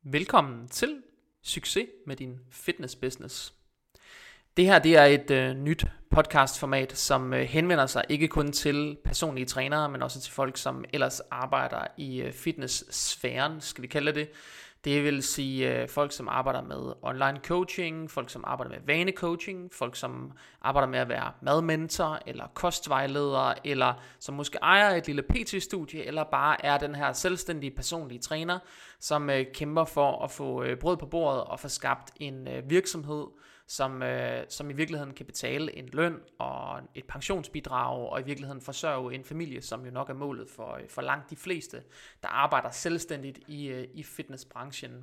Velkommen til Succes med din fitness business. Det her det er et nyt podcastformat, som henvender sig ikke kun til personlige trænere, men også til folk, som ellers arbejder i fitnesssfæren, skal vi kalde det. Det vil sige folk, som arbejder med online coaching, folk, som arbejder med vanecoaching, folk, som arbejder med at være madmentor, eller kostvejleder, eller som måske ejer et lille PT-studie, eller bare er den her selvstændige personlige træner, som kæmper for at få brød på bordet og få skabt en virksomhed, som i virkeligheden kan betale en løn og et pensionsbidrag, og i virkeligheden forsørge en familie, som jo nok er målet for langt de fleste, der arbejder selvstændigt i fitnessbranchen.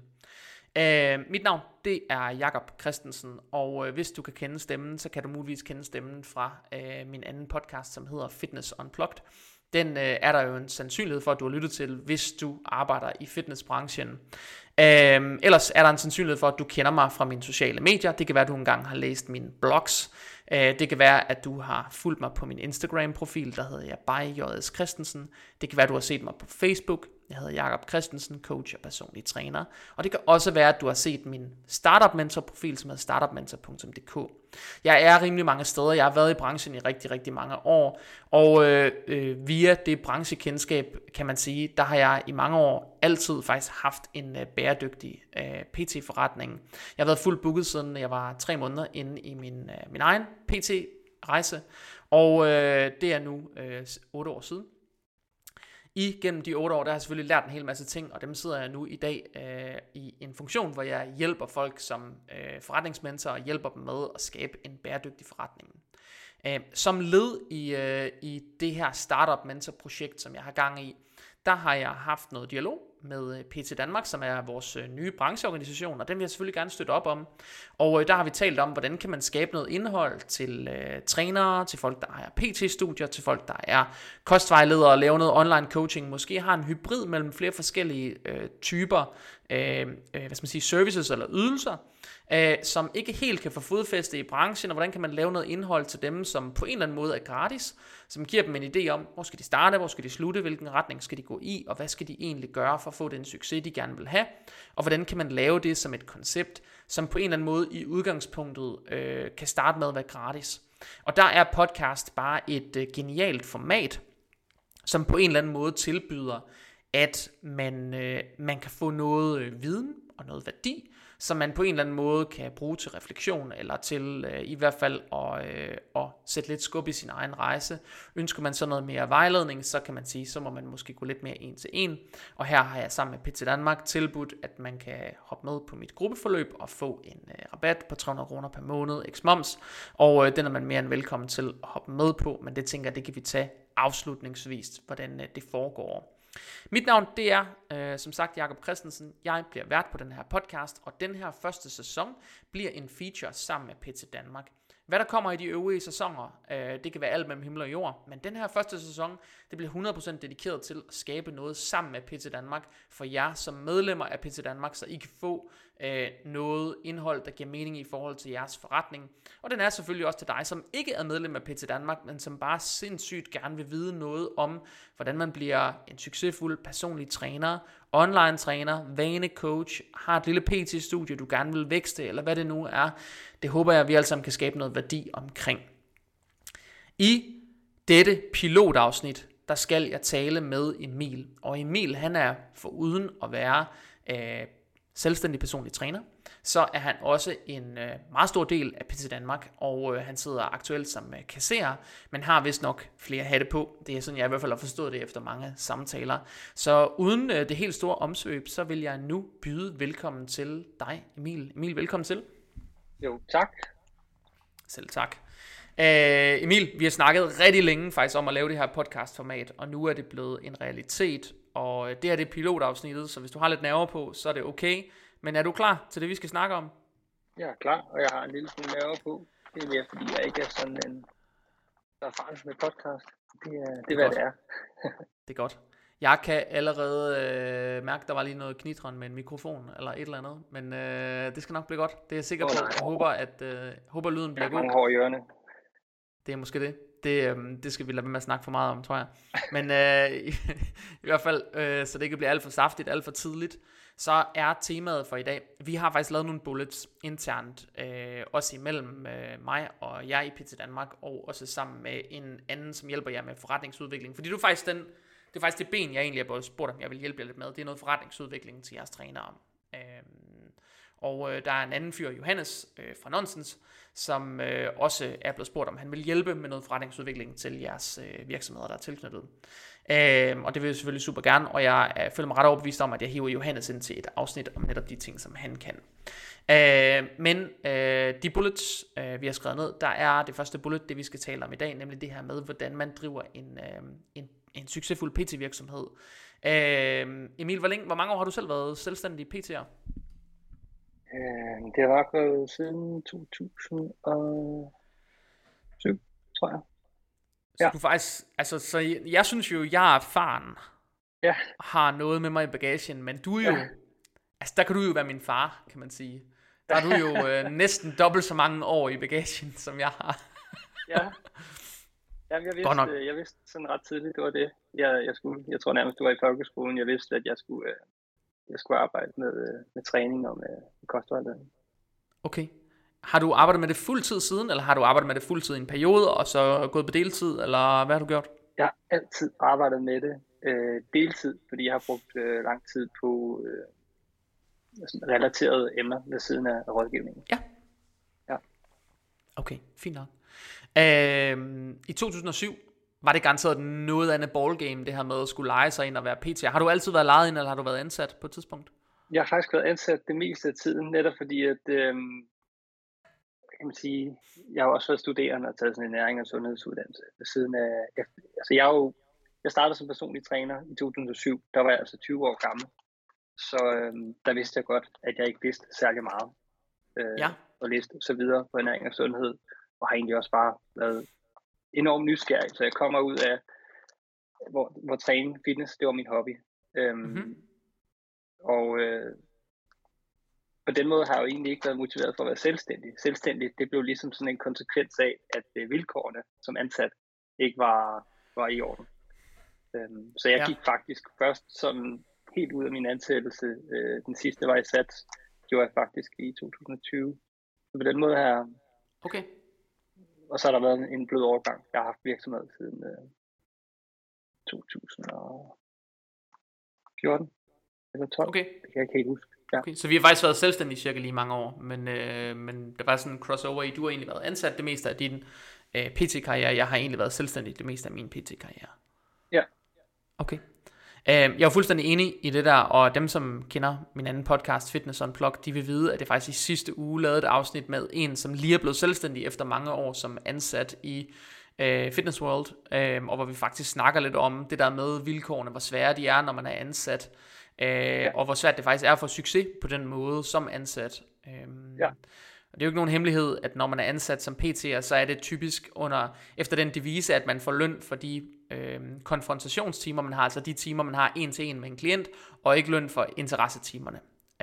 Mit navn, det er Jakob Christensen, og hvis du kan kende stemmen, så kan du muligvis kende stemmen fra min anden podcast, som hedder Fitness Unplugged. Den er der jo en sandsynlighed for, at du har lyttet til, hvis du arbejder i fitnessbranchen. Ellers er der en sandsynlighed for, at du kender mig fra mine sociale medier. Det kan være, at du engang har læst mine blogs. Det kan være, at du har fulgt mig på min Instagram-profil, der hedder jeg by J.S. Christensen. Det kan være, at du har set mig på Facebook. Jeg hedder Jakob Christensen, coach og personlig træner. Og det kan også være, at du har set min startup mentor profil, som hedder startupmentor.dk. Jeg er rimelig mange steder. Jeg har været i branchen i rigtig, rigtig mange år. Og via det branchekendskab, kan man sige, der har jeg i mange år altid faktisk haft en bæredygtig PT-forretning. Jeg har været fuldt booket, siden jeg var 3 måneder inde i min egen PT-rejse. Og det er nu 8 år siden. Gennem de 8 år, der har jeg selvfølgelig lært en hel masse ting, og dem sidder jeg nu i dag i en funktion, hvor jeg hjælper folk som forretningsmentor og hjælper dem med at skabe en bæredygtig forretning. Som led i det her startup mentor projekt, som jeg har gang i, der har jeg haft noget dialog med PT Danmark, som er vores nye brancheorganisation, og den vil jeg selvfølgelig gerne støtte op om. Og der har vi talt om, hvordan kan man skabe noget indhold til trænere, til folk, der er PT-studier, til folk, der er kostvejledere og laver noget online coaching, måske har en hybrid mellem flere forskellige typer services eller ydelser, som ikke helt kan få fodfæste i branchen, og hvordan kan man lave noget indhold til dem, som på en eller anden måde er gratis, som giver dem en idé om, hvor skal de starte, hvor skal de slutte, hvilken retning skal de gå i, og hvad skal de egentlig gøre for at få den succes, de gerne vil have, og hvordan kan man lave det som et koncept, som på en eller anden måde i udgangspunktet kan starte med at være gratis. Og der er podcast bare et genialt format, som på en eller anden måde tilbyder, at man kan få noget viden og noget værdi, som man på en eller anden måde kan bruge til refleksion, eller til i hvert fald at sætte lidt skub i sin egen rejse. Ønsker man så noget mere vejledning, så kan man sige, så må man måske gå lidt mere en til en. Og her har jeg sammen med PT Danmark tilbudt, at man kan hoppe med på mit gruppeforløb og få en rabat på 300 kroner per måned ex moms. Og den er man mere end velkommen til at hoppe med på, men det tænker jeg, det kan vi tage afslutningsvis, hvordan det foregår. Mit navn, det er som sagt Jakob Christensen. Jeg bliver vært på den her podcast, og den her første sæson bliver en feature sammen med PT Danmark. Hvad der kommer i de øvrige sæsoner, det kan være alt mellem himmel og jord, men den her første sæson, det bliver 100% dedikeret til at skabe noget sammen med PT Danmark for jer som medlemmer af PT Danmark, så I kan få noget indhold, der giver mening i forhold til jeres forretning. Og den er selvfølgelig også til dig, som ikke er medlem af PT Danmark, men som bare sindssygt gerne vil vide noget om, hvordan man bliver en succesfuld personlig træner, online træner, vanecoach, har et lille PT-studie, du gerne vil vækste, eller hvad det nu er. Det håber jeg, at vi alle sammen kan skabe noget værdi omkring. I dette pilotafsnit, der skal jeg tale med Emil. Og Emil, han er foruden at være selvstændig personlig træner, så er han også en meget stor del af PT Danmark, og han sidder aktuelt som kasserer, men har vist nok flere hatte på. Det er sådan, jeg i hvert fald har forstået det efter mange samtaler. Så uden det helt store omsvøb, så vil jeg nu byde velkommen til dig, Emil. Emil, velkommen til. Jo, tak. Selv tak. Emil, vi har snakket rigtig længe faktisk om at lave det her podcastformat, og nu er det blevet en realitet, og det er det pilotafsnittet, så hvis du har lidt nerver på, så er det okay. Men er du klar til det, vi skal snakke om? Jeg er klar, og jeg har en lille smule nerver på. Det er mere, fordi jeg ikke er sådan en erfaren med podcast. Det er hvad det er. Det er godt. Jeg kan allerede mærke, der var lige noget knitren med en mikrofon eller et eller andet, men det skal nok blive godt. Det er jeg sikker på. Jeg håber lyden bliver god. Jeg har mange hår i ørerne. Det er måske det. Det skal vi lade være med at snakke for meget om, tror jeg. Men i hvert fald, så det ikke bliver alt for saftigt, alt for tidligt, så er temaet for i dag, vi har faktisk lavet nogle bullets internt, også imellem mig og jeg i PT Danmark, og også sammen med en anden, som hjælper jer med forretningsudvikling. Fordi det er faktisk det ben, jeg egentlig er blevet spurgt om, jeg vil hjælpe jer lidt med. Det er noget forretningsudvikling til jeres trænere. Og der er en anden fyr, Johannes fra Nonsens, som også er blevet spurgt om, han vil hjælpe med noget forretningsudvikling til jeres virksomheder, der er tilknyttet. Og det vil jeg selvfølgelig super gerne, og jeg føler mig ret overbevist om, at jeg hiver Johannes ind til et afsnit om netop de ting, som han kan. Men de bullets, vi har skrevet ned, der er det første bullet, det vi skal tale om i dag, nemlig det her med, hvordan man driver en succesfuld PT-virksomhed. Emil, hvor mange år har du selv været selvstændig PT'er? Det har nok været siden 2007, tror jeg. Så du faktisk, altså, så jeg synes jo, jeg er erfaren, har noget med mig i bagagen, men du er jo, altså der kan du jo være min far, kan man sige. Der er du jo næsten dobbelt så mange år i bagagen, som jeg har. Ja. Jamen, jeg vidste sådan ret tidligt, det var det, jeg skulle. Jeg tror nærmest, du var i folkeskolen. Jeg vidste, at jeg skulle arbejde med træning og med kostvejledning. Okay. Har du arbejdet med det fuldtid siden, eller har du arbejdet med det fuldtid i en periode, og så gået på deltid, eller hvad har du gjort? Jeg har altid arbejdet med det deltid, fordi jeg har brugt lang tid på relaterede emner ved siden af rådgivningen. Ja. Okay, fint nok. I 2007 var det garanteret noget andet ballgame, det her med at skulle lege sig ind og være PT. Har du altid været lejet ind, eller har du været ansat på et tidspunkt? Jeg har faktisk været ansat det meste af tiden, netop fordi at kan man sige, jeg har også været studerende og taget sådan en næring- og sundhedsuddannelse ved siden af. Altså jeg startede som personlig træner i 2007. Der var jeg altså 20 år gammel, så der vidste jeg godt, at jeg ikke vidste særlig meget og læste så videre på ernæring og sundhed, og har egentlig også bare været enormt nysgerrig. Så jeg kommer ud af hvor træning fitness, det var min hobby. Og på den måde har jeg jo egentlig ikke været motiveret for at være selvstændig. Selvstændig, det blev ligesom sådan en konsekvens af, at vilkårene som ansat ikke var i orden. Så jeg gik faktisk først sådan helt ud af min ansættelse. Den sidste var i Sats, gjorde jeg faktisk i 2020. Så på den måde her. Okay. Og så har der været en blød overgang. Jeg har haft virksomhed siden 2014 eller 12. Okay. Det kan jeg ikke helt huske. Ja. Okay, så vi har faktisk været selvstændige cirka lige mange år, men der var sådan en crossover i, du har egentlig været ansat det meste af din PT-karriere, jeg har egentlig været selvstændig det meste af min PT-karriere. Ja. Okay. Jeg er fuldstændig enig i det der, og dem som kender min anden podcast, Fitness Unplugged, de vil vide, at det faktisk i sidste uge lavede et afsnit med en, som lige er blevet selvstændig efter mange år som ansat i Fitness World, og hvor vi faktisk snakker lidt om det der med vilkårene, hvor svære de er, når man er ansat, og hvor svært det faktisk er at få succes på den måde som ansat. Og det er jo ikke nogen hemmelighed, at når man er ansat som PT'er, så er det typisk efter den devise, at man får løn for de konfrontationstimer, man har, altså de timer, man har en til en med en klient, og ikke løn for interessetimerne.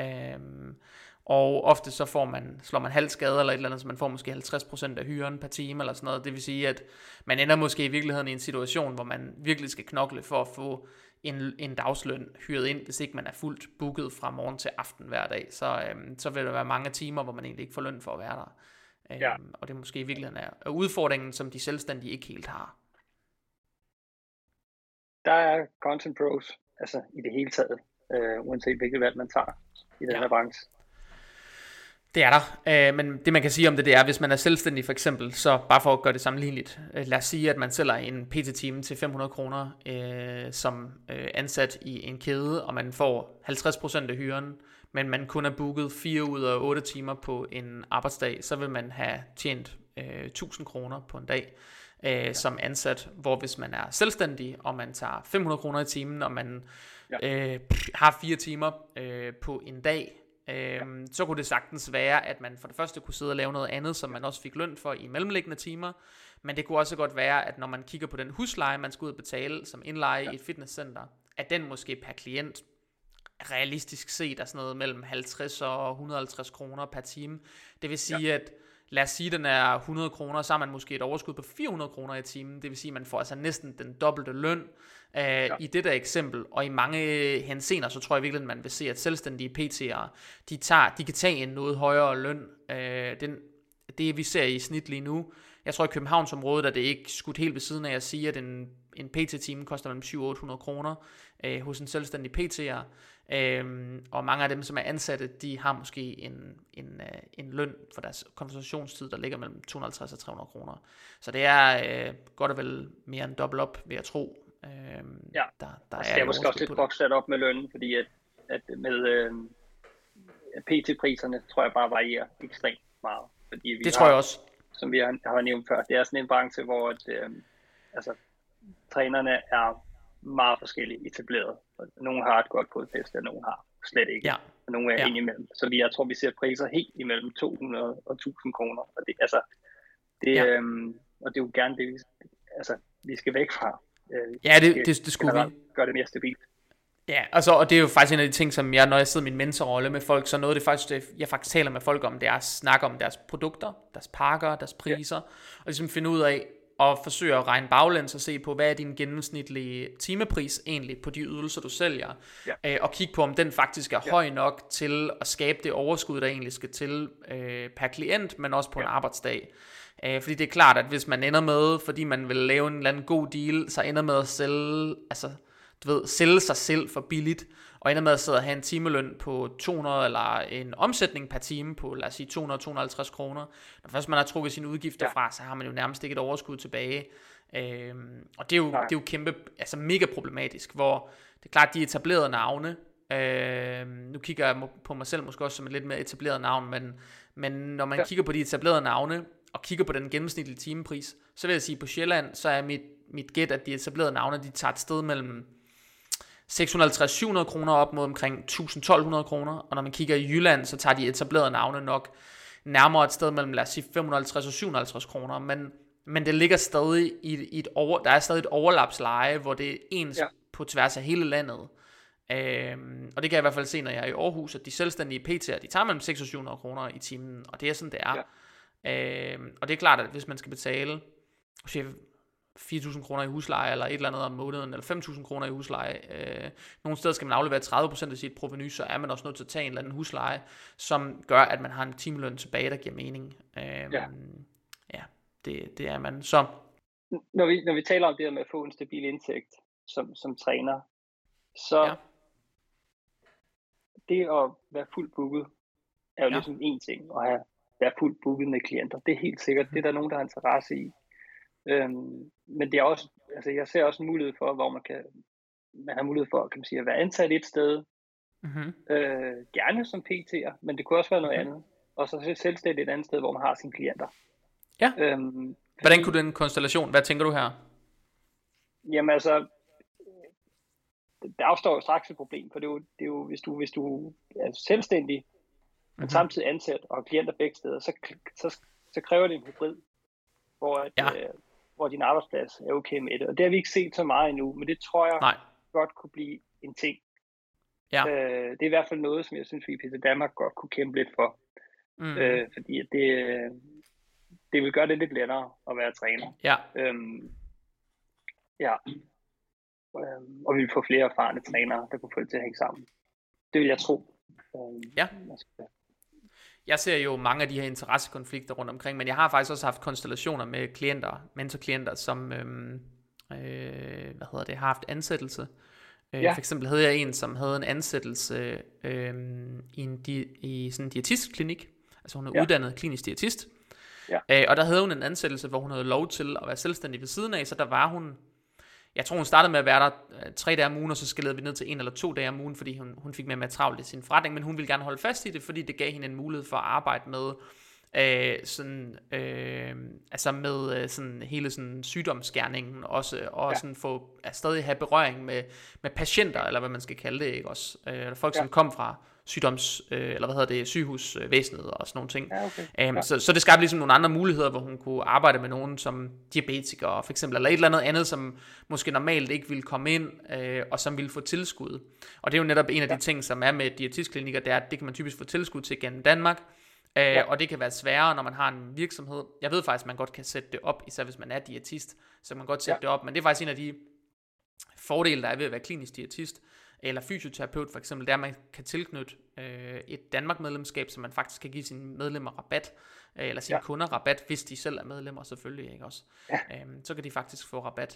Og ofte så slår man halv skade eller et eller andet, så man får måske 50% af hyren per time eller sådan noget. Det vil sige, at man ender måske i virkeligheden i en situation, hvor man virkelig skal knokle for at få en dagsløn hyret ind, hvis ikke man er fuldt booket fra morgen til aften hver dag. Så vil der være mange timer, hvor man egentlig ikke får løn for at være der. Og det er måske i virkeligheden er udfordringen, som de selvstændige ikke helt har. Der er content pros, altså i det hele taget, uanset hvilket valg man tager i den her branche. Det er der, men det man kan sige om det er, hvis man er selvstændig for eksempel, så bare for at gøre det sammenligneligt, lad os sige, at man sælger en PT-time til 500 kroner som ansat i en kæde, og man får 50% af hyren, men man kun er booket 4 ud af 8 timer på en arbejdsdag, så vil man have tjent 1000 kroner på en dag som ansat, hvor hvis man er selvstændig, og man tager 500 kroner i timen, og man har 4 timer på en dag, så kunne det sagtens være, at man for det første kunne sidde og lave noget andet, som man også fik løn for i mellemliggende timer, men det kunne også godt være, at når man kigger på den husleje, man skal ud og betale som indleje i et fitnesscenter, at den måske per klient realistisk set er sådan noget mellem 50 og 150 kroner per time. Det vil sige, at lad os sige, den er 100 kroner, så har man måske et overskud på 400 kroner i timen. Det vil sige, at man får altså næsten den dobbelte løn i det der eksempel. Og i mange henseender, så tror jeg virkelig, at man vil se, at selvstændige PT'ere, de kan tage en noget højere løn. Det vi ser i snit lige nu, jeg tror i Københavnsområdet, at det ikke skudt helt ved siden af at sige, at en PT-time koster mellem 700-800 kroner hos en selvstændig PT'er. Og mange af dem, som er ansatte, de har måske en løn for deres konversationstid, der ligger mellem 250 og 300 kroner. Så det er godt og vel mere end dobbelt op, vil jeg tro. Der er måske også lidt godt sat op med lønnen, fordi at med PT-priserne, tror jeg bare varierer ekstremt meget. Fordi vi tror jeg også. Som vi har nævnt før, det er sådan en branche, hvor trænerne er meget forskelligt etableret. Nogle har et godt fodfæste, og nogle har slet ikke. Ja. Og nogle er indimellem. Så jeg tror, vi ser priser helt imellem 200 og 1000 kroner. Og det, og det er jo gerne det, vi skal væk fra. Det skulle vi. Gøre det mere stabilt. Ja, altså, og det er jo faktisk en af de ting, som når jeg sidder i min mentorrolle med folk, så noget jeg faktisk taler med folk om, det er at snakke om deres produkter, deres pakker, deres priser, og ligesom finde ud af, og forsøge at regne baglæns og se på, hvad er din gennemsnitlige timepris egentlig på de ydelser, du sælger, og kigge på, om den faktisk er høj nok til at skabe det overskud, der egentlig skal til per klient, men også på en arbejdsdag. Fordi det er klart, at hvis man ender med, fordi man vil lave en eller anden god deal, så ender med at sælge sig selv for billigt, og ender med at sidde og have en timeløn på 200, eller en omsætning per time på, lad os sige, 200-250 kroner. Når først man har trukket sine udgifter fra, så har man jo nærmest ikke et overskud tilbage. Og det er jo kæmpe, altså mega problematisk, hvor det er klart, de etablerede navne, nu kigger jeg på mig selv måske også som et lidt mere etableret navn, men når man kigger på de etablerede navne, og kigger på den gennemsnitlige timepris, så vil jeg sige, på Sjælland, så er mit gæt, at de etablerede navne, de tager et sted mellem 650-700 kroner op mod omkring 1.000-1.200 kroner, og når man kigger i Jylland, så tager de etablerede navne nok nærmere et sted mellem, lad os sige, 550 og 750 kroner, men det ligger stadig der er stadig et overlapsleje, hvor det er ens på tværs af hele landet. Og det kan jeg i hvert fald se, når jeg er i Aarhus, at de selvstændige PT'er, de tager mellem 600 og 700 kroner i timen, og det er sådan, det er. Og det er klart, at hvis man skal betale 4.000 kroner i husleje, eller et eller andet om måneden, eller 5.000 kroner i husleje, nogle steder skal man aflevere 30% af sit provenu, så er man også nødt til at tage en eller anden husleje, som gør, at man har en timeløn tilbage, der giver mening. Det er man. Så når vi taler om det med at få en stabil indtægt som træner, så det at være fuldt booket er jo ligesom en ting, at være fuldt booket med klienter. Det er helt sikkert, det er der nogen, der har interesse i. Men det er også, jeg ser også en mulighed for, hvor man har mulighed for, kan man sige, at være ansat et sted, gerne som PT'er, men det kunne også være noget andet, og så selvstændigt et andet sted, hvor man har sine klienter. Hvordan kunne den konstellation, hvad tænker du her? Jamen der opstår jo straks et problem, for det er jo hvis du er selvstændig, men samtidig ansat og har klienter begge steder, så kræver det en hybrid, hvor din arbejdsplads er okay med det. Og det har vi ikke set så meget endnu, men det tror jeg godt kunne blive en ting. Det er i hvert fald noget, som jeg synes, vi i PT Danmark godt kunne kæmpe lidt for. Fordi det vil gøre det lidt lettere at være træner. Og vi vil få flere erfarne trænere, der kunne få det til at hænge sammen. Det vil jeg tro. Jeg ser jo mange af de her interessekonflikter rundt omkring, men jeg har faktisk også haft konstellationer med klienter, mentorklienter, som har haft ansættelse. For eksempel havde jeg en, som havde en ansættelse i sådan en diætistklinik. Altså hun er uddannet klinisk diætist. Og der havde hun en ansættelse, hvor hun havde lov til at være selvstændig ved siden af, så der var hun, jeg tror hun startede med at være der 3 dage om ugen, og så skalerede vi ned til 1 eller 2 dage om ugen, fordi hun fik mere travlt i sin forretning, men hun ville gerne holde fast i det, fordi det gav hende en mulighed for at arbejde med med sådan hele sådan sygdomsskærningen også, og sådan få stadig have berøring med patienter, eller hvad man skal kalde det, ikke også? Folk som kom fra sygehusvæsenet og sådan nogle ting. Så det skabte ligesom nogle andre muligheder, hvor hun kunne arbejde med nogen som diabetikere for eksempel, eller et eller andet, som måske normalt ikke ville komme ind, og som ville få tilskud. Og det er jo netop en af de ting, som er med diætistklinikker, det er, at det kan man typisk få tilskud til gennem Danmark, Og det kan være sværere, når man har en virksomhed. Jeg ved faktisk, at man godt kan sætte det op, især hvis man er diætist, så kan man godt sætte det op. Men det er faktisk en af de fordele, der er ved at være klinisk diætist, eller fysioterapeut for eksempel, der man kan tilknytte et Danmark-medlemskab, så man faktisk kan give sine medlemmer rabat, eller sine kunder rabat, hvis de selv er medlemmer selvfølgelig, ikke også? Så kan de faktisk få rabat.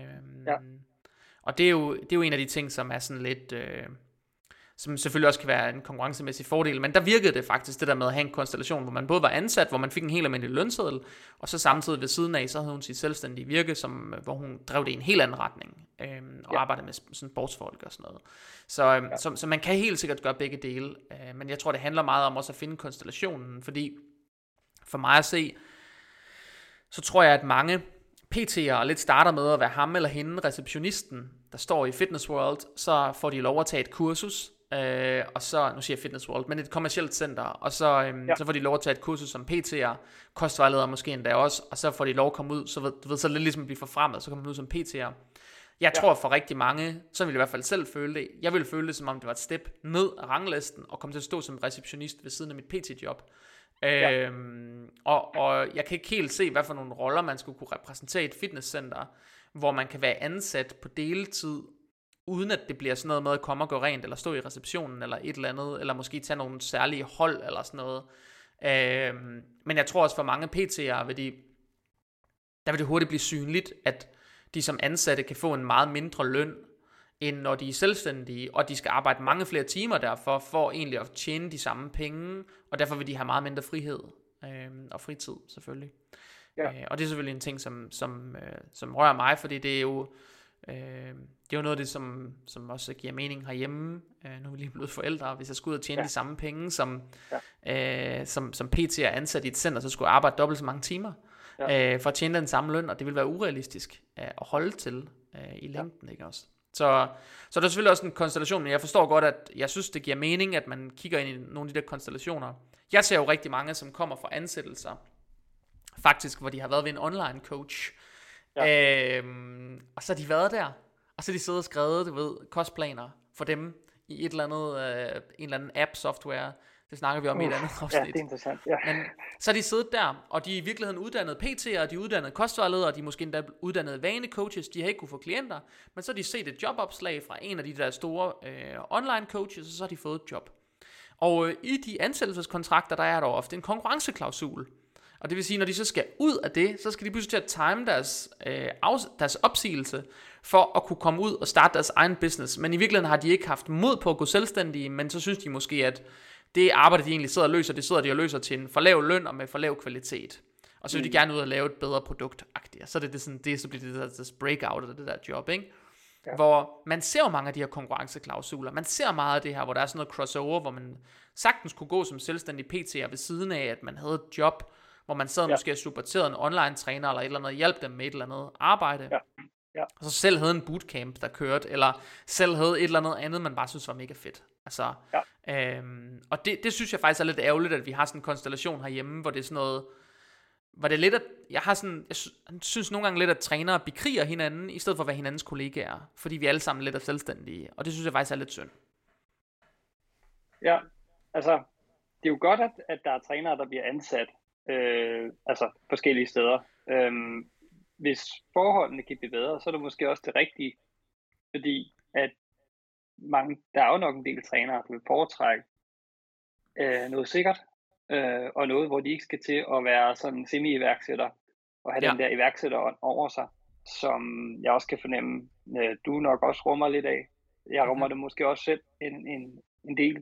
Og det er jo en af de ting, som er sådan lidt, som selvfølgelig også kan være en konkurrencemæssig fordel, men der virkede det faktisk, det der med at have en konstellation, hvor man både var ansat, hvor man fik en helt almindelig lønseddel, og så samtidig ved siden af, så havde hun sit selvstændige virke, hvor hun drev det i en helt anden retning, og arbejdede med sådan sportsfolk og sådan noget. Så man kan helt sikkert gøre begge dele, men jeg tror, det handler meget om også at finde konstellationen, fordi for mig at se, så tror jeg, at mange PT'er lidt starter med at være ham eller hende, receptionisten, der står i Fitness World, så får de lov at tage et kursus, og så, nu siger jeg Fitness World, men et kommercielt center, og så får de lov at tage et kursus som PT'er, kostvejleder måske endda også, og så får de lov at komme ud, så du ved, så lidt ligesom at blive forfremmet, så kommer man ud som PT'er. Jeg tror for rigtig mange, så vil jeg i hvert fald selv føle det, jeg ville føle det som om det var et step ned af ranglisten, og komme til at stå som receptionist ved siden af mit PT-job. Og jeg kan ikke helt se, hvad for nogle roller man skulle kunne repræsentere i et fitnesscenter, hvor man kan være ansat på deltid, uden at det bliver sådan noget med at komme og gå rent, eller stå i receptionen, eller et eller andet, eller måske tage nogle særlige hold, eller sådan noget. Men jeg tror også for mange PT'er, der vil det hurtigt blive synligt, at de som ansatte kan få en meget mindre løn, end når de er selvstændige, og de skal arbejde mange flere timer derfor, for egentlig at tjene de samme penge, og derfor vil de have meget mindre frihed, og fritid selvfølgelig. Og det er selvfølgelig en ting, som rører mig, fordi det er jo noget af det, som også giver mening herhjemme. Nu er vi lige blevet forældre, og hvis jeg skulle ud og tjene de samme penge, som PT er ansat i et center, så skulle jeg arbejde dobbelt så mange timer, for at tjene den samme løn, og det vil være urealistisk at holde til i længden, ikke også? Så der er selvfølgelig også en konstellation, men jeg forstår godt, at jeg synes, det giver mening, at man kigger ind i nogle af de der konstellationer. Jeg ser jo rigtig mange, som kommer fra ansættelser, faktisk, hvor de har været ved en online coach, og så har de været der, og så har de siddet og skrevet, du ved, kostplaner for dem i et eller andet, en eller anden app-software. Det snakker vi om i et andet afsnit. Ja, det er interessant. Men så har de siddet der, og de er i virkeligheden uddannede PT'er, de er uddannede kostvejledere, de er måske endda uddannede vanecoaches, de har ikke kunne få klienter, men så har de set et jobopslag fra en af de der store online coaches, og så har de fået et job. Og i de ansættelseskontrakter, der er der ofte en konkurrenceklausul. Og det vil sige, når de så skal ud af det, så skal de pludselig til at time deres opsigelse, for at kunne komme ud og starte deres egen business. Men i virkeligheden har de ikke haft mod på at gå selvstændige, men så synes de måske, at det arbejde, de egentlig sidder og løser, det sidder de og løser til en for lav løn og med for lav kvalitet. Og så vil de gerne ud og lave et bedre produkt-agtigt. Så så bliver det der breakout af det der job, ikke? Hvor man ser jo mange af de her konkurrenceklausuler. Man ser meget af det her, hvor der er sådan noget crossover, hvor man sagtens kunne gå som selvstændig PT'er ved siden af, at man havde et job, hvor man sad måske og supporterede en online træner, eller et eller andet, hjalp dem med et eller andet arbejde. Og så selv havde en bootcamp, der kørte, eller selv havde et eller andet, man bare synes var mega fedt. Altså, og det synes jeg faktisk er lidt ærgerligt, at vi har sådan en konstellation herhjemme, hvor det er sådan noget, hvor det er lidt, at jeg synes nogle gange lidt, at trænere bekriger hinanden, i stedet for at være hinandens kollegaer, fordi vi alle sammen lidt er selvstændige, og det synes jeg faktisk er lidt synd. Ja, altså, det er jo godt, at der er trænere, der bliver ansat, altså forskellige steder. Hvis forholdene kan blive bedre, så er det måske også det rigtige, fordi at der er jo nok en del trænere, der vil foretrække noget sikkert, og noget, hvor de ikke skal til at være sådan semi-iværksætter, og have den der iværksætter over sig, som jeg også kan fornemme, du nok også rummer lidt af. Jeg rummer det måske også selv en del.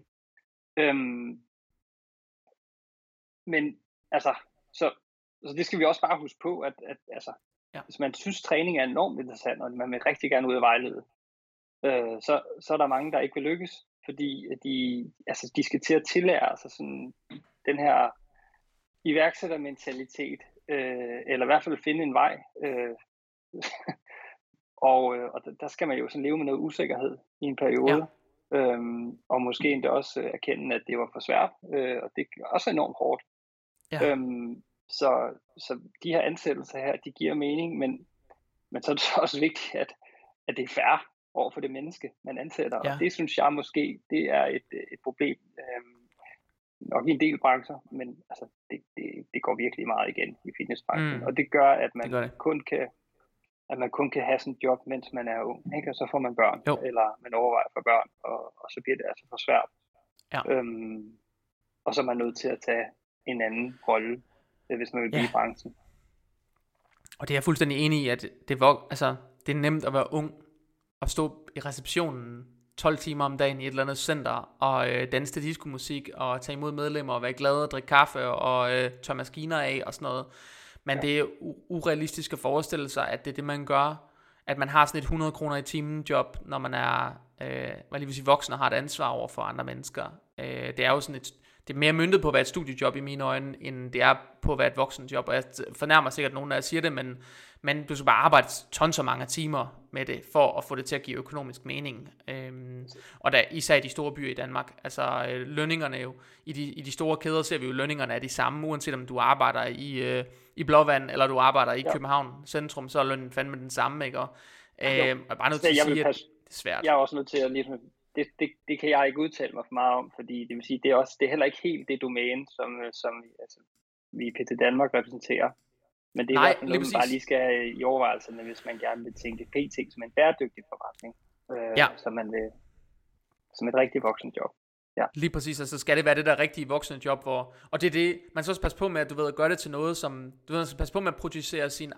Men altså, så det skal vi også bare huske på, at altså, hvis man synes, træning er enormt interessant, og man vil rigtig gerne ud af vejlede, så er der mange, der ikke vil lykkes, fordi de skal til at tillære sig sådan den her iværksættermentalitet, eller i hvert fald finde en vej. Og der skal man jo sådan leve med noget usikkerhed i en periode, og måske endda også erkende, at det var for svært, og det er også enormt hårdt. Så de her ansættelser her, de giver mening, men så er det også vigtigt, at det er fair over for det menneske, man ansætter. Og det synes jeg måske, det er et problem, nok i en del brancher, men altså, det går virkelig meget igen i fitnessbranchen. Og det gør, at man kun kan have sådan et job, mens man er ung, ikke? Og så får man børn, eller man overvejer for børn, og så bliver det altså for svært. Ja. Og så er man nødt til at tage en anden rolle, hvis man vil blive i branchen. Og det er jeg fuldstændig enig i, at det er nemt at være ung og stå i receptionen 12 timer om dagen i et eller andet center og danse til disco-musik og tage imod medlemmer og være glad og drikke kaffe og tørre maskiner af og sådan noget. Men det er urealistisk at forestille sig, at det er det, man gør, at man har sådan et 100 kroner i timen job, når man er voksen og har et ansvar over for andre mennesker. Det er jo sådan det er mere møntet på at være et studiejob i mine øjne, end det er på at være et voksenjob. Og jeg fornærmer sikkert nogen, der siger det, men du skal bare arbejde tons og mange timer med det, for at få det til at give økonomisk mening. Og der især i de store byer i Danmark, altså lønningerne jo, i de store kæder ser vi jo, lønningerne er de samme, uanset om du arbejder i Blåvand, eller du arbejder i København centrum, så er lønnen fandme den samme, ikke? Og bare nødt til at sige, at det er svært. Jeg er også nødt til at ligesom det kan jeg ikke udtale mig for meget om, fordi det vil sige, det er heller ikke helt det domæne, som vi i PT Danmark repræsenterer. Men det er i hvert fald noget, man bare lige skal i overvejelserne, hvis man gerne vil tænke PT som en bæredygtig forretning, som et rigtig voksenjob. Ja. Lige præcis, altså skal det være det der rigtige voksenjob, og det er det, man så også passe på med, at du ved at gøre det til noget, som du ved, passe på med at producere sin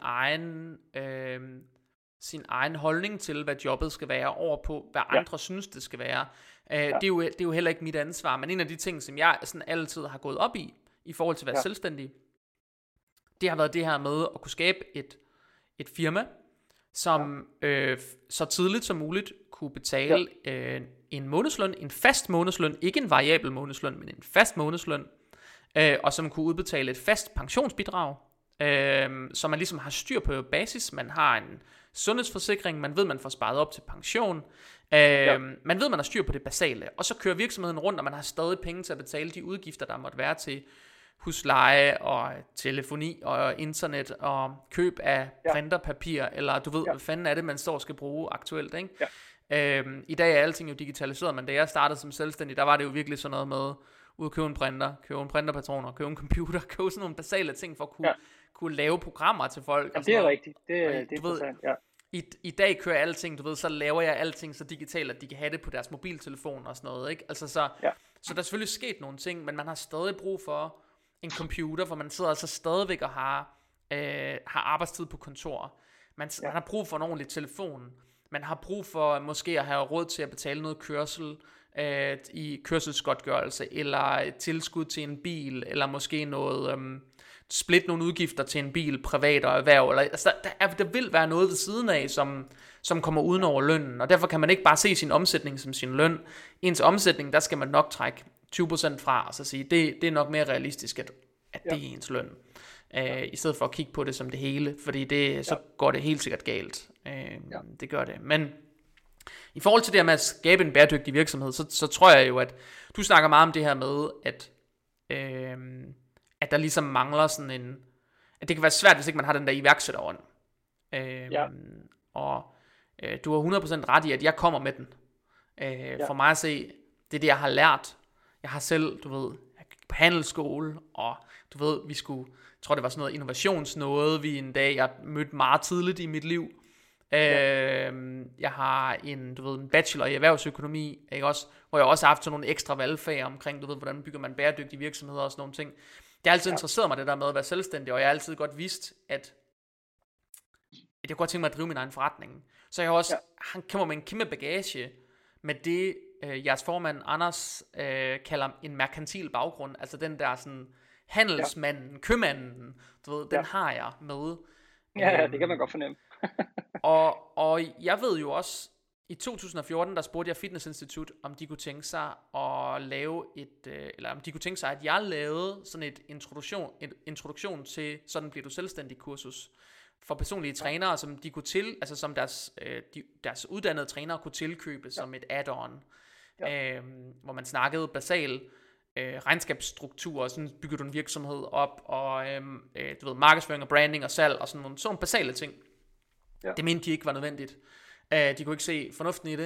egen holdning til, hvad jobbet skal være, over på, hvad andre synes, det skal være. Det er jo heller ikke mit ansvar, men en af de ting, som jeg sådan altid har gået op i forhold til at være selvstændig, det har været det her med at kunne skabe et firma, som så tidligt som muligt kunne betale en månedsløn, en fast månedsløn, ikke en variabel månedsløn, men en fast månedsløn, og som kunne udbetale et fast pensionsbidrag, så man ligesom har styr på basis. Man har en sundhedsforsikring, man ved, man får sparet op til pension, man ved, man har styr på det basale, og så kører virksomheden rundt, og man har stadig penge til at betale de udgifter, der måtte være til husleje og telefoni og internet og køb af printerpapir, eller du ved, hvad fanden er det, man står og skal bruge aktuelt, ikke? I dag er alting jo digitaliseret, men da jeg startede som selvstændig, der var det jo virkelig sådan noget med ud at købe en printer, købe en printerpatroner, købe en computer, købe sådan nogle basale ting for at kunne lave programmer til folk. Ja, det er rigtigt. Det er interessant, I dag kører alting, du ved, så laver jeg alting så digitalt, at de kan have det på deres mobiltelefon og sådan noget, ikke? Altså så der er selvfølgelig sket nogle ting, men man har stadig brug for en computer, for man sidder altså stadigvæk og har arbejdstid på kontor. Man har brug for en ordentlig telefon. Man har brug for måske at have råd til at betale noget kørsel i kørselsgodtgørelse, eller et tilskud til en bil, eller måske noget split nogle udgifter til en bil, privat og erhverv, eller, altså, der vil være noget ved siden af, som kommer uden over lønnen, og derfor kan man ikke bare se sin omsætning som sin løn. Ens omsætning, der skal man nok trække 20% fra, og så sige, det er nok mere realistisk, at det er ens løn, i stedet for at kigge på det som det hele, fordi så går det helt sikkert galt. Det gør det. Men i forhold til det her med at skabe en bæredygtig virksomhed, så tror jeg jo, at du snakker meget om det her med, at der ligesom mangler sådan at det kan være svært, hvis ikke man har den der iværksætterånd. Og du har 100% ret i, at jeg kommer med den. For mig at se, det er det, jeg har lært. Jeg har selv, du ved, jeg gik på handelsskole, og du ved, jeg tror det var sådan noget innovationsnode, en dag, jeg mødte meget tidligt i mit liv. Jeg har en bachelor i erhvervsøkonomi, ikke også, hvor jeg også har haft sådan nogle ekstra valgfag omkring, du ved, hvordan bygger man bæredygtige virksomheder og sådan nogle ting. Det har altid interesseret mig, det der med at være selvstændig, og jeg har altid godt vidst, at jeg kunne godt tænke mig at drive min egen forretning. Så jeg har også, han kommer med en kæmpe bagage med det, jeres formand Anders kalder en merkantil baggrund, altså den der sådan handelsmanden, købmanden, du ved, den har jeg med. Ja, det kan man godt fornemme. og jeg ved jo også, i 2014, der spurgte jeg Fitness Institut, om de kunne tænke sig at lave eller om de kunne tænke sig, at jeg lavede sådan et introduktion til sådan bliver du selvstændig kursus for personlige trænere, som de kunne som deres uddannede trænere kunne tilkøbe som et add-on, hvor man snakkede basal regnskabsstruktur, og sådan bygger du en virksomhed op, og du ved, markedsføring og branding og salg og sådan basale ting. Det mente de ikke var nødvendigt. De kunne ikke se fornuften i det.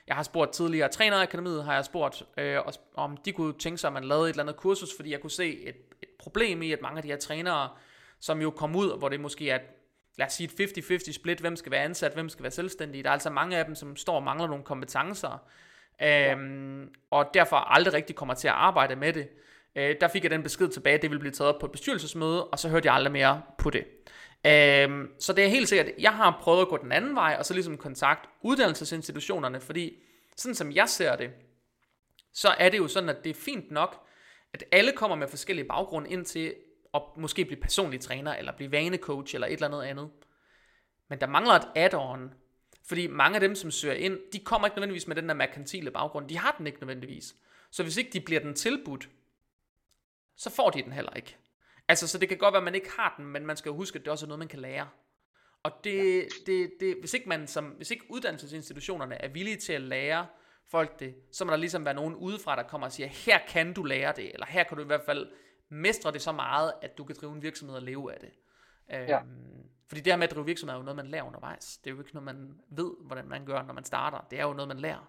Jeg har spurgt tidligere trænere i akademiet, har jeg spurgt, om de kunne tænke sig, at man lavede et eller andet kursus, fordi jeg kunne se et problem i, at mange af de her trænere, som jo kom ud, hvor det måske er, lad os sige et 50-50 split, hvem skal være ansat, hvem skal være selvstændig. Der er altså mange af dem, som står og mangler nogle kompetencer, og derfor aldrig rigtig kommer til at arbejde med det. Der fik jeg den besked tilbage, at det ville blive taget op på et bestyrelsesmøde, og så hørte jeg aldrig mere på det. Så det er helt sikkert, jeg har prøvet at gå den anden vej, og så ligesom kontakt uddannelsesinstitutionerne, fordi sådan som jeg ser det, så er det jo sådan, at det er fint nok, at alle kommer med forskellige baggrunde ind til at måske blive personlig træner, eller blive vanecoach, eller et eller andet. Men der mangler et add-on, fordi mange af dem, som søger ind, de kommer ikke nødvendigvis med den der merkantile baggrund. De har den ikke nødvendigvis. Så hvis ikke de bliver den tilbudt, så får de den heller ikke. Altså, så det kan godt være, at man ikke har den, men man skal jo huske, at det også er noget, man kan lære. Og hvis ikke uddannelsesinstitutionerne er villige til at lære folk det, så må der ligesom være nogen udefra, der kommer og siger, her kan du lære det, eller her kan du i hvert fald mestre det så meget, at du kan drive en virksomhed og leve af det. Fordi det her med at drive virksomhed er jo noget, man lærer undervejs. Det er jo ikke noget, man ved, hvordan man gør, når man starter. Det er jo noget, man lærer.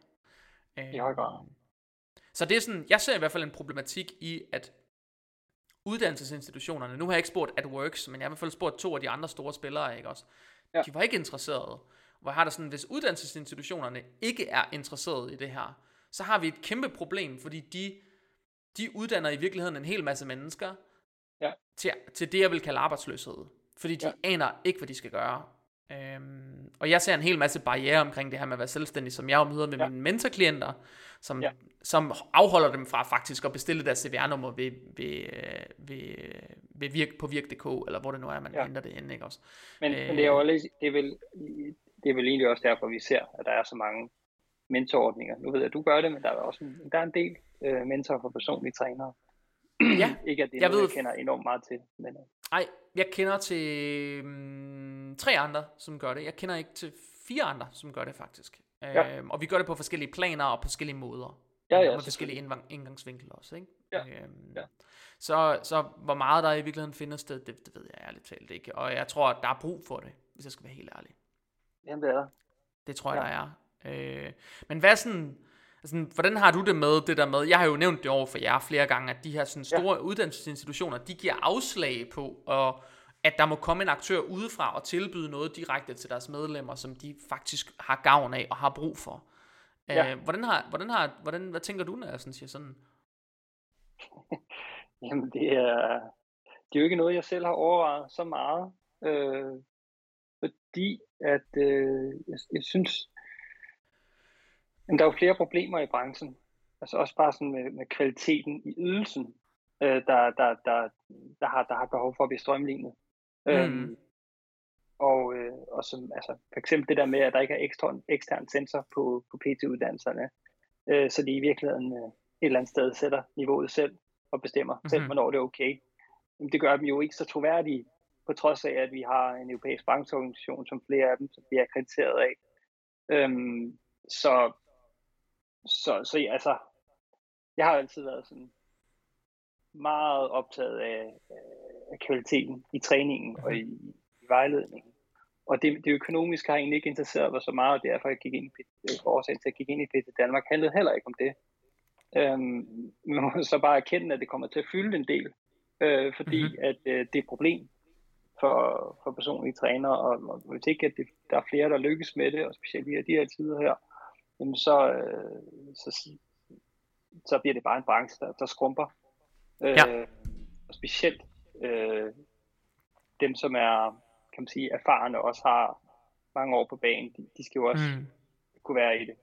Så det er sådan, jeg ser i hvert fald en problematik i, at uddannelsesinstitutionerne, nu har jeg ikke spurgt AdWorks, men jeg har i hvert fald spurgt 2 af de andre store spillere, ikke også? Ja. De var ikke interesserede. Hvor jeg har der sådan, hvis uddannelsesinstitutionerne ikke er interesserede i det her, så har vi et kæmpe problem, fordi de uddanner i virkeligheden en hel masse mennesker til det, jeg vil kalde arbejdsløshed. Fordi de aner ikke, hvad de skal gøre. Og jeg ser en hel masse barrierer omkring det her med at være selvstændig, som jeg møder med mine mentorklienter, som afholder dem fra faktisk at bestille deres CVR-nummer på virk.dk, eller hvor det nu er, man henter det henne, ikke også? Men det er jo det er vel egentlig også derfor, vi ser, at der er så mange mentorordninger. Nu ved jeg, at du gør det, men der er også der er en del mentor for personlige trænere. Ja, ikke at det er noget, jeg kender enormt meget til. Men nej, jeg kender til 3 andre, som gør det. Jeg kender ikke til 4 andre, som gør det faktisk. Og vi gør det på forskellige planer og på forskellige måder. Med forskellige indgangsvinkler også, ikke? Så hvor meget der i virkeligheden findes det ved jeg ærligt talt ikke. Og jeg tror, at der er brug for det, hvis jeg skal være helt ærlig. Jamen, det er der. Det tror jeg, der er. Men hvad sådan... Altså, hvordan har du det med det der med, jeg har jo nævnt det over for jer flere gange, at de her sådan store uddannelsesinstitutioner, de giver afslag på, at der må komme en aktør udefra og tilbyde noget direkte til deres medlemmer, som de faktisk har gavn af og har brug for. Hvad tænker du, når jeg sådan siger sådan? Jamen, det er jo ikke noget, jeg selv har overvejet så meget, fordi at jeg synes, men der er jo flere problemer i branchen. Altså også bare sådan med kvaliteten i ydelsen, der har behov for at blive strømlignet. Og som, altså, for eksempel det der med, at der ikke er ekstern censor på PT-uddannelserne, så de i virkeligheden et eller andet sted sætter niveauet selv og bestemmer selv, hvornår det er okay. Men det gør dem jo ikke så troværdige, på trods af, at vi har en europæisk brancheorganisation, som flere af dem som bliver akkrediteret af. Så altså, jeg har altid været sådan meget optaget af kvaliteten i træningen og i vejledningen. Og det økonomiske har egentlig ikke interesseret mig så meget, og derfor jeg gik ind i årsagen til at gik ind i PT Danmark handlede heller ikke om det. Man må så bare erkende, at det kommer til at fylde en del, fordi at det er et problem for personlige trænere, og hvis ikke at der er flere, der lykkes med det, og specielt i de her tider her, jamen så bliver det bare en branche, der skrumper. Og specielt dem, som er, kan man sige, erfarne, også har mange år på banen, de skal jo også kunne være i det.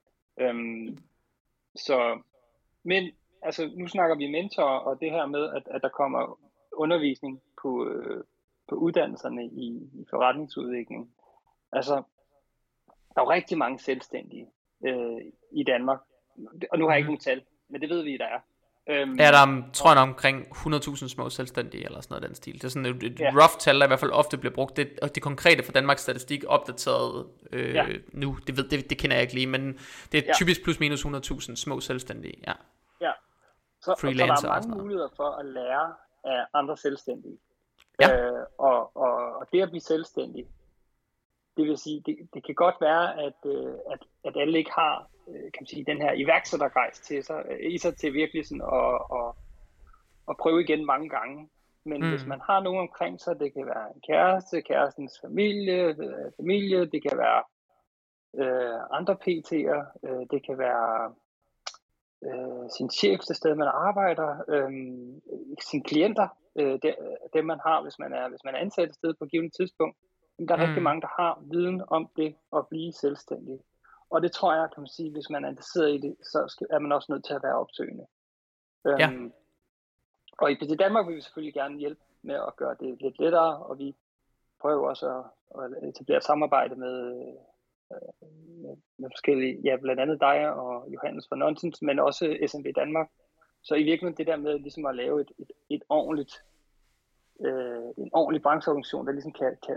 Men altså, nu snakker vi mentorer, og det her med, at der kommer undervisning på uddannelserne i forretningsudvikling. Altså, der er jo rigtig mange selvstændige i Danmark, og nu har jeg ikke nogen tal, men det ved vi, der er. Der tror jeg omkring 100.000 små selvstændige, eller sådan noget den stil. Det er sådan et rough tal, der i hvert fald ofte bliver brugt. Det konkrete for Danmarks Statistik opdateret nu, det kender jeg ikke lige, men det er typisk plus minus 100.000 små selvstændige. Så der er mange muligheder for at lære af andre selvstændige. Og det at blive selvstændig, det vil sige, det kan godt være, at alle ikke har, kan man sige, den her iværksættergejst i sig til virkelig sådan at prøve igen mange gange. Men hvis man har nogen omkring sig, det kan være en kæreste, kærestens familie, det kan være andre PT'er, det kan være sin chef det sted, man arbejder, sine klienter, dem man har, hvis man er ansat et sted på et givet tidspunkt. Men der er rigtig mange, der har viden om det at blive selvstændig. Og det tror jeg, kan man sige, hvis man er interesseret i det, så er man også nødt til at være opsøgende. Ja. Og i PT Danmark vil vi selvfølgelig gerne hjælpe med at gøre det lidt lettere, og vi prøver også at etablere et samarbejde med forskellige, ja, blandt andet dig og Johannes fra Nonsens, men også SMV Danmark. Så i virkeligheden det der med ligesom at lave en ordentlig brancheorganisation, der ligesom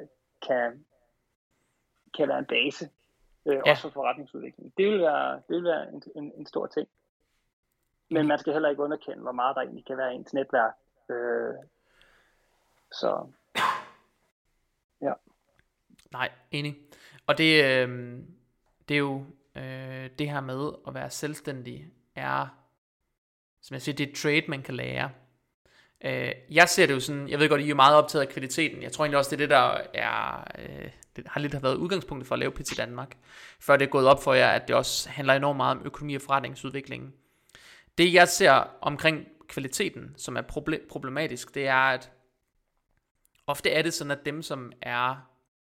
kan være en base, også for forretningsudvikling. Det vil være en stor ting. Men man skal heller ikke underkende, hvor meget der egentlig kan være i ens netværk. Så ja. Nej, enig. Og det er jo det her med at være selvstændig er, som jeg siger, det er et trade, man kan lære. Jeg ser det jo sådan, jeg ved godt, I er jo meget optaget af kvaliteten. Jeg tror egentlig også, det er det, der er, det har lidt været udgangspunktet for at lave PT Danmark. Før det er gået op for jer, at det også handler enormt meget om økonomi og forretningsudviklingen. Det jeg ser omkring kvaliteten, som er problematisk, det er, at ofte er det sådan, at dem, som er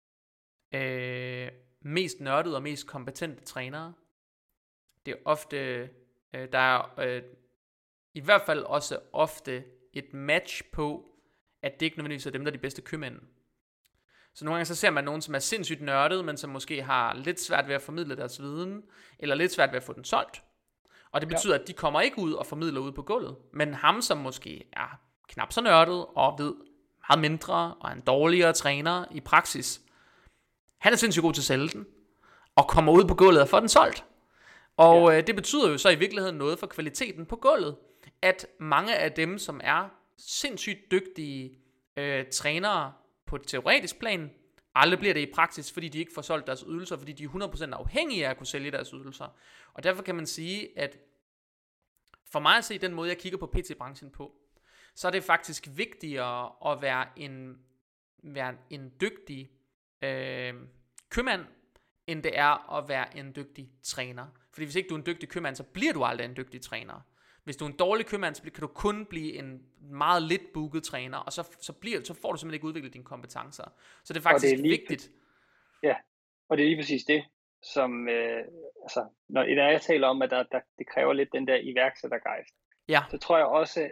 mest nørdede og mest kompetente trænere, det er ofte, der er i hvert fald også ofte et match på, at det ikke nødvendigvis er dem, der er de bedste købmænd. Så nogle gange så ser man nogen, som er sindssygt nørdet, men som måske har lidt svært ved at formidle deres viden, eller lidt svært ved at få den solgt. Og det betyder, at de kommer ikke ud og formidler ud på gulvet. Men ham, som måske er knap så nørdet og ved meget mindre og er en dårligere træner i praksis, han er sindssygt god til at sælge den, og kommer ud på gulvet og får den solgt. Og det betyder jo så i virkeligheden noget for kvaliteten på gulvet, at mange af dem, som er sindssygt dygtige trænere på et teoretisk plan, aldrig bliver det i praksis, fordi de ikke får solgt deres ydelser, fordi de er 100% afhængige af at kunne sælge deres ydelser. Og derfor kan man sige, at for mig at se den måde, jeg kigger på PT-branchen på, så er det faktisk vigtigere at være en dygtig købmand, end det er at være en dygtig træner. Fordi hvis ikke du er en dygtig købmand, så bliver du aldrig en dygtig træner. Hvis du er en dårlig købmand, så kan du kun blive en meget lidt booket træner, og så får du simpelthen ikke udviklet dine kompetencer. Så det er faktisk vigtigt. Ja, og det er lige præcis det, som når jeg taler om, at det kræver lidt den der iværksættergejst, så tror jeg også,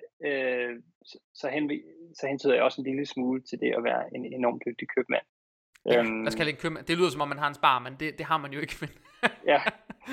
så hentyder jeg også en lille smule til det at være en enormt dygtig købmand. Ja, hvad skal det en købmand? Det lyder som om man har en spar, men det har man jo ikke. Ja.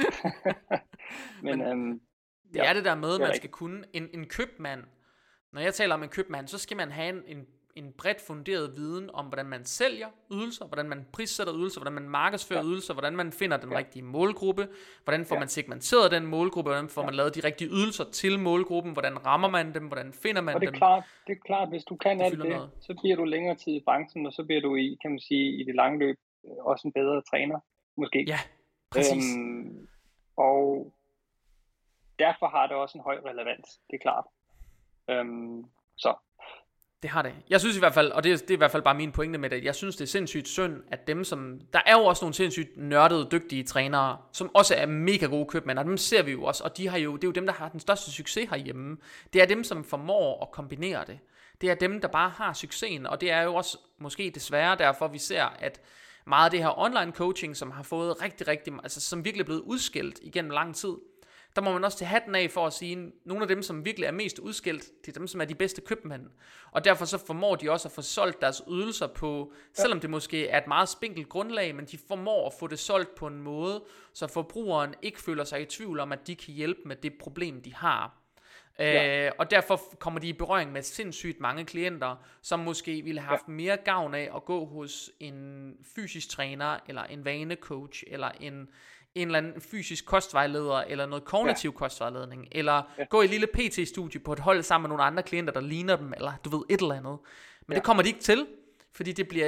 Det er det der med, at man skal kunne en købmand. Når jeg taler om en købmand, så skal man have en bredt funderet viden om, hvordan man sælger ydelser, hvordan man prissætter ydelser, hvordan man markedsfører ydelser, hvordan man finder den rigtige målgruppe, hvordan får man segmenteret den målgruppe, hvordan får man lavet de rigtige ydelser til målgruppen, hvordan rammer man dem, hvordan finder man dem. Og det er klart, hvis du kan alt det, så bliver du længere tid i branchen, og så bliver du kan man sige, i det lange løb også en bedre træner, måske. Ja, præcis. Og derfor har det også en høj relevans, det er klart. Så. Det har det. Jeg synes i hvert fald, og det er i hvert fald bare min pointe med det, jeg synes det er sindssygt synd, at dem som, der er jo også nogle sindssygt nørdede, dygtige trænere, som også er mega gode købmænd, og dem ser vi jo også, og det er jo dem, der har den største succes herhjemme. Det er dem, som formår at kombinere det. Det er dem, der bare har succesen, og det er jo også måske desværre derfor, vi ser, at meget af det her online coaching, som har fået rigtig, altså som virkelig er blevet udskilt igennem lang tid, der må man også tage hatten af for at sige, nogle af dem, som virkelig er mest udskilt, det er dem, som er de bedste købmænd. Og derfor så formår de også at få solgt deres ydelser på, selvom det måske er et meget spinkelt grundlag, men de formår at få det solgt på en måde, så forbrugeren ikke føler sig i tvivl om, at de kan hjælpe med det problem, de har. Og derfor kommer de i berøring med sindssygt mange klienter, som måske ville have haft mere gavn af at gå hos en fysisk træner, eller en vanecoach, eller en eller anden fysisk kostvejleder, eller noget kognitiv kostvejledning, eller gå i et lille PT-studie på et hold sammen med nogle andre klienter, der ligner dem, eller du ved, et eller andet. Men det kommer de ikke til, fordi det bliver ikke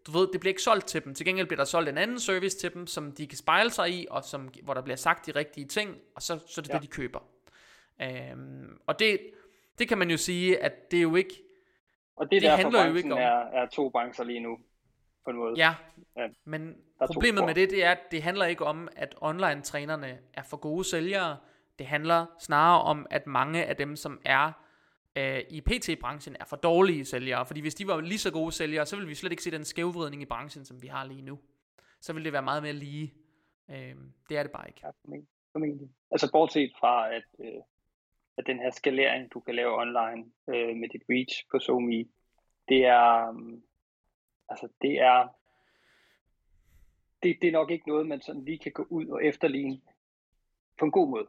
du ved, det bliver ikke solgt til dem. Til gengæld bliver der solgt en anden service til dem, som de kan spejle sig i, og hvor der bliver sagt de rigtige ting, og så er det det, de køber. Og det kan man jo sige, at det er jo ikke... Og det er derfor, branchen er to brancher lige nu, på en måde. Ja, men problemet med det er, at det handler ikke om, at online-trænerne er for gode sælgere. Det handler snarere om, at mange af dem, som er i PT-branchen, er for dårlige sælgere. Fordi hvis de var lige så gode sælgere, så ville vi slet ikke se den skævvridning i branchen, som vi har lige nu. Så ville det være meget mere lige. Det er det bare ikke. Ja, formentlig. Altså bortset fra, at den her skalering, du kan lave online med dit reach på SoMe, det er det er nok ikke noget, man sådan lige kan gå ud og efterligne på en god måde.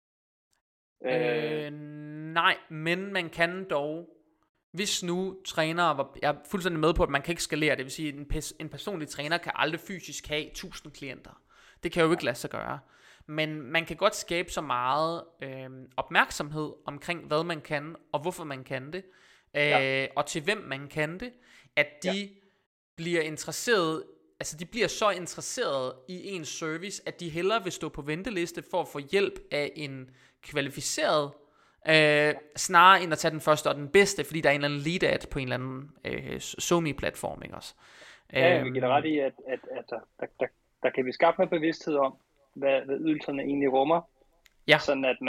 Nej, men man kan dog, hvis nu trænere, jeg er fuldstændig med på, at man kan ikke skalere, det vil sige, at en personlig træner kan aldrig fysisk have 1000 klienter. Det kan jo ikke lade sig gøre. Men man kan godt skabe så meget opmærksomhed omkring, hvad man kan, og hvorfor man kan det, og til hvem man kan det, at de bliver interesseret, altså de bliver så interesseret i ens service, at de hellere vil stå på venteliste for at få hjælp af en kvalificeret, snarere end at tage den første og den bedste, fordi der er en eller anden lead ad på en eller anden SoMe-platform, ikke også? Ja, vi giver dig ret i, at der kan vi skabe noget bevidsthed om, hvad ydelserne egentlig rummer, sådan at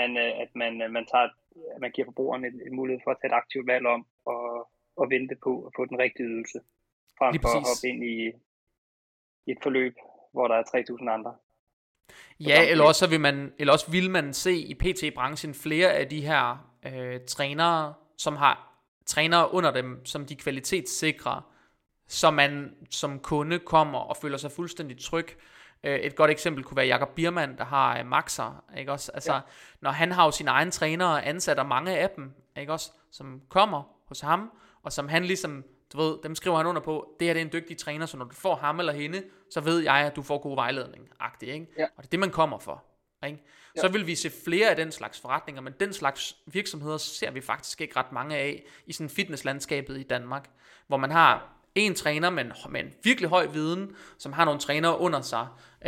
man giver forbrugeren en mulighed for at tage et aktivt valg om og vente på at få den rigtige ydelse, frem for at hoppe ind i et forløb, hvor der er 3.000 andre. Ja, eller også vil man se i PT-branchen flere af de her trænere, som har trænere under dem, som de kvalitetssikrer, så man som kunde kommer og føler sig fuldstændig tryg. Et godt eksempel kunne være Jakob Biermann, der har Maxer, ikke også? Altså, når han har jo sine egne trænere og ansætter mange af dem, ikke også? Som kommer hos ham, og som han ligesom, du ved, dem skriver han under på, det her det er en dygtig træner, så når du får ham eller hende, så ved jeg, at du får god vejledning-agtigt, ikke? Ja. Og det er det, man kommer for, ikke? Så vil vi se flere af den slags forretninger, men den slags virksomheder ser vi faktisk ikke ret mange af i sådan fitnesslandskabet i Danmark, hvor man har en træner med en virkelig høj viden, som har nogle trænere under sig,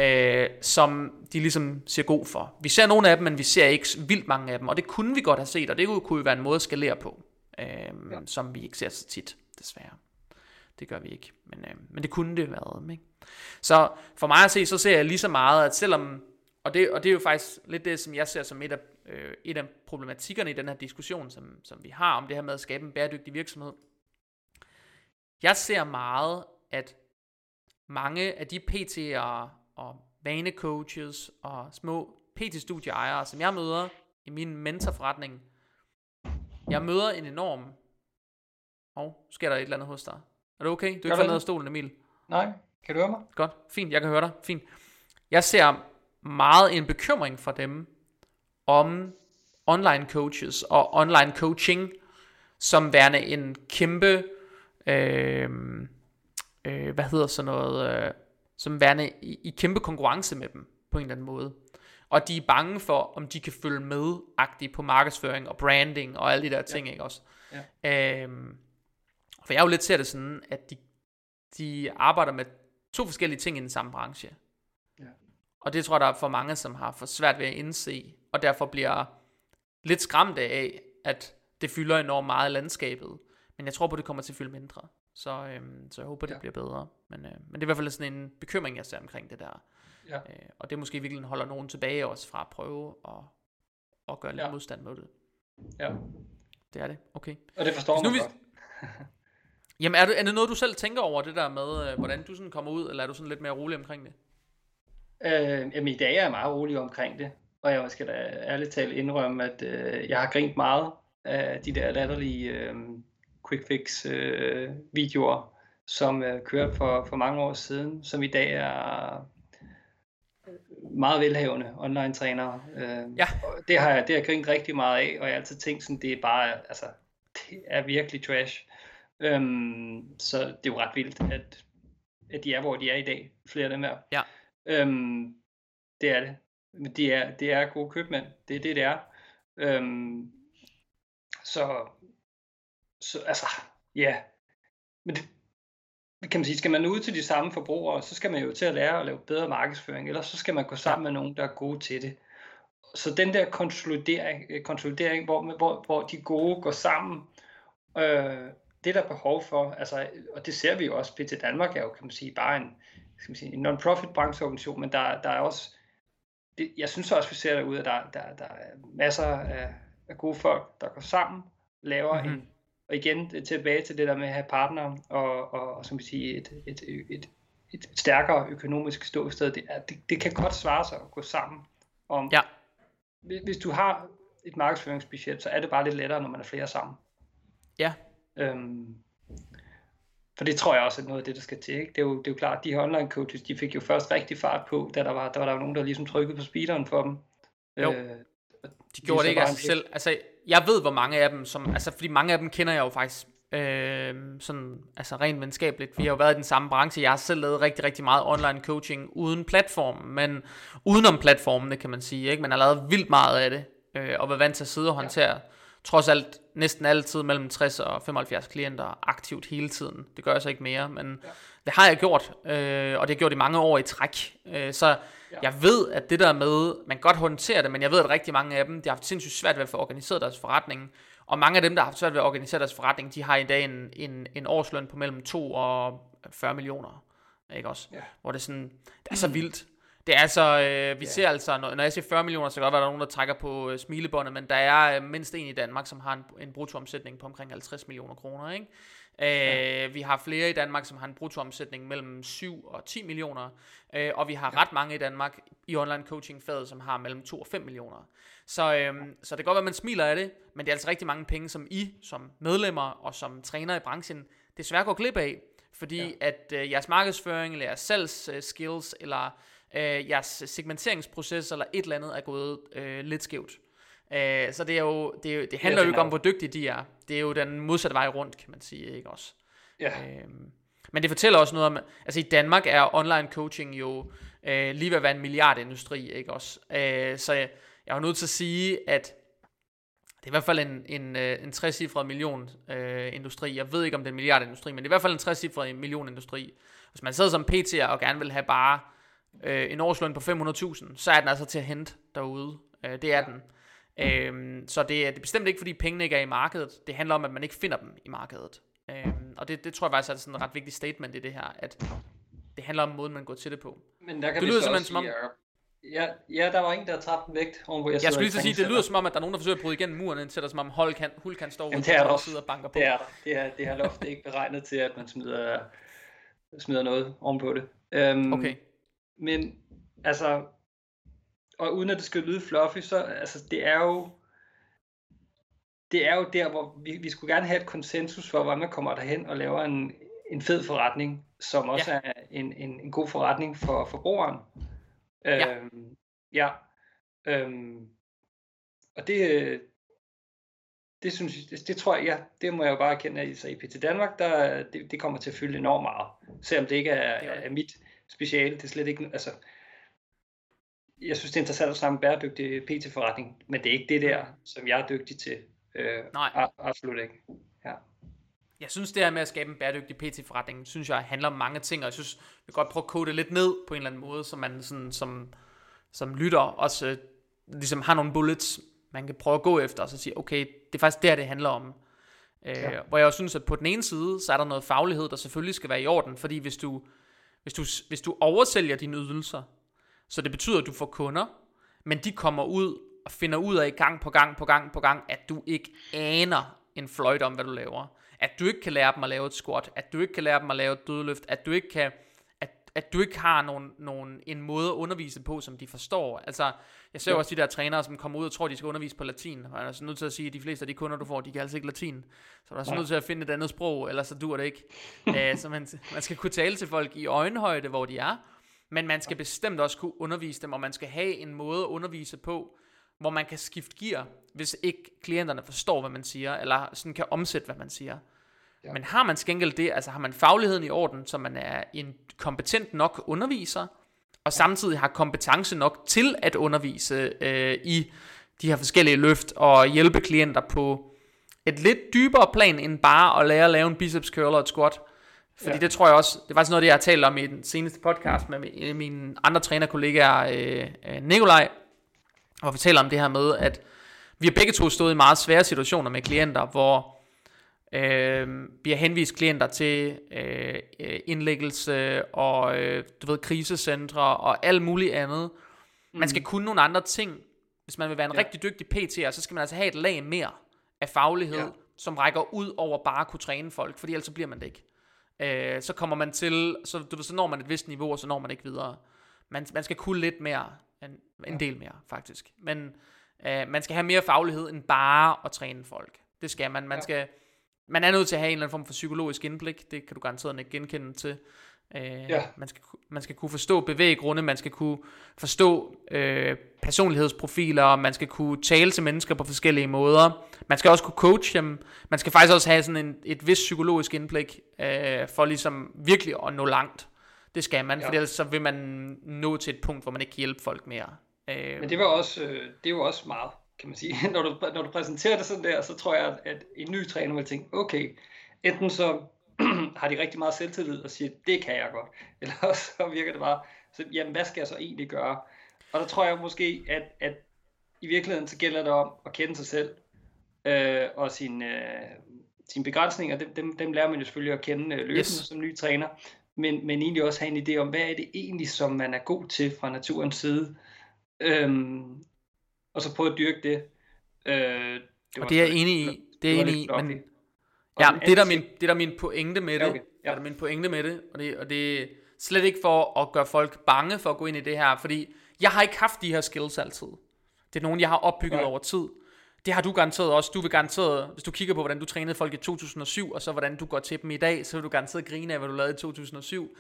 som de ligesom ser god for. Vi ser nogle af dem, men vi ser ikke vildt mange af dem, og det kunne vi godt have set, og det kunne jo være en måde at skalere på, som vi ikke ser så tit, desværre. Det gør vi ikke, men det kunne det være, ikke? Så for mig at se, så ser jeg lige så meget, at selvom, og det er jo faktisk lidt det, som jeg ser som et af problematikkerne i den her diskussion, som vi har om det her med at skabe en bæredygtig virksomhed. Jeg ser meget, at mange af de PT'ere og vanecoaches og små PT-studieejere, som jeg møder i min mentorforretning, jeg møder en enorm... sker der et eller andet hos dig? Er det okay? Du er ikke faldet ned af stolen, Emil? Nej, kan du høre mig? Godt, fint, jeg kan høre dig, fint. Jeg ser meget en bekymring for dem om online coaches og online coaching, som værende en kæmpe... som værende i kæmpe konkurrence med dem på en eller anden måde, og de er bange for om de kan følge med-agtigt på markedsføring og branding og alle de der ting, ikke også? For jeg jo lidt ser det sådan, at de arbejder med to forskellige ting i den samme branche, og det tror jeg der er for mange, som har for svært ved at indse, og derfor bliver lidt skræmt af, at det fylder enormt meget i landskabet. Men jeg tror på, det kommer til at fylde mindre. Så jeg håber, det bliver bedre. Men det er i hvert fald sådan en bekymring, jeg ser omkring det der. Ja. Og det måske virkelig holder nogen tilbage også fra at prøve at gøre lidt modstand mod det. Ja. Det er det, okay. Og det forstår man godt. Jamen, er det noget, du selv tænker over, det der med, hvordan du sådan kommer ud, eller er du sådan lidt mere rolig omkring det? Jamen, i dag er jeg meget rolig omkring det. Og jeg skal da ærligt talt indrømme, at jeg har grint meget af de der latterlige... quick fix videoer, som kørte for mange år siden, som i dag er meget velhavende online trænere. Det har jeg grint rigtig meget af, og jeg har altid tænkt sådan, det er bare, altså, det er virkelig trash. Så det er jo ret vildt, at de er, hvor de er i dag, flere af dem her. Ja. Det er det. Men det er gode købmænd. Det er det er. Så altså, ja. Men kan man sige, skal man ud til de samme forbrugere, så skal man jo til at lære at lave bedre markedsføring, eller så skal man gå sammen med nogen, der er gode til det. Så den der konsolidering hvor de gode går sammen, det er der behov for, altså, og det ser vi jo også. PT Danmark er jo, kan man sige, bare en non-profit brancheorganisation, men der er også, jeg synes også, vi ser derude, at der er masser af gode folk, der går sammen, laver en, og igen tilbage til det der med at have partnere, og som vi siger, et stærkere økonomisk ståsted. Det kan godt svare sig at gå sammen om. Ja. Hvis du har et markedsføringsbudget, så er det bare lidt lettere, når man er flere sammen. Ja. For det tror jeg også er noget af det, der skal til. Ikke? Det er jo klart, at de her online coaches, de fik jo først rigtig fart på, da der var nogen, der ligesom trykkede på speederen for dem. Jo. De gjorde det ikke af sig selv. Altså, jeg ved, hvor mange af dem, fordi mange af dem kender jeg jo faktisk sådan, altså rent venskabeligt. Vi har jo været i den samme branche. Jeg har selv lavet rigtig, rigtig meget online coaching uden platformen, men udenom platformene, kan man sige. Ikke? Man har lavet vildt meget af det, og været vant til at sidde og håndtere trods alt næsten altid mellem 60 og 75 klienter aktivt hele tiden. Det gør jeg så ikke mere, men det har jeg gjort, og det har jeg gjort i mange år i træk. Så jeg ved, at det der med, man godt håndterer det, men jeg ved, at rigtig mange af dem, de har haft sindssygt svært ved at få organiseret deres forretning. Og mange af dem, der har haft svært ved at organisere deres forretning, de har i dag en årsløn på mellem 2 og 40 millioner. Ikke også? Ja. Hvor det er sådan, det er så vildt. Det er altså, vi ser altså, når jeg siger 40 millioner, så kan godt være, der er nogen, der trækker på smilebåndet, men der er mindst en i Danmark, som har en bruttoomsætning på omkring 50 millioner kroner, ikke? Vi har flere i Danmark, som har en bruttoomsætning mellem 7 og 10 millioner, og vi har ret mange i Danmark i online coaching-faget, som har mellem 2 og 5 millioner. Så det kan godt være, man smiler af det, men det er altså rigtig mange penge, som I som medlemmer og som træner i branchen desværre går glip af, fordi at jeres markedsføring, eller jeres salgsskills, eller jeres segmenteringsproces eller et eller andet er gået lidt skævt. Så det handler jo ikke om, hvor dygtige de er. Det er jo den modsatte vej rundt, kan man sige, ikke også? Ja. Men det fortæller også noget om, altså i Danmark er online coaching jo lige ved at være en milliardindustri, ikke også? Så jeg er jo nødt til at sige, at det er i hvert fald en 3-cifret million industri. Jeg ved ikke, om det er en milliardindustri, men det er i hvert fald en 3-cifret million industri. Hvis man sidder som PT'er og gerne vil have bare en årsløn på 500.000, så er den altså til at hente derude. Det er den. Så det er bestemt ikke, fordi pengene ikke er i markedet. Det handler om, at man ikke finder dem i markedet. Og det tror jeg faktisk er sådan en ret vigtig statement i det her, at det handler om måden, man går til det på. Men der kan det lyder simpelthen som om... Ja, der var en, der tabte en vægt. Jeg skulle lige sige, det lyder som om, at der er nogen, der forsøger at bryde igennem muren, indtil der som om Hulkan står ude og sidder og banker på. Det er der. Det her loft er ikke beregnet til, at man smider noget ovenpå det. Okay. Men altså, og uden at det skal lyde fluffy, så altså, det er jo der, hvor vi skulle gerne have et konsensus for, hvordan man kommer derhen og laver en fed forretning, som også er en god forretning for forbrugeren. Og det synes jeg, det tror jeg, det må jeg jo bare erkende, at i PT Danmark, det kommer til at fylde enormt meget, selvom det ikke er mit speciale. Det er slet ikke, altså, jeg synes det er interessant at snakke om bæredygtig PT-forretning, men det er ikke det der, som jeg er dygtig til. Nej. Absolut ikke. Ja. Jeg synes det her med at skabe en bæredygtig PT-forretning, synes jeg handler om mange ting, og jeg synes, vi kan godt prøve at kode det lidt ned på en eller anden måde, så man sådan, som lytter også ligesom har nogle bullets, man kan prøve at gå efter, og så sige, okay, det er faktisk der, det handler om. Hvor jeg også synes, at på den ene side, så er der noget faglighed, der selvfølgelig skal være i orden, fordi hvis du oversælger dine ydelser, så det betyder, at du får kunder, men de kommer ud og finder ud af gang på gang, at du ikke aner en fløjt om, hvad du laver. At du ikke kan lære dem at lave et squat, at du ikke kan lære dem at lave et dødløft, at du ikke har en måde at undervise på, som de forstår. Altså, jeg ser jo også de der trænere, som kommer ud og tror, de skal undervise på latin, og jeg er så nødt til at sige, at de fleste af de kunder, du får, de kan altså ikke latin. Så er der så nødt til at finde et andet sprog, ellers så dur det ikke. Så man skal kunne tale til folk i øjenhøjde, hvor de er, men man skal bestemt også kunne undervise dem, og man skal have en måde at undervise på, hvor man kan skifte gear, hvis ikke klienterne forstår, hvad man siger, eller sådan kan omsætte, hvad man siger. Ja. Men har man skænket det, altså har man fagligheden i orden, så man er en kompetent nok underviser, og samtidig har kompetence nok til at undervise i de her forskellige løft, og hjælpe klienter på et lidt dybere plan, end bare at lære at lave en biceps curl og et squat, Fordi det tror jeg også, det var sådan noget, det jeg har talt om i den seneste podcast med mine andre trænerkollegaer, Nikolaj, hvor vi taler om det her med, at vi har begge to stået i meget svære situationer med klienter, hvor vi har henvist klienter til indlæggelse og krisecentre og alt muligt andet. Man skal kunne nogle andre ting. Hvis man vil være en rigtig dygtig PT'er, så skal man altså have et lag mere af faglighed, som rækker ud over bare at kunne træne folk, fordi ellers så bliver man det ikke. Så kommer man til, så når man et vist niveau, og så når man ikke videre. Man skal kunne lidt mere, en del mere faktisk. Men man skal have mere faglighed end bare at træne folk. Det skal man. Man er nødt til at have en eller anden form for psykologisk indblik. Det kan du garanteret ikke genkende til. Man skal kunne forstå bevæggrunde, man skal kunne forstå personlighedsprofiler, man skal kunne tale til mennesker på forskellige måder. Man skal også kunne coache dem. Man skal faktisk også have sådan et vist psykologisk indblik for ligesom virkelig at nå langt. Det skal man, for ellers så vil man nå til et punkt, hvor man ikke kan hjælpe folk mere. Men det er jo også meget, kan man sige. Når du præsenterer det sådan der, så tror jeg, at en ny træner vil tænke, okay, enten så har de rigtig meget selvtillid og siger, det kan jeg godt, eller så virker det bare, så jamen hvad skal jeg så egentlig gøre? Og der tror jeg måske, at i virkeligheden så gælder det om at kende sig selv, og sine begrænsninger, dem lærer man jo selvfølgelig at kende løbende som ny træner, men egentlig også have en idé om, hvad er det egentlig, som man er god til fra naturens side, og så prøve at dyrke det. Det er jeg enig i. Det er enig i, men ja, det er der min pointe med det. Det er der min pointe med det, og det er slet ikke for at gøre folk bange for at gå ind i det her, fordi jeg har ikke haft de her skills altid. Det er nogen, jeg har opbygget over tid. Det har du garanteret også. Du vil garanteret, hvis du kigger på, hvordan du trænede folk i 2007, og så hvordan du går til dem i dag, så vil du garanteret grine af, hvad du lavede i 2007.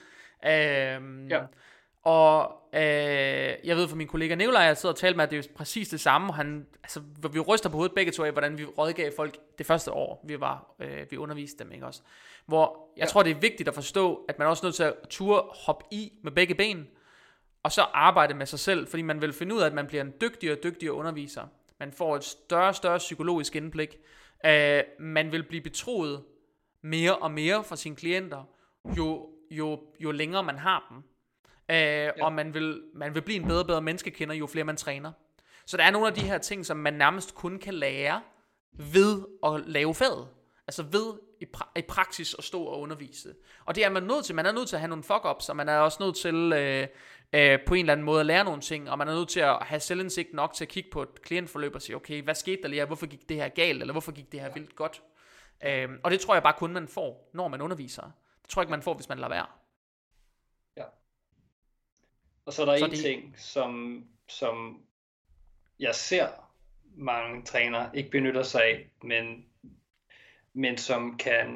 Og jeg ved fra min kollega Nikolaj, jeg sidder og taler med, at det er præcis det samme. Vi ryster på hovedet begge to af, hvordan vi rådgav folk det første år, vi underviste dem, ikke også? Hvor jeg tror, det er vigtigt at forstå, at man er også nødt til at turde hoppe i med begge ben, og så arbejde med sig selv, fordi man vil finde ud af, at man bliver en dygtigere og dygtigere underviser. Man får et større psykologisk indblik. Man vil blive betroet mere og mere fra sine klienter, jo længere man har dem. Og man vil blive en bedre menneskekender, jo flere man træner. Så der er nogle af de her ting, som man nærmest kun kan lære ved at lave faget. Altså ved i praksis at stå og undervise. Og det er man nødt til. Man er nødt til at have nogle fuck-ups, og man er også nødt til på en eller anden måde at lære nogle ting, og man er nødt til at have selvindsigt nok til at kigge på et klientforløb og sige, okay, hvad skete der lige her? Hvorfor gik det her galt? Eller hvorfor gik det her vildt godt? Og det tror jeg bare kun man får, når man underviser. Det tror jeg ikke man får, hvis man lader være. Ja. Og så er der en ting, som jeg ser mange trænere ikke benytter sig af, men som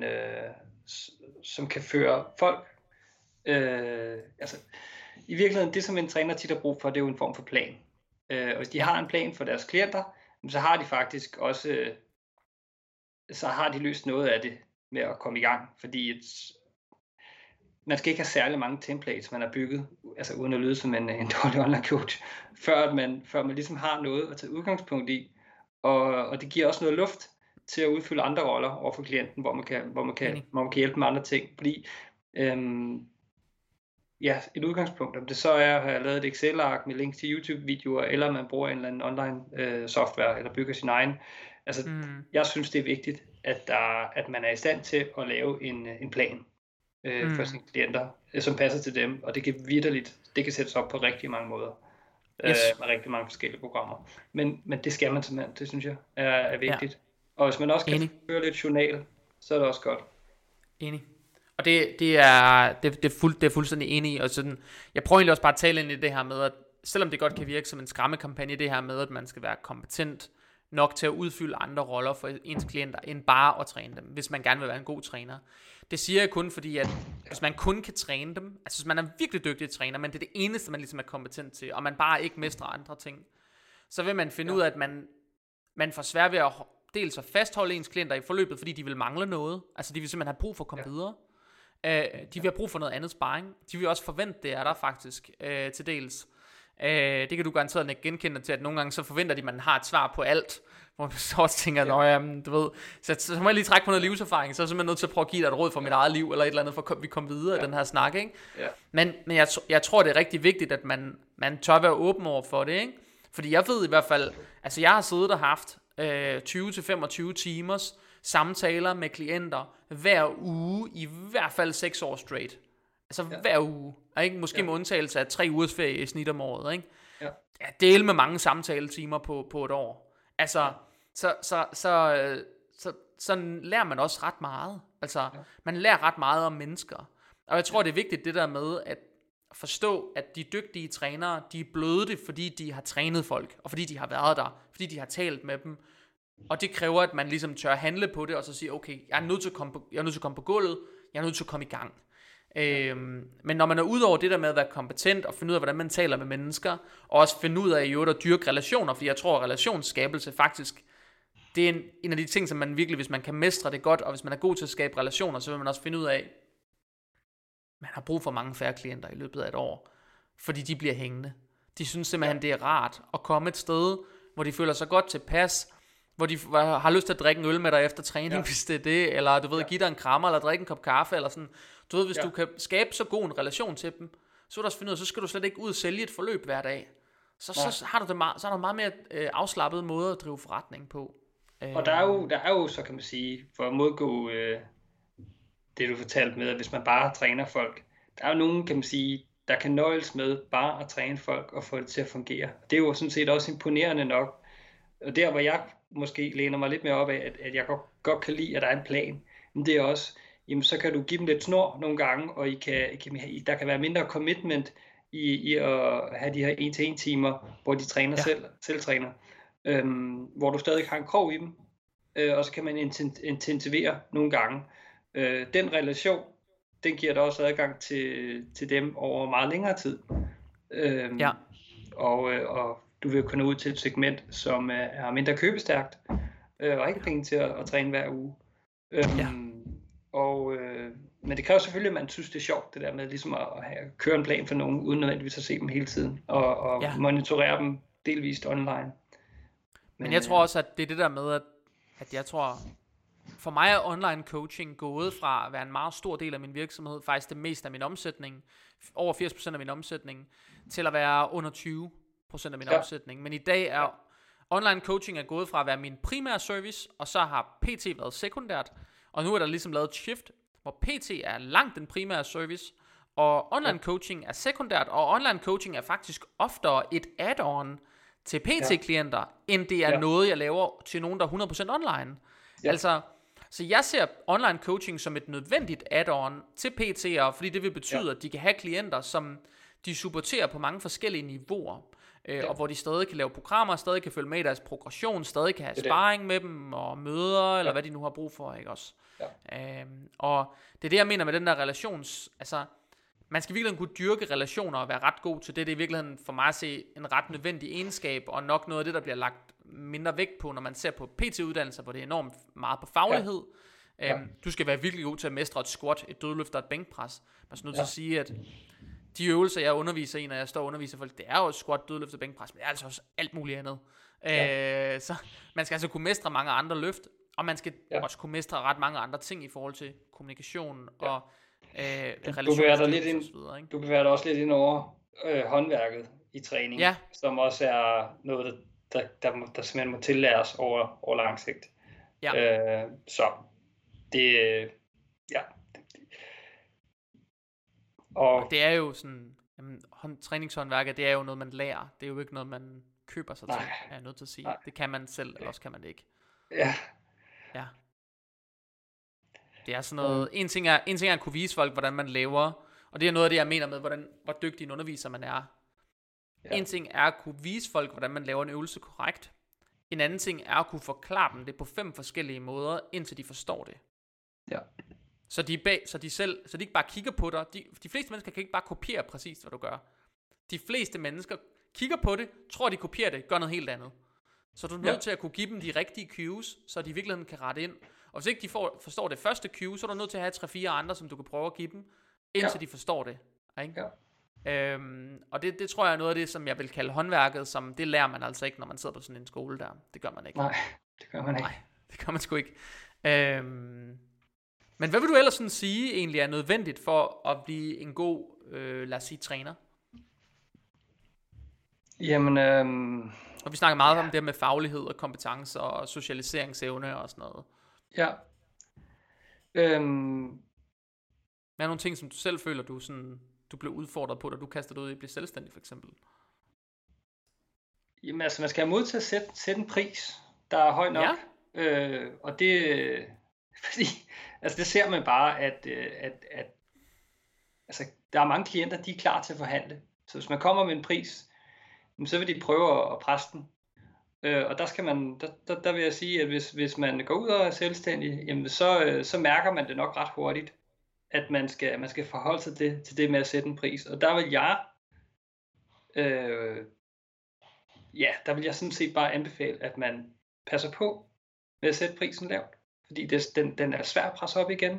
kan føre folk. Altså, i virkeligheden, det som en træner tit har brug for, det er jo en form for plan. Og hvis de har en plan for deres klienter, så har de faktisk også, så har de løst noget af det med at komme i gang. Fordi man skal ikke have særlig mange templates, man har bygget, altså uden at lyde som en dårlig online coach, før man ligesom har noget at tage udgangspunkt i. Og det giver også noget luft til at udfylde andre roller over for klienten, hvor man kan hjælpe med andre ting. Fordi et udgangspunkt, om det så er at have lavet et Excel-ark med links til YouTube-videoer, eller man bruger en eller anden online software, eller bygger sin egen. Altså, jeg synes, det er vigtigt, at man er i stand til at lave en plan for sine klienter, som passer til dem, og det kan sættes op på rigtig mange måder, med rigtig mange forskellige programmer. Men det skal man simpelthen, det synes jeg er vigtigt. Ja. Og hvis man også kan føre lidt journal, så er det også godt. Enig. Og det er fuldstændig enig i. Og sådan, jeg prøver egentlig også bare at tale ind i det her med, at selvom det godt kan virke som en skræmmekampagne, det her med, at man skal være kompetent nok til at udfylde andre roller for ens klienter, end bare at træne dem, hvis man gerne vil være en god træner. Det siger jeg kun fordi, at hvis man kun kan træne dem, altså hvis man er virkelig dygtig træner, men det er det eneste, man ligesom er kompetent til, og man bare ikke mestrer andre ting, så vil man finde ud af, at man får svært ved at dels at fastholde ens klienter i forløbet, fordi de vil mangle noget. Altså de vil simpelthen have brug for at komme videre. De vil have brug for noget andet sparring. De vil også forvente, det er der faktisk til dels. Det kan du garanteret ikke genkende til, at nogle gange så forventer de, at man har et svar på alt, hvor man så også tænker, du ved, så må jeg lige trække på noget livserfaring, så er jeg simpelthen nødt til at prøve at give dig et råd for mit eget liv, eller et eller andet, for at vi kommer videre i den her snak, ikke? Ja. Men jeg tror, det er rigtig vigtigt, at man tør være åben over for det, ikke? Fordi jeg ved i hvert fald, altså jeg har siddet og haft 20-25 timers samtaler med klienter hver uge, i hvert fald 6 år straight. Altså hver uge, ikke? Måske med undtagelse af 3 ugers ferie i snit om året, ikke? Ja. Jeg deler med mange samtaletimer på et år. Altså, så lærer man også ret meget. Altså, man lærer ret meget om mennesker. Og jeg tror, det er vigtigt det der med at forstå, at de dygtige trænere, de er bløde det, fordi de har trænet folk, og fordi de har været der, fordi de har talt med dem. Og det kræver, at man ligesom tør handle på det, og så sige, okay, jeg er nødt til at komme på gulvet, jeg er nødt til at komme i gang. Men når man er ude over det der med at være kompetent og finde ud af, hvordan man taler med mennesker, og også finde ud af at dyrke relationer, fordi jeg tror, at relationsskabelse faktisk, det er en af de ting, som man virkelig, hvis man kan mestre det godt, og hvis man er god til at skabe relationer, så vil man også finde ud af, at man har brug for mange færre klienter i løbet af et år, fordi de bliver hængende. De synes simpelthen, det er rart at komme et sted, hvor de føler sig godt tilpas, hvor de har lyst til at drikke en øl med dig efter træning, hvis det er det, eller du ved, give dig en krammer, eller drikke en kop kaffe, eller sådan. Du ved, hvis du kan skabe så god en relation til dem, så er du også finde ud af, så skal du slet ikke ud og sælge et forløb hver dag. Så har du det meget, så er der meget mere afslappet måde at drive forretning på. Og der er jo, så kan man sige, for at modgå det du fortalte med, at hvis man bare træner folk, der er jo nogen, kan man sige, der kan nøjes med bare at træne folk og få det til at fungere. Det er jo sådan set også imponerende nok. Og der hvor jeg måske læner mig lidt mere op af, at jeg godt kan lide, at der er en plan, men det er også, jamen så kan du give dem lidt snor nogle gange, og der kan være mindre commitment i at have de her 1-1 timer, hvor de træner selv træner, hvor du stadig har en krog i dem, og så kan man intensivere nogle gange. Den relation, den giver dig også adgang til dem over meget længere tid. Og du vil kunne nå ud til et segment, som er mindre købestærkt, og ikke penge til at træne hver uge. Men det kræver selvfølgelig, at man synes, det er sjovt, det der med ligesom at køre en plan for nogen, uden nødvendigvis at se dem hele tiden, og monitorere dem delvist online. Men jeg tror også, at det er det der med, at jeg tror, for mig er online coaching gået fra at være en meget stor del af min virksomhed, faktisk det meste af min omsætning, over 80% af min omsætning, til at være under 20% af min omsætning. Men i dag er online coaching er gået fra at være min primære service, og så har PT været sekundært, og nu er der ligesom lavet et shift, hvor PT er langt den primære service, og online coaching er sekundært, og online coaching er faktisk oftere et add-on til PT-klienter, end det er noget, jeg laver til nogen, der er 100% online. Altså, så jeg ser online coaching som et nødvendigt add-on til PT'er, fordi det vil betyde, at de kan have klienter, som de supporterer på mange forskellige niveauer, og hvor de stadig kan lave programmer, stadig kan følge med i deres progression, stadig kan have sparring med dem, og møder, eller hvad de nu har brug for, ikke også? Og det er det, jeg mener med den der relations, altså, man skal virkelig kunne dyrke relationer og være ret god til det. Det er i virkeligheden for mig at se en ret nødvendig egenskab, og nok noget af det, der bliver lagt mindre vægt på, når man ser på PT-uddannelser, hvor det er enormt meget på faglighed. Du skal være virkelig god til at mestre et squat, et dødløft og et bænkpres. Man er nødt til at sige, at de øvelser, jeg underviser i, når jeg står og underviser folk, det er jo et squat, dødløft og bænkpres, men det er altså også alt muligt andet. Så man skal altså kunne mestre mange andre løft, og man skal også kunne mestre ret mange andre ting i forhold til kommunikation og relationer. Du bevæger dig også lidt ind over håndværket i træning, som også er noget, der simpelthen må tillæres over lang sigt. Så det og det er jo sådan, træningshåndværket, det er jo noget, man lærer. Det er jo ikke noget, man køber sig til, er jeg nødt til at sige. Det kan man selv, eller også kan man det ikke. Det er sådan noget, en ting er at kunne vise folk, hvordan man laver, og det er noget af det, jeg mener med, hvor dygtig en underviser man er. En ting er at kunne vise folk, hvordan man laver en øvelse korrekt. En anden ting er at kunne forklare dem det på 5 forskellige måder, indtil de forstår det. Så de ikke bare kigger på dig. De fleste mennesker kan ikke bare kopiere præcis, hvad du gør. De fleste mennesker kigger på det, tror de kopierer det, gør noget helt andet. Så du er nødt til at kunne give dem de rigtige cues, så de i virkeligheden kan rette ind. Og hvis ikke de forstår det første cue, så er du nødt til at have 3-4 andre, som du kan prøve at give dem, indtil de forstår det. Ikke? Og det tror jeg er noget af det, som jeg vil kalde håndværket, som det lærer man altså ikke, når man sidder på sådan en skole der. Det gør man ikke. Nej, det gør man ikke. Nej, det gør man sgu ikke. Men hvad vil du ellers sådan sige egentlig er nødvendigt for at blive en god, lad os sige, træner? Jamen, og vi snakker meget om det med faglighed og kompetencer og socialiseringsevne og sådan noget. Ja. Hvad er nogle ting, som du selv føler, du blev udfordret på, da du kastede ud i at blive selvstændig, for eksempel? Jamen altså, man skal have mod til at sætte en pris, der er høj nok. Ja. Og det, fordi, altså det ser man bare, at altså, der er mange klienter, de er klar til at forhandle. Så hvis man kommer med en pris, så vil de prøve at presse den. Og der skal man, der vil jeg sige, at hvis man går ud og er selvstændig, jamen så mærker man det nok ret hurtigt, at man skal forholde sig til det med at sætte en pris. Og der vil jeg, der vil jeg sådan set bare anbefale, at man passer på med at sætte prisen lavt, fordi den er svær at presse op igen.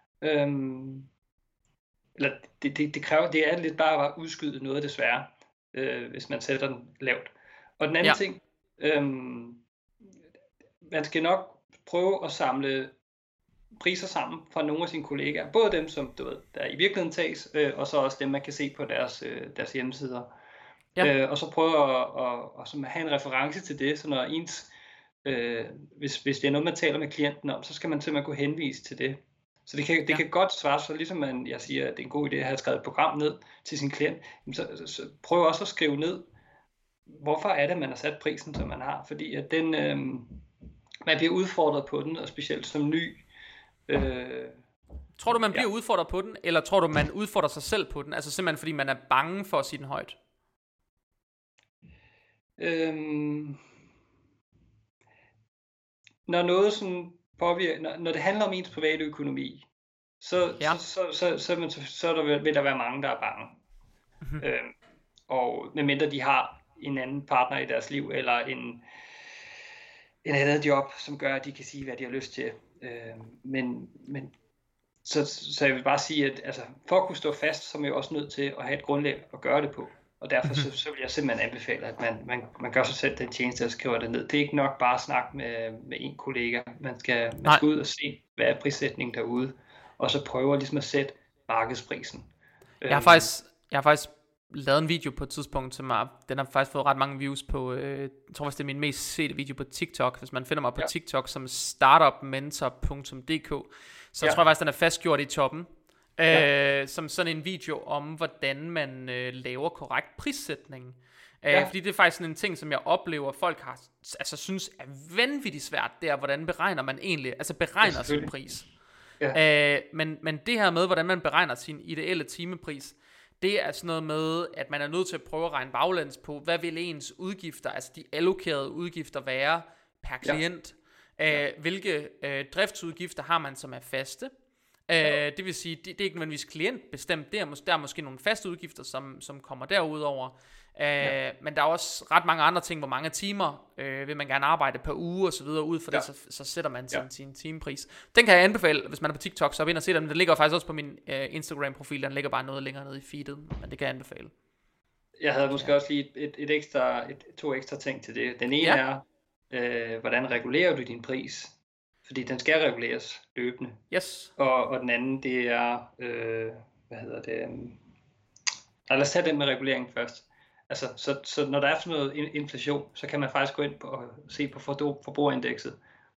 Eller det kræver, det er lidt bare at udskyde noget desværre, hvis man sætter den lavt. Og den anden ting, man skal nok prøve at samle priser sammen fra nogle af sine kollegaer, både dem som der i virkeligheden tages, og så også dem man kan se på deres hjemmesider. Og så prøve at have en reference til det, så når ens hvis det er noget man taler med klienten om, så skal man simpelthen kunne henvise til det. Så det kan godt svare sig, ligesom jeg siger, at det er en god idé at have skrevet et program ned til sin klient, så prøv også at skrive ned, hvorfor er det, man har sat prisen, som man har, fordi at den, man bliver udfordret på den, og specielt som ny. Tror du, man bliver udfordret på den, eller tror du, man udfordrer sig selv på den? Altså simpelthen, fordi man er bange for at sige den højt? Når noget sådan påvirker, når det handler om ens private økonomi, så vil der være mange, der er bange. Og medmindre de har en anden partner i deres liv, eller en andet job, som gør, at de kan sige, hvad de har lyst til. Så jeg vil bare sige, at altså, for at kunne stå fast, så er man jo også nødt til at have et grundlag at gøre det på. Og derfor så vil jeg simpelthen anbefale, at man gør sig selv den tjeneste, der skriver det ned. Det er ikke nok bare at snakke med en kollega. Man skal ud og se, hvad er prissætningen derude, og så prøver ligesom at sætte markedsprisen. Jeg har faktisk lavet en video på et tidspunkt, den har faktisk fået ret mange views på, jeg tror faktisk det er min mest sete video på TikTok. Hvis man finder mig på TikTok som startupmentor.dk, så tror jeg faktisk den er fastgjort i toppen. Som sådan en video om, hvordan man laver korrekt prissætning. Fordi det er faktisk sådan en ting, som jeg oplever, folk har, altså synes er vanvittigt svært, det er, hvordan beregner man egentlig, altså beregner sin pris. Men det her med, hvordan man beregner sin ideelle timepris, det er sådan noget med, at man er nødt til at prøve at regne baglæns på, hvad vil ens udgifter, altså de allokerede udgifter være per klient. Hvilke driftsudgifter har man, som er faste. Det vil sige, det er ikke nødvendigvis klientbestemt, der er måske nogle faste udgifter, som kommer derudover. Men der er også ret mange andre ting, hvor mange timer vil man gerne arbejde per uge og så videre. Ud for det, så sætter man sin timepris. Den kan jeg anbefale, hvis man er på TikTok, så ind og se den. Den ligger faktisk også på min Instagram-profil. Den ligger bare noget længere nede i feedet, men det kan jeg anbefale. Jeg havde måske også lige to ekstra ting til det. Den ene er, hvordan regulerer du din pris? Fordi den skal reguleres løbende. Og den anden, det er, lad os tage den med regulering først. Altså, så når der er sådan noget inflation, så kan man faktisk gå ind og se på forbrugerindekset,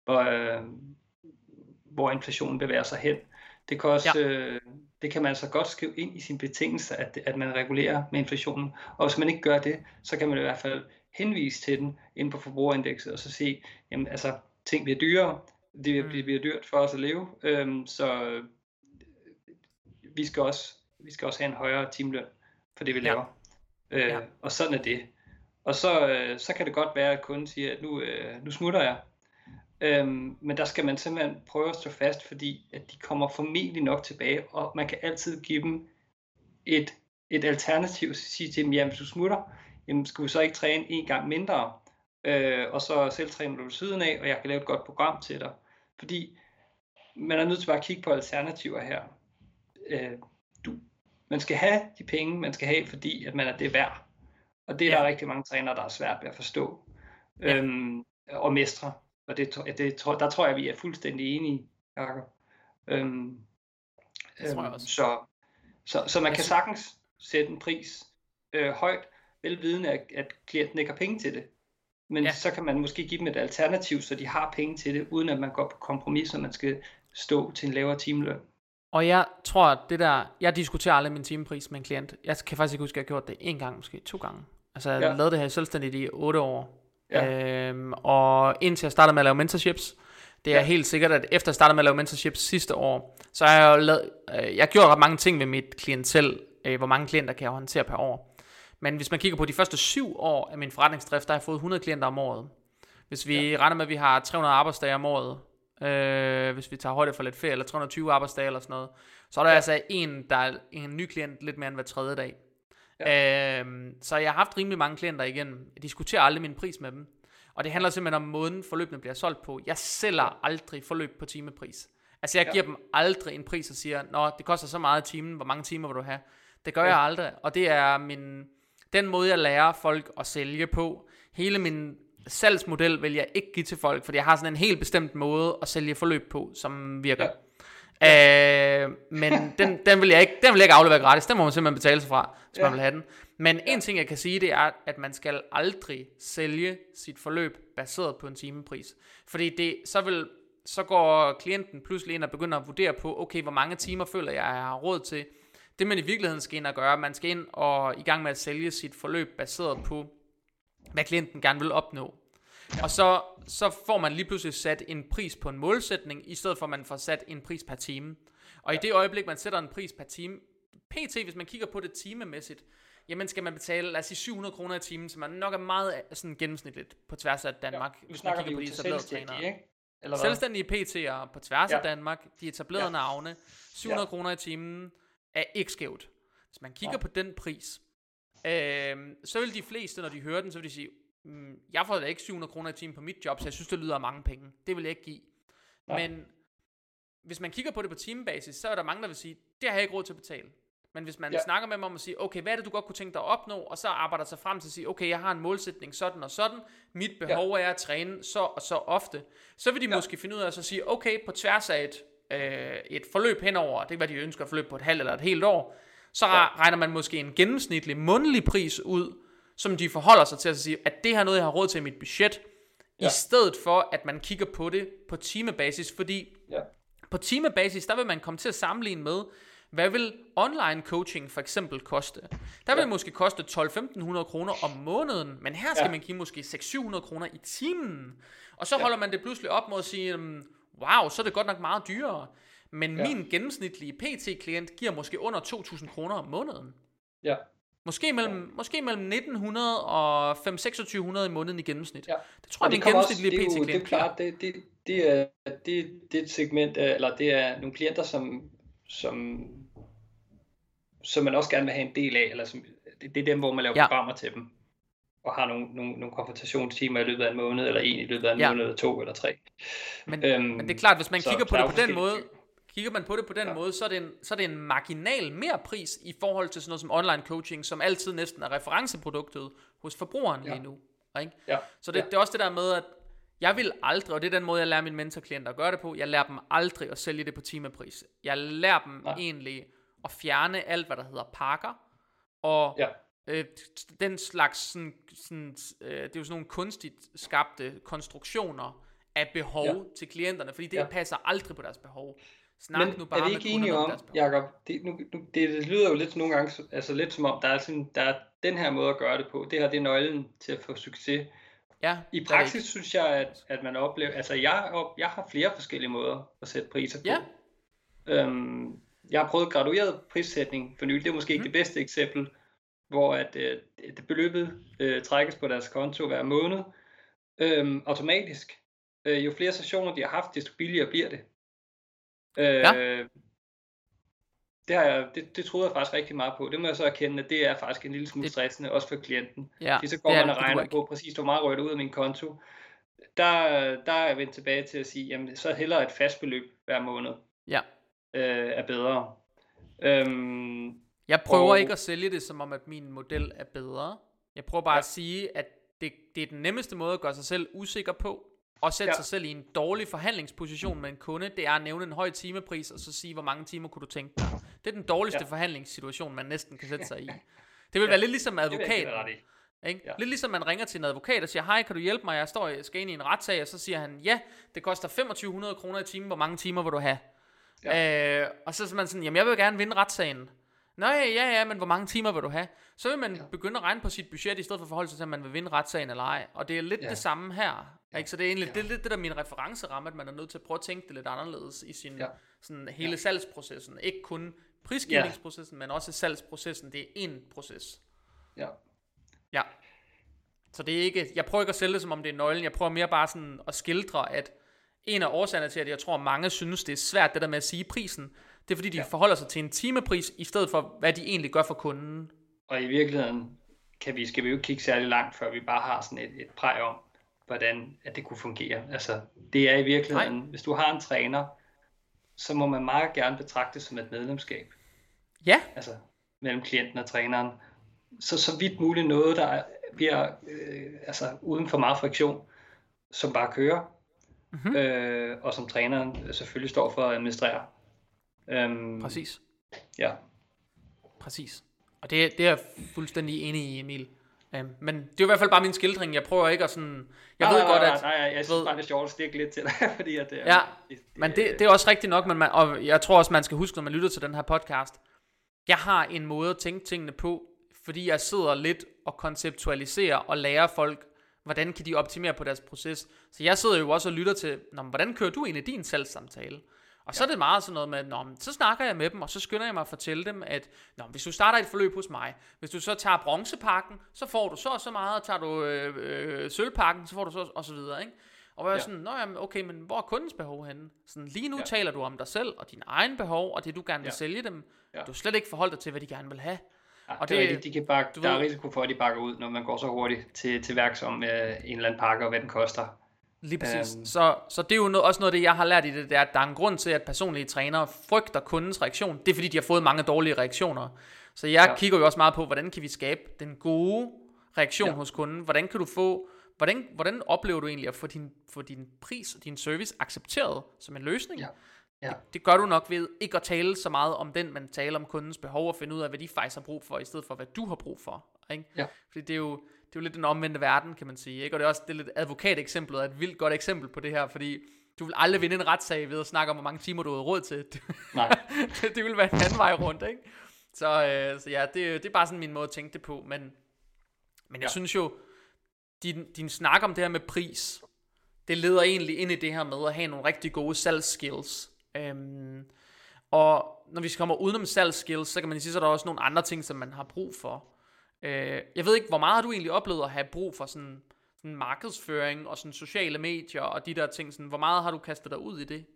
hvor inflationen bevæger sig hen. Det kan også, det kan man altså godt skrive ind i sine betingelser, at man regulerer med inflationen. Og hvis man ikke gør det, så kan man i hvert fald henvise til den ind på forbrugerindekset, og så se, jamen altså, ting bliver dyrere, det bliver dyrt for os at leve, så vi skal også have en højere timeløn for det vi laver. Og sådan er det. Og så kan det godt være, at kunden siger, at nu smutter jeg. Men der skal man simpelthen prøve at stå fast, fordi at de kommer formentlig nok tilbage, og man kan altid give dem et alternativ, så sige til dem, jamen hvis du smutter, jamen skal du så ikke træne en gang mindre, og så selv træner du ved siden af, og jeg kan lave et godt program til dig. Fordi man er nødt til bare at kigge på alternativer her. Man skal have de penge, man skal have, fordi at man er det værd. Og det er der rigtig mange trænere, der er svært ved at forstå og mestre. Og der tror jeg, vi er fuldstændig enige, Jacob. tror jeg også. Så man kan sagtens sætte en pris højt, velvidende at klienten ikke har penge til det. Men så kan man måske give dem et alternativ, så de har penge til det, uden at man går på kompromis, så man skal stå til en lavere timeløn. Og jeg tror, at jeg diskuterer aldrig min timepris med en klient. Jeg kan faktisk ikke huske, at jeg har gjort det 1 gang, måske 2 gange. Altså jeg lavede det her selvstændigt i 8 år. Og indtil jeg startede med at lave mentorships, det er helt sikkert, at efter jeg startede med at lave mentorships sidste år, så har jeg gjort ret mange ting med mit klientel. Hvor mange klienter kan jeg håndtere per år. Men hvis man kigger på de første 7 år af min forretningsdrift, der har jeg fået 100 klienter om året. Hvis vi regner med, at vi har 300 arbejdsdage om året, hvis vi tager højde for lidt ferie, eller 320 arbejdsdage eller sådan noget, så er der altså en ny klient lidt mere end hver 3. dag. Så jeg har haft rimelig mange klienter igennem. Jeg diskuterer aldrig min pris med dem. Og det handler simpelthen om måden forløbene bliver solgt på. Jeg sælger aldrig forløb på timepris. Altså jeg giver dem aldrig en pris og siger, nå, det koster så meget i timen, hvor mange timer vil du have? Det gør jeg aldrig. Og det er den måde jeg lærer folk at sælge på. Hele min salgsmodel vil jeg ikke give til folk, fordi jeg har sådan en helt bestemt måde at sælge forløb på, som virker. Men den vil jeg ikke aflevere gratis. Den må man simpelthen betale sig fra, hvis man vil have den. Men en ting jeg kan sige, det er, at man skal aldrig sælge sit forløb baseret på en timepris. Fordi så går klienten pludselig ind og begynder at vurdere på, okay, hvor mange timer føler jeg har råd til. Det man i virkeligheden skal ind og gøre, man skal ind og i gang med at sælge sit forløb baseret på, hvad klienten gerne vil opnå. Og så får man lige pludselig sat en pris på en målsætning, i stedet for at man får sat en pris per time. Og i det øjeblik, man sætter en pris per time, pt. Hvis man kigger på det timemæssigt, jamen skal man betale, lad os sige 700 kroner i timen, som man nok er meget sådan gennemsnitligt på tværs af Danmark. Hvis man kigger på de etablerede trænere. Selvstændige PT'er på tværs af Danmark, de etablerede navne, 700 kroner i timen er ikke skævt. Hvis man kigger på den pris, så vil de fleste, når de hører den, så vil de sige, jeg får da ikke 700 kroner i timen på mit job, så jeg synes, det lyder af mange penge. Det vil jeg ikke give. Men hvis man kigger på det på timebasis, så er der mange, der vil sige, det har jeg ikke råd til at betale. Men hvis man snakker med dem om at sige, okay, hvad er det, du godt kunne tænke dig at opnå, og så arbejder sig frem til at sige, okay, jeg har en målsætning sådan og sådan, mit behov er at træne så og så ofte, så vil de måske finde ud af at sige, okay, på tværs af et forløb henover, det er hvad de ønsker at forløb på et halvt eller et helt år, så regner man måske en gennemsnitlig månedlig pris ud, som de forholder sig til at sige, at det her er noget, jeg har råd til i mit budget, i stedet for, at man kigger på det på timebasis, fordi på timebasis, der vil man komme til at sammenligne med, hvad vil online coaching for eksempel koste? Der vil det måske koste 12-1500 kroner om måneden, men her skal man give måske 600-700 kroner i timen. Og så holder man det pludselig op mod at sige, wow, så er det godt nok meget dyrere. Men min gennemsnitlige PT-klient giver måske under 2000 kroner om måneden. Ja. Måske mellem 1900 og 5-2600 i måneden i gennemsnit. Ja. Det tror jeg, min gennemsnitlige PT-klient. Det er klart, det er et segment, eller det er nogle klienter, som man også gerne vil have en del af, eller det er dem, hvor man laver programmer til dem, og har nogle konfrontationstimer i løbet af en måned, eller en i løbet af en måned, eller 2 eller 3. Men det er klart, hvis man kigger på det på den måde, kigger man på det på den måde, så er det en marginal merpris i forhold til sådan noget som online coaching, som altid næsten er referenceproduktet hos forbrugeren lige nu. Ikke? Ja. Så det er også det der med, at jeg vil aldrig, og det er den måde, jeg lærer mine mentorklienter at gøre det på, jeg lærer dem aldrig at sælge det på timepris. Jeg lærer dem egentlig at fjerne alt, hvad der hedder pakker, og den slags, sådan, det er jo sådan nogle kunstigt skabte konstruktioner af behov til klienterne, fordi det passer aldrig på deres behov. Men nu bare er vi ikke enige om, Jacob, det lyder jo lidt nogle gange, altså lidt som om, der er den her måde at gøre det på, det her det er nøglen til at få succes. Ja, i praksis synes jeg, at man oplever, altså jeg har flere forskellige måder at sætte priser på. Ja. Jeg har prøvet gradueret prissætning for nylig, det er måske ikke det bedste eksempel, hvor at det beløbet trækkes på deres konto hver måned automatisk. Jo flere sessioner de har haft, desto billigere bliver det. Det troede jeg faktisk rigtig meget på. Det må jeg så erkende, at det er faktisk en lille smule stressende, også for klienten. Fordi så går man og regner på præcis, hvor meget rører det ud af min konto. Der er jeg vendt tilbage til at sige, jamen så hellere et fast beløb hver måned er bedre. Jeg prøver ikke at sælge det som om, at min model er bedre. Jeg prøver bare at sige, at det er den nemmeste måde at gøre sig selv usikker på, og sætte sig selv i en dårlig forhandlingsposition med en kunde, det er at nævne en høj timepris, og så sige, hvor mange timer kunne du tænke dig. Det er den dårligste forhandlingssituation, man næsten kan sætte sig i. Det vil være lidt ligesom advokaten. Ikke? Ja. Lidt ligesom man ringer til en advokat og siger, hej, kan du hjælpe mig, jeg skal ind i en retssag, og så siger han, ja, det koster 2500 kroner i timen, hvor mange timer vil du have? Og så er man sådan, jamen jeg vil gerne vinde retssagen. Nå ja, men hvor mange timer vil du have? Så vil man begynde at regne på sit budget, i stedet for at forholde sig til, at man vil vinde retssagen eller ej. Og det er lidt det samme her. Ikke? Så det er egentlig det er lidt det der min referenceramme, at man er nødt til at prøve at tænke det lidt anderledes i sin sådan hele salgsprocessen. Ikke kun prisgivningsprocessen, men også salgsprocessen. Det er en proces. Ja. Så det er ikke, jeg prøver ikke at sælge det, som om det er nøglen. Jeg prøver mere bare sådan at skildre, at en af årsagerne til, at jeg tror, mange synes, det er svært, det der med at sige prisen, det er fordi, de forholder sig til en timepris, i stedet for, hvad de egentlig gør for kunden. Og i virkeligheden skal vi jo ikke kigge særlig langt, før vi bare har sådan et præg om, hvordan at det kunne fungere. Altså, det er i virkeligheden, hvis du har en træner, så må man meget gerne betragte det som et medlemskab. Ja. Altså, mellem klienten og træneren. Så vidt muligt noget, der bliver uden for meget friktion, som bare kører, og som træneren selvfølgelig står for at administrere. Præcis. Ja. Præcis. Og det er jeg fuldstændig enig i, Emil. Men det er i hvert fald bare min skildring. Jeg prøver ikke at sådan... Jeg synes bare, det er sjovt at stikke lidt til dig, fordi at... Men det er også rigtigt nok, og jeg tror også, man skal huske, når man lytter til den her podcast, jeg har en måde at tænke tingene på, fordi jeg sidder lidt og konceptualiserer og lærer folk, hvordan kan de optimere på deres proces. Så jeg sidder jo også og lytter til, hvordan kører du egentlig din salgssamtale? Og så er det meget sådan noget med, så snakker jeg med dem, og så skynder jeg mig at fortælle dem, at hvis du starter et forløb hos mig, hvis du så tager bronzepakken, så får du så og så meget, og tager du sølvpakken, så får du så og så videre, ikke? Og hvor jeg sådan, okay, men hvor er kundens behov henne? Sådan, lige nu taler du om dig selv, og dine egne behov, og det du gerne vil sælge dem. Du har slet ikke forholdt dig til, hvad de gerne vil have. Ja, og der er risiko for, at de bakker ud, når man går så hurtigt til værks om en eller anden pakke, og hvad den koster. Lige præcis. Så det er jo også noget af det, jeg har lært i det, der, at der er en grund til, at personlige trænere frygter kundens reaktion. Det er fordi, de har fået mange dårlige reaktioner. Så jeg kigger jo også meget på, hvordan kan vi skabe den gode reaktion hos kunden. Hvordan kan du få, hvordan oplever du egentlig at få din pris og din service accepteret som en løsning? Det gør du nok ved ikke at tale så meget om den, men tale om kundens behov og finde ud af, hvad de faktisk har brug for, i stedet for, hvad du har brug for. Ikke? Fordi det er jo lidt den omvendte verden, kan man sige. Ikke? Og det er også lidt advokateksemplet, et vildt godt eksempel på det her, fordi du vil aldrig vinde en retssag ved at snakke om, hvor mange timer du har råd til. Nej. Det vil være en anden vej rundt, ikke? Så ja, det er bare sådan min måde at tænke det på. Men jeg synes jo, din snak om det her med pris, det leder egentlig ind i det her med at have nogle rigtig gode salgsskills. Og når vi kommer udenom salgsskills, så kan man sige, så er der også nogle andre ting, som man har brug for. Jeg ved ikke, hvor meget har du egentlig oplevet at have brug for sådan markedsføring og sådan sociale medier og de der ting, sådan, hvor meget har du kastet dig ud i det?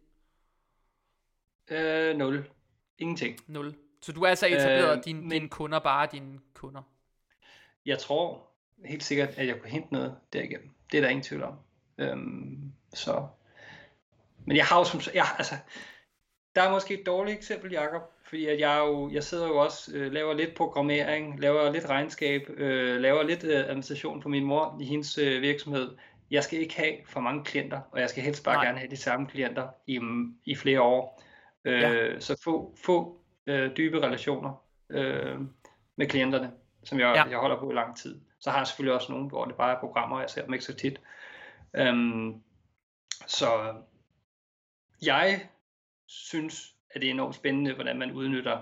0. Ingenting. 0. Så du er altså etableret dine kunder, bare dine kunder? Jeg tror helt sikkert, at jeg kunne hente noget derigennem. Det er der ingen tvivl om. Men jeg har jo der er måske et dårligt eksempel, Jakob, fordi at jeg sidder jo også, laver lidt programmering, laver lidt regnskab, laver lidt administration for min mor i hendes virksomhed. Jeg skal ikke have for mange klienter, og jeg skal helst bare gerne have de samme klienter i flere år. Så få dybe relationer med klienterne, som jeg holder på i lang tid. Så har jeg selvfølgelig også nogle, hvor det bare er programmer, og jeg ser dem ikke så tit. Så jeg synes, at det er enormt spændende, hvordan man udnytter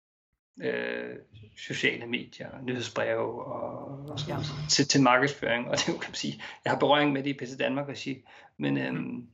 sociale medier, nyhedsbreve og til markedsføring. Og det kan man sige, jeg har berøring med det i PC Danmark-regi, men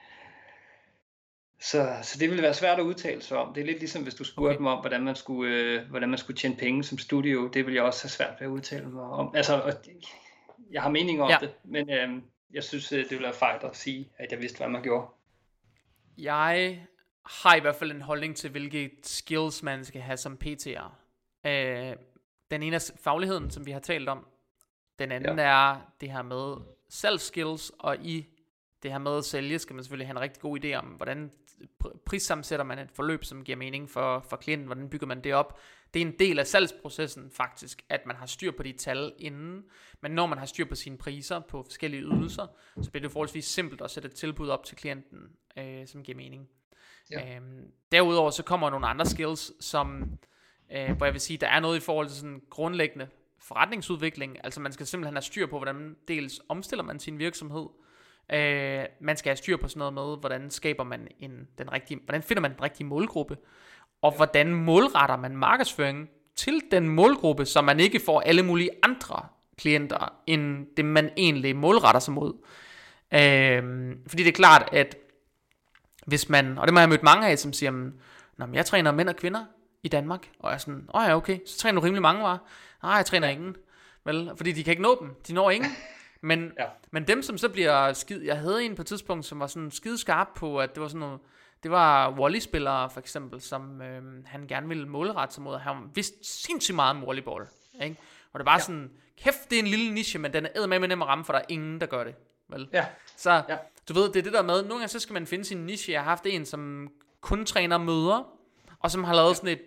så det ville være svært at udtale sig om. Det er lidt ligesom, hvis du spurgte mig om, hvordan man skulle tjene penge som studio. Det ville jeg også have svært ved at udtale mig om. Altså, jeg har mening om det, men jeg synes, det ville være fejl at sige, at jeg vidste, hvad man gjorde. Jeg har i hvert fald en holdning til, hvilke skills man skal have som PT'er. Den ene er fagligheden, som vi har talt om. Den anden er det her med salgsskills, og i det her med at sælge, skal man selvfølgelig have en rigtig god idé om, hvordan prissammensætter man et forløb, som giver mening for klienten, hvordan bygger man det op. Det er en del af salgsprocessen faktisk, at man har styr på de tal inden, men når man har styr på sine priser på forskellige ydelser, så bliver det forholdsvis simpelt at sætte et tilbud op til klienten, som giver mening. Ja. Derudover så kommer nogle andre skills, som, hvor jeg vil sige, der er noget i forhold til sådan grundlæggende forretningsudvikling, altså man skal simpelthen have styr på, hvordan dels omstiller man sin virksomhed, man skal have styr på sådan noget med, hvordan skaber man hvordan finder man den rigtige målgruppe, og hvordan målretter man markedsføring til den målgruppe, så man ikke får alle mulige andre klienter, end det man egentlig målretter sig mod. Fordi det er klart, at hvis man, og det må jeg have mødt mange af, som siger, jeg træner mænd og kvinder i Danmark, og jeg er sådan, ja okay, så træner du rimelig mange, var? Nej, jeg træner ingen, vel, fordi de kan ikke nå dem, de når ingen. Men dem som så bliver jeg havde en på et tidspunkt, som var sådan skide skarp på, at det var sådan noget, det var volleyspillere for eksempel, som han gerne ville målrette sig mod. Han vidste sindssygt meget om volleyball, ikke? Og det var sådan, kæft, det er en lille niche, men den er eddermame nem at ramme, for der er ingen, der gør det, vel? Ja. Så du ved, det er det der med, nogle gange så skal man finde sin niche. Jeg har haft en, som kun træner møder, og som har lavet sådan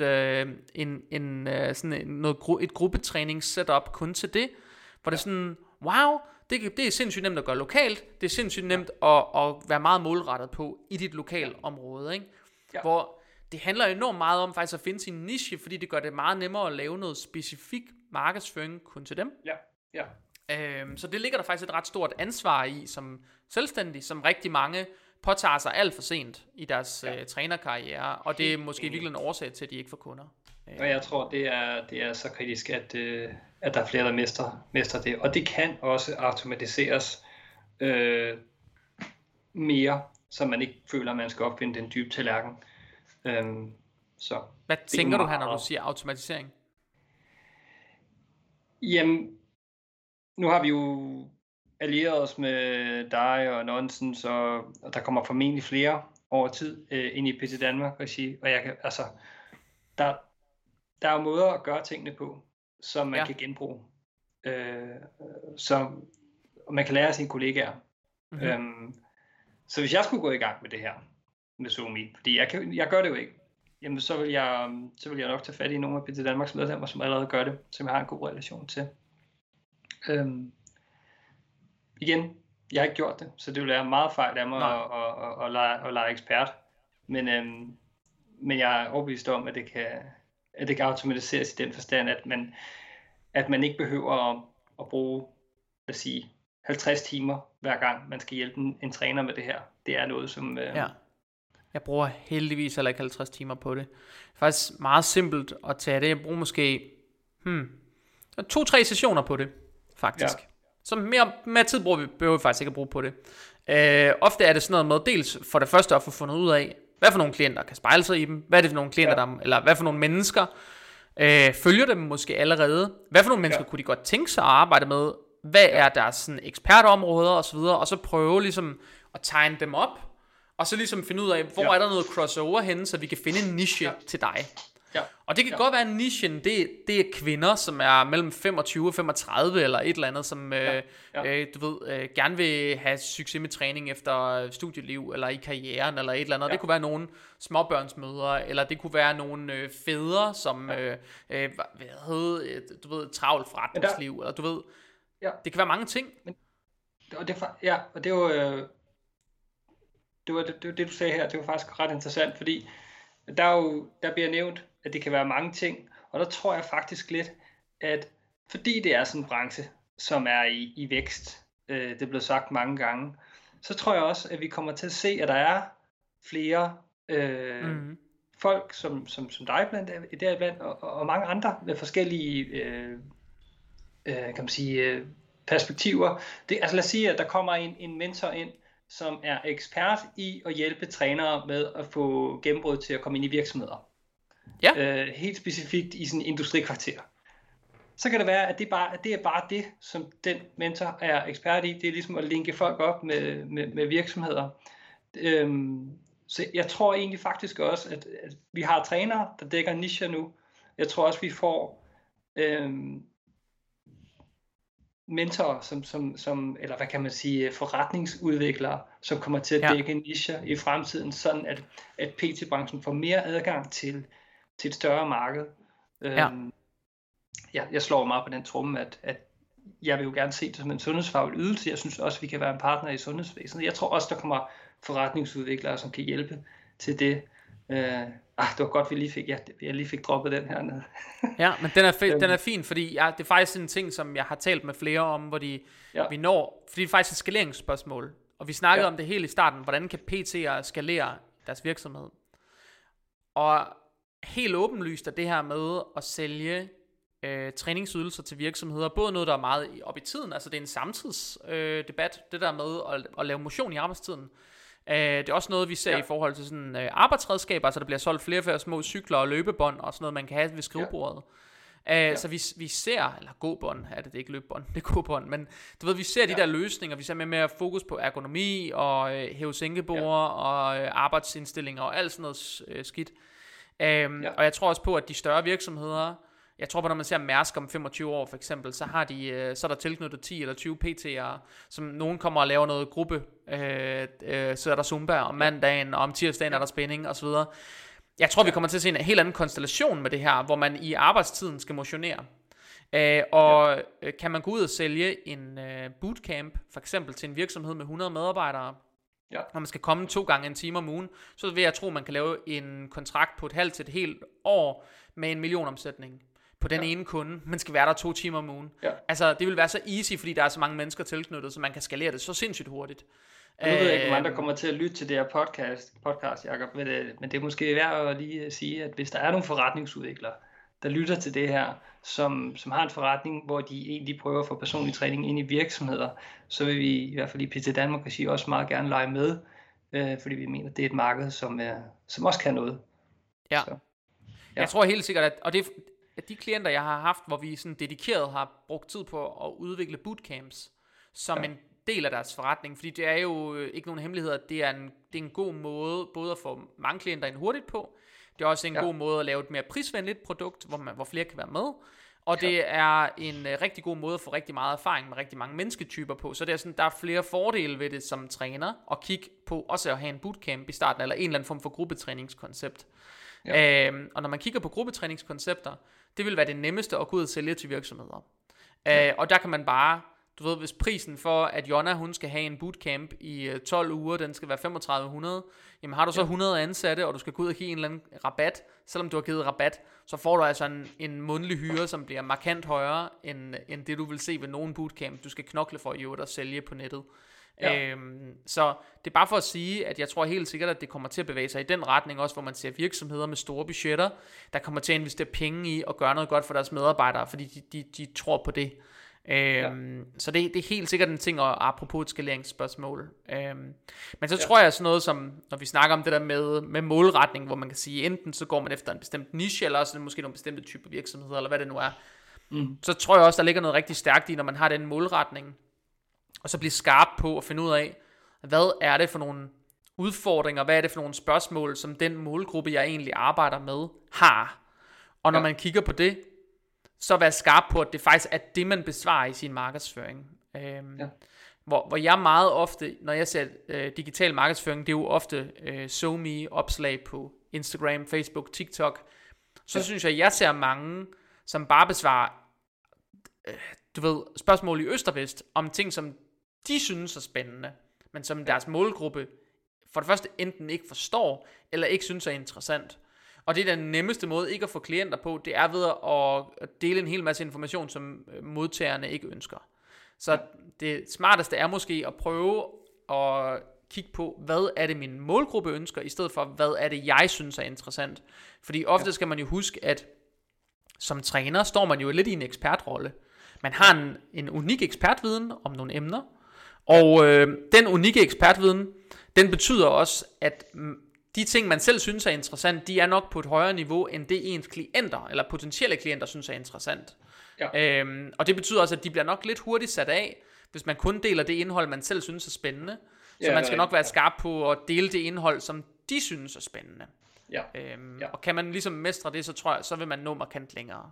et gruppetræning setup kun til det, hvor det er sådan, wow, det er sindssygt nemt at gøre lokalt. Det er sindssygt nemt at være meget målrettet på i dit lokale område, ikke? Ja. Hvor det handler enormt meget om faktisk at finde sin niche, fordi det gør det meget nemmere at lave noget specifik markedsføring kun til dem. Ja. Så det ligger der faktisk et ret stort ansvar i som selvstændig, som rigtig mange påtager sig alt for sent i deres trænerkarriere, og det er måske virkelig en årsag til, at de ikke får kunder. Og jeg tror, det er så kritisk, at der er flere, der mestrer det. Og det kan også automatiseres mere, så man ikke føler, at man skal opfinde den dybe tallerken. Så hvad tænker du her, når du siger automatisering? Jamen, nu har vi jo allieret os med dig og Nonsens, og der kommer formentlig flere over tid ind i PT Danmark-regi, og jeg kan, altså, der er jo måder at gøre tingene på, som man kan genbruge, og man kan lære af sine kollegaer. Mm-hmm. Så hvis jeg skulle gå i gang med det her med SoMe, fordi jeg gør det jo ikke, jamen så vil jeg nok tage fat i nogle af PT Danmarks medlemmer, som allerede gør det, som jeg har en god relation til. Igen, jeg har ikke gjort det, så det vil være meget fejl af mig at lege ekspert, men jeg er overbevist om, at det kan automatiseres i den forstand, at man ikke behøver at bruge, lad os sige, 50 timer hver gang man skal hjælpe en træner med det her. Det er noget, som... Jeg bruger heldigvis heller ikke 50 timer på det. Det er faktisk meget simpelt at tage det. Jeg bruger måske 2-3 sessioner på det, faktisk. Ja. Så mere tid behøver vi faktisk ikke at bruge på det. Ofte er det sådan noget med, dels for det første at få fundet ud af, hvad for nogle klienter kan spejle sig i dem, hvad er det for nogle klienter, eller hvad for nogle mennesker følger dem måske allerede, hvad for nogle mennesker kunne de godt tænke sig at arbejde med, hvad er deres sådan, ekspertområder osv., og så prøve ligesom at tegne dem op, og så ligesom finde ud af, hvor er der noget crossover henne, så vi kan finde en niche til dig. Ja. Og det kan godt være, at nichen, det er kvinder, som er mellem 25 og 35 eller et eller andet, som du ved, gerne vil have succes med træning efter studieliv eller i karrieren eller et eller andet. Ja. Det kunne være nogle småbørnsmødre, eller det kunne være nogle fædre, som havde du ved, travlt forretningsliv, eller du ved, det kan være mange ting. Og det var det du sagde her, det var faktisk ret interessant, fordi der bliver nævnt, at det kan være mange ting, og der tror jeg faktisk lidt, at fordi det er sådan en branche, som er i vækst, det er blevet sagt mange gange, så tror jeg også, at vi kommer til at se, at der er flere folk, som dig blandt, og mange andre med forskellige kan man sige, perspektiver. Altså lad os sige, at der kommer en mentor ind, som er ekspert i at hjælpe trænere med at få gennembrud til at komme ind i virksomheder. Ja. Helt specifikt i sådan en industrikvarter. Så kan det være, at det er bare det, som den mentor er ekspert i. Det er ligesom at linke folk op med virksomheder. Så jeg tror egentlig faktisk også, at vi har trænere, der dækker nicher nu. Jeg tror også, vi får mentorer, som, eller hvad kan man sige, forretningsudviklere, som kommer til at dække nicher i fremtiden, sådan at PT-branchen får mere adgang til et større marked. Jeg slår meget på den tromme, at jeg vil jo gerne se det som en sundhedsfaglig ydelse. Jeg synes også, vi kan være en partner i sundhedsvæsenet. Jeg tror også, der kommer forretningsudviklere, som kan hjælpe til det. Det var godt, jeg lige fik droppet den her ned. Ja, men den er fin, fordi det er faktisk en ting, som jeg har talt med flere om, hvor vi når, fordi det er faktisk et skaleringsspørgsmål. Og vi snakkede om det helt i starten, hvordan kan PT'er skalere deres virksomhed. Og helt åbenlyst er det her med at sælge træningsydelser til virksomheder, både noget, der er meget op i tiden, altså det er en samtidsdebat, det der med at lave motion i arbejdstiden. Det er også noget, vi ser i forhold til sådan arbejdsredskaber, altså der bliver solgt flere og flere små cykler og løbebånd og sådan noget, man kan have ved skrivebordet. Så vi ser, eller gåbånd er det ikke løbebånd, det er gåbånd, men du ved, vi ser de der løsninger, vi ser med mere fokus på ergonomi og hæve-sænkebord og arbejdsindstillinger og alt sådan noget skidt. Og jeg tror også på, at de større virksomheder, jeg tror på, når man ser Mærsk om 25 år for eksempel, så er der tilknyttet 10 eller 20 PT'ere, som nogen kommer og laver noget gruppe, så er der Zumba om mandagen, og om tirsdagen er der spænding osv. Jeg tror, vi kommer til at se en helt anden konstellation med det her, hvor man i arbejdstiden skal motionere. Kan man gå ud og sælge en bootcamp, for eksempel til en virksomhed med 100 medarbejdere, når man skal komme 2 gange en time om ugen, så vil jeg tro, man kan lave en kontrakt på et halvt til et helt år med 1 million omsætning på den ene kunde, man skal være der 2 timer om ugen. Altså, det vil være så easy, fordi der er så mange mennesker tilknyttet, så man kan skalere det så sindssygt hurtigt. Nu ved jeg ikke, hvor mange der kommer til at lytte til det her podcast, Jacob, men det er måske værd at lige sige, at hvis der er nogle forretningsudviklere, der lytter til det her, som har en forretning, hvor de egentlig prøver at få personlig træning ind i virksomheder, så vil vi i hvert fald i PT Danmark også meget gerne lege med, fordi vi mener, det er et marked, som også kan noget. Ja. Jeg tror helt sikkert, at de klienter, jeg har haft, hvor vi sådan dedikeret har brugt tid på at udvikle bootcamps som en del af deres forretning, fordi det er jo ikke nogen hemmelighed, at det er en god måde både at få mange klienter ind hurtigt på, det er også en god måde at lave et mere prisvenligt produkt, hvor flere kan være med, og det er en rigtig god måde at få rigtig meget erfaring med rigtig mange mennesketyper på, så det er sådan, der er flere fordele ved det som træner, at kigge på også at have en bootcamp i starten, eller en eller anden form for gruppetræningskoncept. Og når man kigger på gruppetræningskoncepter, det vil være det nemmeste at gå ud og sælge til virksomheder. Og der kan man bare, du ved, hvis prisen for, at Jonna, hun skal have en bootcamp i 12 uger, den skal være 3500, jamen har du så 100 ansatte, og du skal gå ud og give en eller anden rabat, selvom du har givet rabat, så får du altså en månedlig hyre, som bliver markant højere, end det du vil se ved nogen bootcamp, du skal knokle for i øvrigt at sælge på nettet. Så det er bare for at sige, at jeg tror helt sikkert, at det kommer til at bevæge sig i den retning også, hvor man ser virksomheder med store budgetter, der kommer til at investere penge i og gøre noget godt for deres medarbejdere, fordi de tror på det. Så det er helt sikkert en ting, og apropos et skaleringsspørgsmål. Men så tror jeg sådan noget som, når vi snakker om det der med målretning, hvor man kan sige, enten så går man efter en bestemt niche, eller også måske nogle bestemte typer virksomheder, eller hvad det nu er. Så tror jeg også, der ligger noget rigtig stærkt i, når man har den målretning, og så blive skarp på at finde ud af, hvad er det for nogle udfordringer, hvad er det for nogle spørgsmål, som den målgruppe, jeg egentlig arbejder med, har. Og når man kigger på det, så være skarp på, at det faktisk er det, man besvarer i sin markedsføring. Hvor jeg meget ofte, når jeg ser digital markedsføring, det er jo ofte SoMe-opslag på Instagram, Facebook, TikTok. Så synes jeg ser mange, som bare besvarer spørgsmål i øst og vest, om ting, som de synes er spændende, men som deres målgruppe for det første enten ikke forstår, eller ikke synes er interessant. Og det er den nemmeste måde ikke at få klienter på, det er ved at dele en hel masse information, som modtagerne ikke ønsker. Så det smarteste er måske at prøve at kigge på, hvad er det min målgruppe ønsker, i stedet for, hvad er det jeg synes er interessant. Fordi ofte skal man jo huske, at som træner står man jo lidt i en ekspertrolle. Man har en unik ekspertviden om nogle emner, og den unikke ekspertviden, den betyder også, at de ting, man selv synes er interessant, de er nok på et højere niveau, end det ens klienter, eller potentielle klienter, synes er interessant. Og det betyder også, at de bliver nok lidt hurtigt sat af, hvis man kun deler det indhold, man selv synes er spændende. Så man skal nok være skarp på at dele det indhold, som de synes er spændende. Og kan man ligesom mestre det, så tror jeg, så vil man nå markant længere.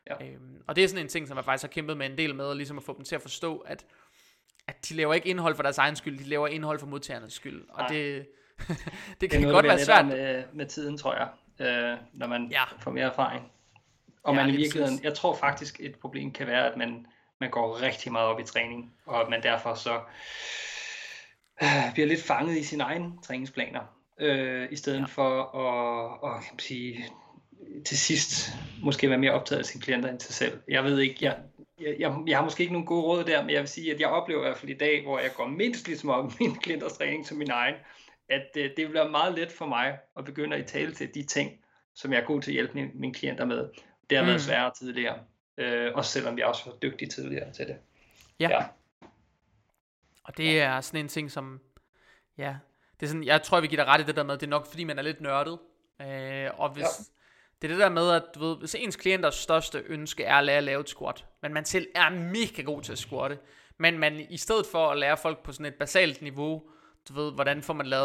Ja. Og det er sådan en ting, som jeg faktisk har kæmpet med en del med, ligesom at få dem til at forstå, at de laver ikke indhold for deres egen skyld, de laver indhold for modtagernes skyld. Og det kan noget, godt være svært med tiden, tror jeg, når man Ja. får mere erfaring. Og man i virkeligheden, jeg tror faktisk, et problem kan være, at man går rigtig meget op i træning, og at man derfor så bliver lidt fanget i sine egne træningsplaner, i stedet for at kan man sige, til sidst måske være mere optaget af sine klienter end sig selv. Jeg ved ikke, jeg har måske ikke nogen gode råd der, men jeg vil sige, at jeg oplever i hvert fald i dag, hvor jeg går mindst lige så meget op i mine klienters træning som min egen, at det vil være meget let for mig at begynde at italesætte til de ting, som jeg er god til at hjælpe mine klienter med. Det har været sværere tidligere, også selvom jeg også var dygtig tidligere til det. Ja. Og det er sådan en ting, som, det er sådan, jeg tror, vi giver dig ret i det der med, det er nok fordi, man er lidt nørdet. Og hvis, det er det der med, at du ved, hvis ens klienters største ønske er at lære at lave et squat, men man selv er mega god til at squatte, men man i stedet for at lære folk på sådan et basalt niveau, du ved, hvordan får man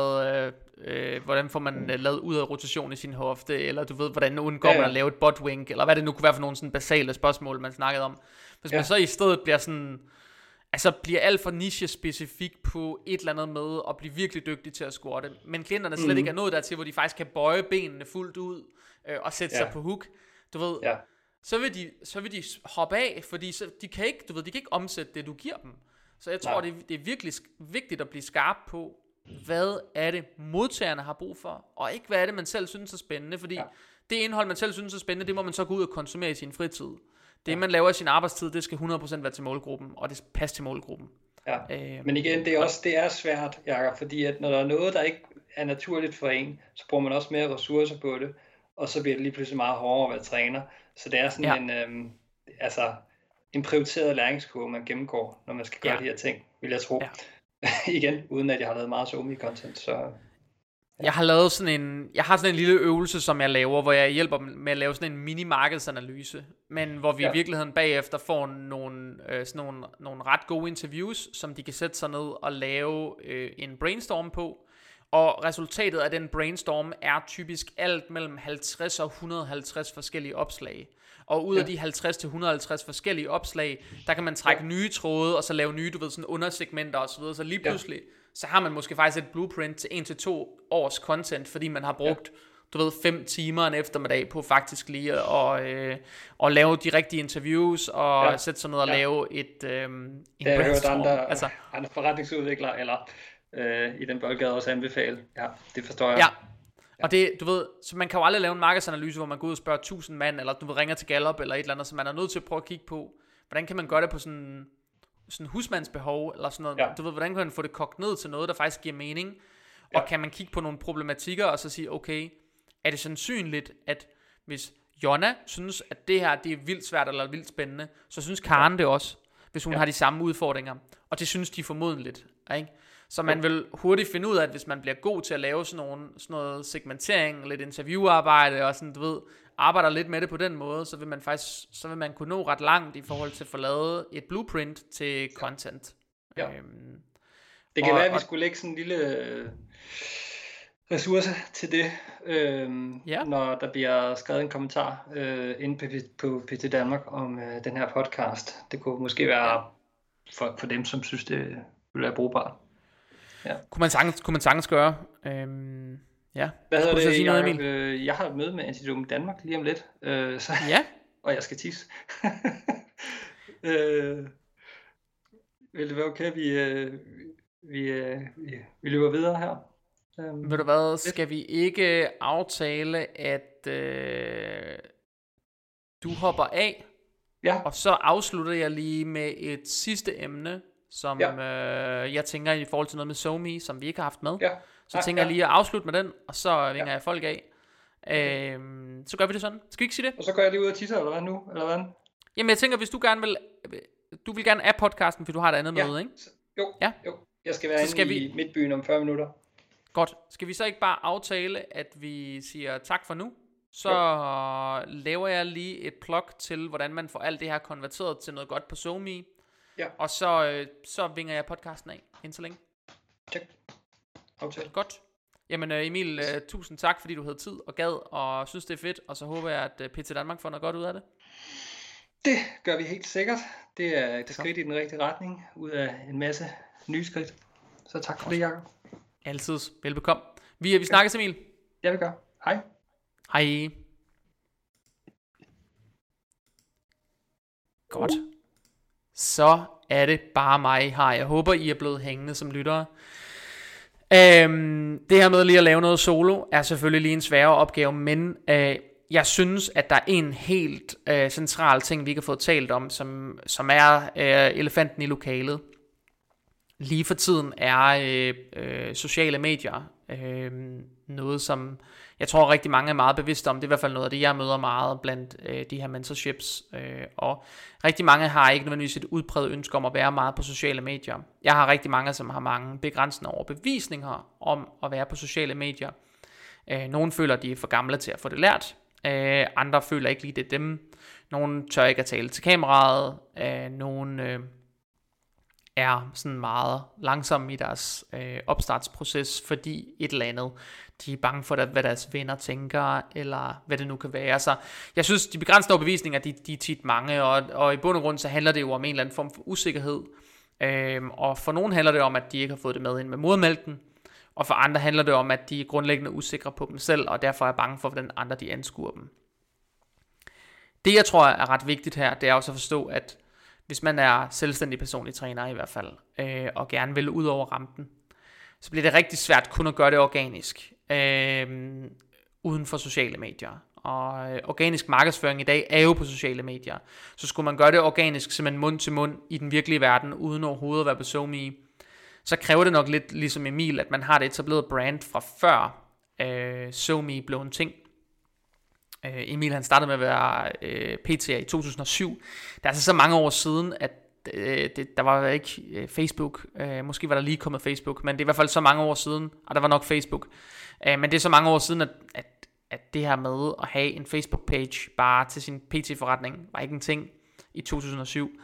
lavet ud af rotation i sin hofte, eller du ved, hvordan undgår man at lave et butt wink, eller hvad det nu kunne være for nogle sådan basale spørgsmål, man snakkede om. Hvis man så i stedet bliver sådan, altså bliver alt for niche-specifik på et eller andet med at blive virkelig dygtig til at squatte, men klienterne slet ikke er nået dertil, hvor de faktisk kan bøje benene fuldt ud og sætte sig på hook, du ved, så vil de hoppe af, fordi de kan ikke omsætte det, du giver dem. Så jeg tror, det er virkelig vigtigt at blive skarp på, hvad er det modtagerne har brug for, og ikke hvad er det man selv synes er spændende, fordi det indhold man selv synes er spændende, det må man så gå ud og konsumere i sin fritid. Det man laver i sin arbejdstid, det skal 100% være til målgruppen, og det passer til målgruppen. Men igen, det er svært, Jakob, fordi at når der er noget, der ikke er naturligt for en, så bruger man også mere ressourcer på det, og så bliver det lige pludselig meget hårdere at være træner. Så det er sådan en prioriteret læringskurve, man gennemgår, når man skal gøre de her ting, vil jeg tro. Igen, uden at jeg har lavet meget SoMe-content, så... Jeg har sådan en lille øvelse, som jeg laver, hvor jeg hjælper dem med at lave sådan en mini-markedsanalyse, men hvor vi i virkeligheden bagefter får nogle ret gode interviews, som de kan sætte sig ned og lave en brainstorm på. Og resultatet af den brainstorm er typisk alt mellem 50 og 150 forskellige opslag. Og ud af de 50 til 150 forskellige opslag, der kan man trække nye tråde, og så lave nye, sådan undersegmenter og så videre. Så lige pludselig, så har man måske faktisk et blueprint til 1-2 års content, fordi man har brugt, 5 timer en eftermiddag på faktisk lige at lave de rigtige interviews, og sætte sig ned og lave en brainstorm. Det har jeg hørt andre forretningsudviklere, eller i den boldgade også anbefale. Ja, det forstår jeg. Ja. Og det, så man kan jo aldrig lave en markedsanalyse, hvor man går ud og spørger 1000 mand, eller ringer til Gallup, eller et eller andet, så man er nødt til at prøve at kigge på, hvordan kan man gøre det på sådan husmandsbehov, eller sådan noget, hvordan kan man få det kogt ned til noget, der faktisk giver mening, og kan man kigge på nogle problematikker, og så sige, okay, er det sandsynligt, at hvis Jonna synes, at det her, det er vildt svært, eller vildt spændende, så synes Karen det også, hvis hun har de samme udfordringer, og det synes de formodentligt, ikke? Så man vil hurtigt finde ud af, at hvis man bliver god til at lave sådan noget segmentering, lidt interviewarbejde og sådan, arbejder lidt med det på den måde, så vil man kunne nå ret langt i forhold til at få lavet et blueprint til content. Ja. Det kan være, at vi skulle lægge sådan en lille ressource til det, når der bliver skrevet en kommentar inde på PT Danmark om den her podcast. Det kunne måske være for dem, som synes, det ville være brugbart. Ja. Kunne man sagtens gøre. Hvad hedder det, sige noget, Emil? Jeg har et møde med Antidoping Danmark lige om lidt, og jeg skal tisse. Vil det være okay, vi løber videre her? Ved du hvad, skal vi ikke aftale, at du hopper af, og så afslutter jeg lige med et sidste emne, som jeg tænker i forhold til noget med SoMe, som vi ikke har haft med. Så tænker jeg lige at afslutte med den, og så ringer jeg folk af. Så gør vi det sådan. Skal vi ikke sige det? Og så går jeg lige ud og tisser, eller hvad nu? Eller hvad? Jamen jeg tænker, hvis du gerne vil... Du vil gerne af podcasten, fordi du har et andet møde, ikke? Jo. Jeg skal være inde i Midtbyen om 40 minutter. Godt. Skal vi så ikke bare aftale, at vi siger tak for nu? Så laver jeg lige et plug til, hvordan man får alt det her konverteret til noget godt på SoMe. Og så vinger jeg podcasten af indtil så længe. Check. Aftale. Godt. Jamen Emil, tusind tak, fordi du havde tid og gad, og synes det er fedt. Og så håber jeg, at PT Danmark får noget godt ud af det. Det gør vi helt sikkert. Det er et skridt i den rigtige retning, ud af en masse nye skridt. Så tak for det, Jacob. Altid velbekomme. Vi snakkes, Emil. Ja, vi gør. Hej. Hej. Godt. Så er det bare mig her. Jeg håber, I er blevet hængende som lyttere. Det her med lige at lave noget solo er selvfølgelig lige en sværere opgave, men jeg synes, at der er en helt central ting, vi ikke har fået talt om, som er elefanten i lokalet. Lige for tiden er sociale medier noget, som jeg tror rigtig mange er meget bevidste om. Det er i hvert fald noget af det, jeg møder meget blandt de her mentorships. Og rigtig mange har ikke nødvendigvis et udpræget ønske om at være meget på sociale medier. Jeg har rigtig mange, som har mange begrænsende overbevisninger om at være på sociale medier. Nogle føler, at de er for gamle til at få det lært. Andre føler ikke lige, det er dem. Nogle tør ikke at tale til kameraet. Nogle er sådan meget langsomme i deres opstartsproces, fordi et eller andet, de er bange for, hvad deres venner tænker, eller hvad det nu kan være. Så jeg synes, de begrænsende overbevisninger, de er tit mange, og i bund og grund, så handler det jo om en eller anden form for usikkerhed. Og for nogen handler det om, at de ikke har fået det med ind med modermælken, og for andre handler det om, at de er grundlæggende usikre på dem selv, og derfor er bange for, hvordan andre de anskuer dem. Det, jeg tror er ret vigtigt her, det er også at forstå, at hvis man er selvstændig personlig træner i hvert fald, og gerne vil ud over rampen, så bliver det rigtig svært kun at gøre det organisk, uden for sociale medier. Og organisk markedsføring i dag er jo på sociale medier. Så skulle man gøre det organisk, simpelthen mund til mund i den virkelige verden, uden overhovedet at være på SoMe, så kræver det nok lidt ligesom Emil, at man har det etableret brand fra før SoMe blev en ting. Emil han startede med at være PT'er i 2007. Det er altså så mange år siden, at der var ikke Facebook. Måske var der lige kommet Facebook, men det er i hvert fald så mange år siden, og der var nok Facebook. Men det er så mange år siden, at det her med at have en Facebook-page bare til sin PT-forretning, var ikke en ting i 2007.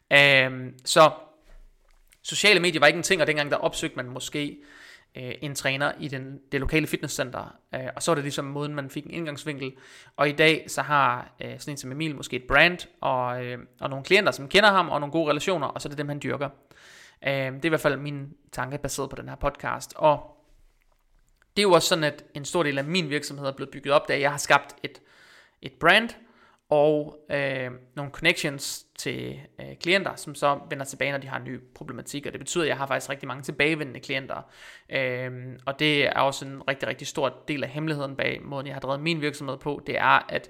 Så sociale medier var ikke en ting, og dengang der opsøgte man måske en træner i det lokale fitnesscenter, og så var det ligesom måden, man fik en indgangsvinkel. Og i dag så har sådan en som Emil måske et brand, og nogle klienter, som kender ham, og nogle gode relationer, og så er det dem, han dyrker. Det er i hvert fald min tanke baseret på den her podcast. Og det er jo også sådan, at en stor del af min virksomhed er blevet bygget op, da jeg har skabt et brand, og nogle connections til klienter, som så vender tilbage, når de har en ny problematik. Og det betyder, at jeg har faktisk rigtig mange tilbagevendende klienter. Og det er også en rigtig, rigtig stor del af hemmeligheden bag måden, jeg har drevet min virksomhed på. Det er, at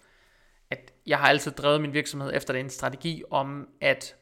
jeg har altid drevet min virksomhed efter en strategi om, at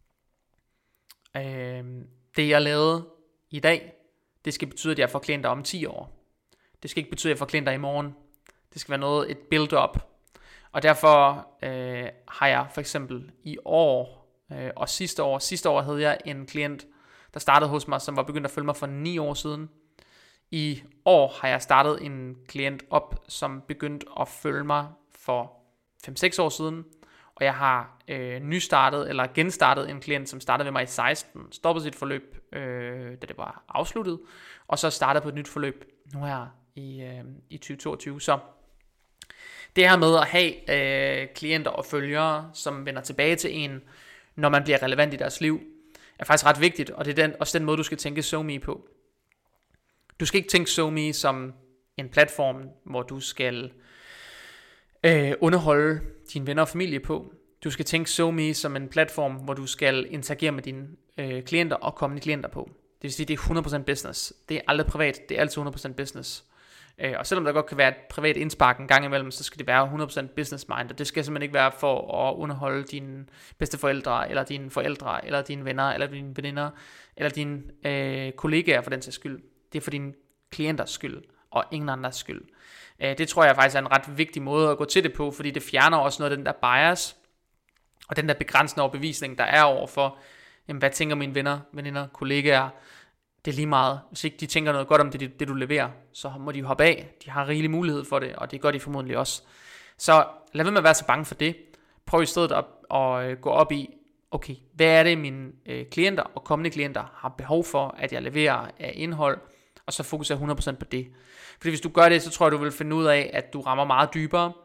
det jeg lavede i dag, det skal betyde, at jeg får klienter om 10 år. Det skal ikke betyde, at jeg får klienter i morgen. Det skal være et build-up. Og derfor har jeg for eksempel i år og sidste år havde jeg en klient, der startede hos mig, som var begyndt at følge mig for 9 år siden. I år har jeg startet en klient op, som begyndte at følge mig for 5-6 år siden. Og jeg har nystartet eller genstartet en klient, som startede ved mig i 16, stoppede sit forløb, da det var afsluttet, og så startede på et nyt forløb nu her i 2022. Så det her med at have klienter og følgere, som vender tilbage til en, når man bliver relevant i deres liv, er faktisk ret vigtigt, og det er også den måde, du skal tænke SoMe på. Du skal ikke tænke SoMe som en platform, hvor du skal underholde dine venner og familie på. Du skal tænke SoMe som en platform, hvor du skal interagere med dine klienter og kommende klienter på. Det vil sige, det er 100% business. Det er aldrig privat, det er altid 100% business. Og selvom der godt kan være et privat indspark en gang imellem, så skal det være 100% business mind, og det skal simpelthen ikke være for at underholde dine bedsteforældre, eller dine forældre, eller dine venner, eller dine veninder, eller dine kollegaer for den sags skyld. Det er for dine klienters skyld, og ingen andres skyld. Det tror jeg faktisk er en ret vigtig måde at gå til det på, fordi det fjerner også noget af den der bias, og den der begrænsende overbevisning, der er overfor, jamen, hvad tænker mine venner, veninder, kollegaer. Det er lige meget. Hvis ikke de tænker noget godt om det du leverer, så må de hoppe af. De har rigelig mulighed for det, og det gør de formodentlig også. Så lad være med at være så bange for det. Prøv i stedet at gå op i, okay, hvad er det mine klienter og kommende klienter har behov for, at jeg leverer af indhold, og så fokuserer 100% på det. Fordi hvis du gør det, så tror jeg, du vil finde ud af, at du rammer meget dybere,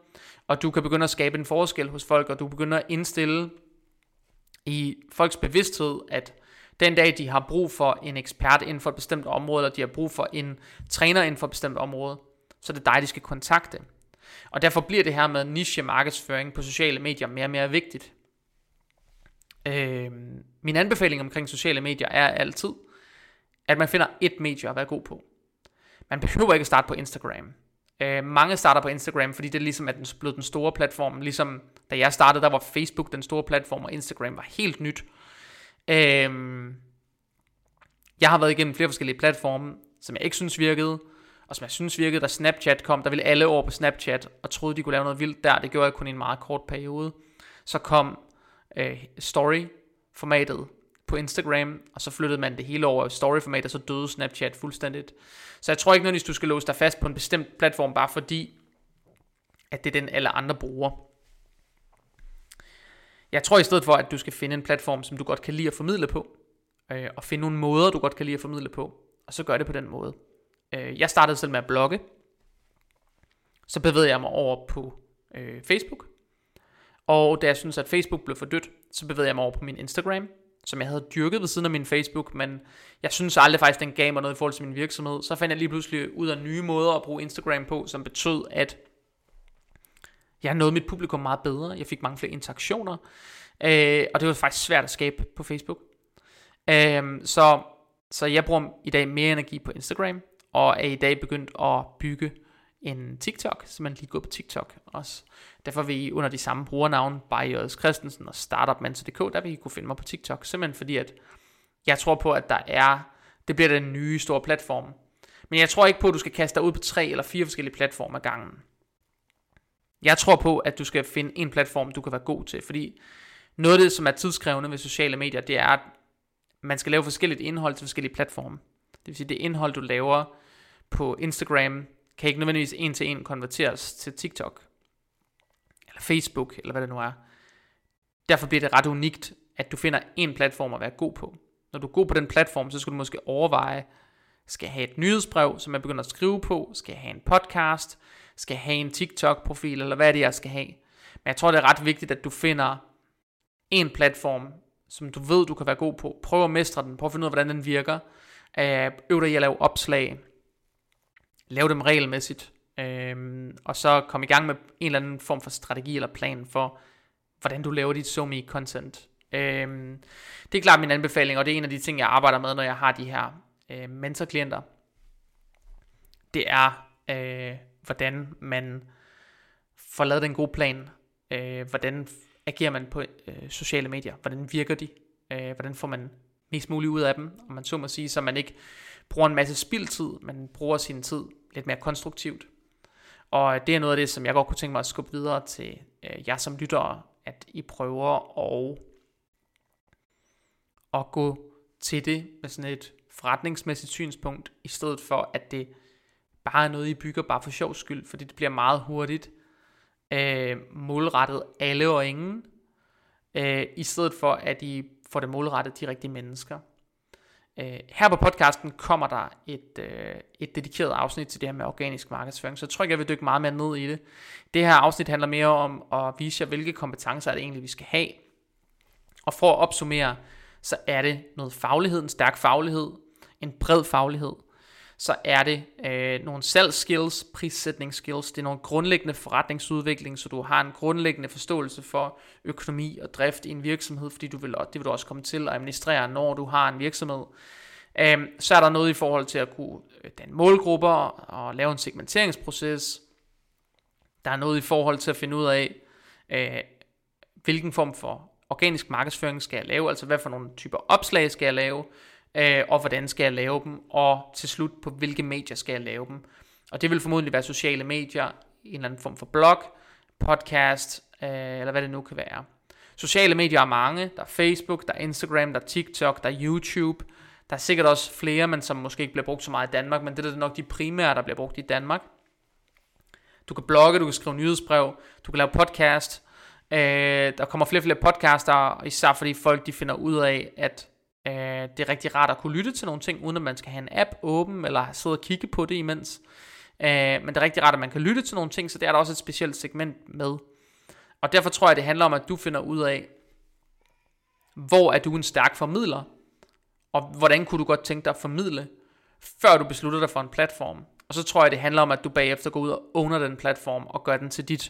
og du kan begynde at skabe en forskel hos folk, og du begynder at indstille i folks bevidsthed, at den dag de har brug for en ekspert inden for et bestemt område, eller de har brug for en træner inden for et bestemt område, så er det dig, de skal kontakte. Og derfor bliver det her med niche markedsføring på sociale medier mere og mere vigtigt. Min anbefaling omkring sociale medier er altid, at man finder et medie at være god på. Man behøver ikke at starte på Instagram. Mange starter på Instagram, fordi det ligesom er blevet den store platform. Ligesom da jeg startede, der var Facebook den store platform, og Instagram var helt nyt. Jeg har været igennem flere forskellige platforme, som jeg ikke synes virkede, og som jeg synes virkede, da Snapchat kom. Der ville alle over på Snapchat, og troede, de kunne lave noget vildt der. Det gjorde jeg kun i en meget kort periode. Så kom story-formatet på Instagram, og så flyttede man det hele over i story-format, og så døde Snapchat fuldstændigt. Så jeg tror ikke nødvendigvis, du skal låse dig fast på en bestemt platform, bare fordi, at det er den alle andre bruger. Jeg tror i stedet for, at du skal finde en platform, som du godt kan lide at formidle på, og finde nogle måder, du godt kan lide at formidle på, og så gør det på den måde. Jeg startede selv med at blogge, så bevægede jeg mig over på Facebook, og da jeg synes at Facebook blev for dødt, så bevægede jeg mig over på min Instagram, som jeg havde dyrket ved siden af min Facebook, men jeg synes aldrig faktisk, den gav mig noget i forhold til min virksomhed. Så fandt jeg lige pludselig ud af nye måder at bruge Instagram på, som betød, at jeg nåede mit publikum meget bedre. Jeg fik mange flere interaktioner, og det var faktisk svært at skabe på Facebook. Så jeg bruger i dag mere energi på Instagram, og er i dag begyndt at bygge en TikTok, så man lige går på TikTok også. Derfor vil I under de samme brugernavn, Bay J. Christensen og Startupmentor.dk, der vil I kunne finde mig på TikTok, simpelthen fordi at jeg tror på, at det bliver den nye store platform. Men jeg tror ikke på, at du skal kaste dig ud på 3 eller 4 forskellige platforme ad gangen. Jeg tror på, at du skal finde en platform, du kan være god til, fordi noget af det, som er tidskrævende ved sociale medier, det er, at man skal lave forskelligt indhold til forskellige platforme. Det vil sige, det indhold, du laver på Instagram, kan ikke nødvendigvis en til en konverteres til TikTok, eller Facebook, eller hvad det nu er. Derfor bliver det ret unikt, at du finder en platform at være god på. Når du er god på den platform, så skal du måske overveje, skal jeg have et nyhedsbrev, som jeg begynder at skrive på, skal jeg have en podcast, skal jeg have en TikTok-profil, eller hvad er det, jeg skal have. Men jeg tror, det er ret vigtigt, at du finder en platform, som du ved, du kan være god på. Prøv at mestre den, prøv at finde ud af, hvordan den virker. Øv dig i at lave opslag. Lav dem regelmæssigt, og så kom i gang med en eller anden form for strategi eller plan for, hvordan du laver dit SoMe content. Det er klart min anbefaling, og det er en af de ting, jeg arbejder med, når jeg har de her mentorklienter. Det er, hvordan man får lavet en god plan. Hvordan agerer man på sociale medier? Hvordan virker de? Hvordan får man mest muligt ud af dem? Om man så må sige, så man ikke bruger en masse spildtid, man bruger sin tid lidt mere konstruktivt. Og det er noget af det, som jeg godt kunne tænke mig at skubbe videre til jer som lyttere, at I prøver at gå til det med sådan et forretningsmæssigt synspunkt, i stedet for at det bare er noget, I bygger bare for sjov skyld, fordi det bliver meget hurtigt målrettet alle og ingen, i stedet for at I får det målrettet de rigtige mennesker. Her på podcasten kommer der et dedikeret afsnit til det her med organisk markedsføring, så jeg tror ikke, jeg vil dykke meget mere ned i det. Det her afsnit handler mere om at vise jer, hvilke kompetencer er det egentlig, vi skal have. Og for at opsummere, så er det noget faglighed, en stærk faglighed, en bred faglighed. Så er det nogle salgsskills, prissætningsskills, det er nogle grundlæggende forretningsudvikling, så du har en grundlæggende forståelse for økonomi og drift i en virksomhed, fordi det vil du også komme til at administrere, når du har en virksomhed. Så er der noget i forhold til at kunne danne målgrupper og lave en segmenteringsproces. Der er noget i forhold til at finde ud af, hvilken form for organisk markedsføring skal jeg lave, altså hvad for nogle typer opslag skal jeg lave, og hvordan skal jeg lave dem, og til slut på hvilke medier skal jeg lave dem. Og det vil formodentlig være sociale medier, en eller anden form for blog, podcast, eller hvad det nu kan være. Sociale medier er mange, der er Facebook, der er Instagram, der er TikTok, der er YouTube, der er sikkert også flere, men som måske ikke bliver brugt så meget i Danmark, men det er nok de primære, der bliver brugt i Danmark. Du kan blogge, du kan skrive nyhedsbrev, du kan lave podcast, der kommer flere og flere podcaster, især fordi folk de finder ud af, at det er rigtig rart at kunne lytte til nogle ting, uden at man skal have en app åben, eller sidde og kigge på det imens. Men det er rigtig rart, at man kan lytte til nogle ting, så det er der også et specielt segment med. Og derfor tror jeg, det handler om, at du finder ud af, hvor er du en stærk formidler, og hvordan kunne du godt tænke dig at formidle, før du beslutter dig for en platform. Og så tror jeg, det handler om, at du bagefter går ud og owner den platform, og gør den til dit.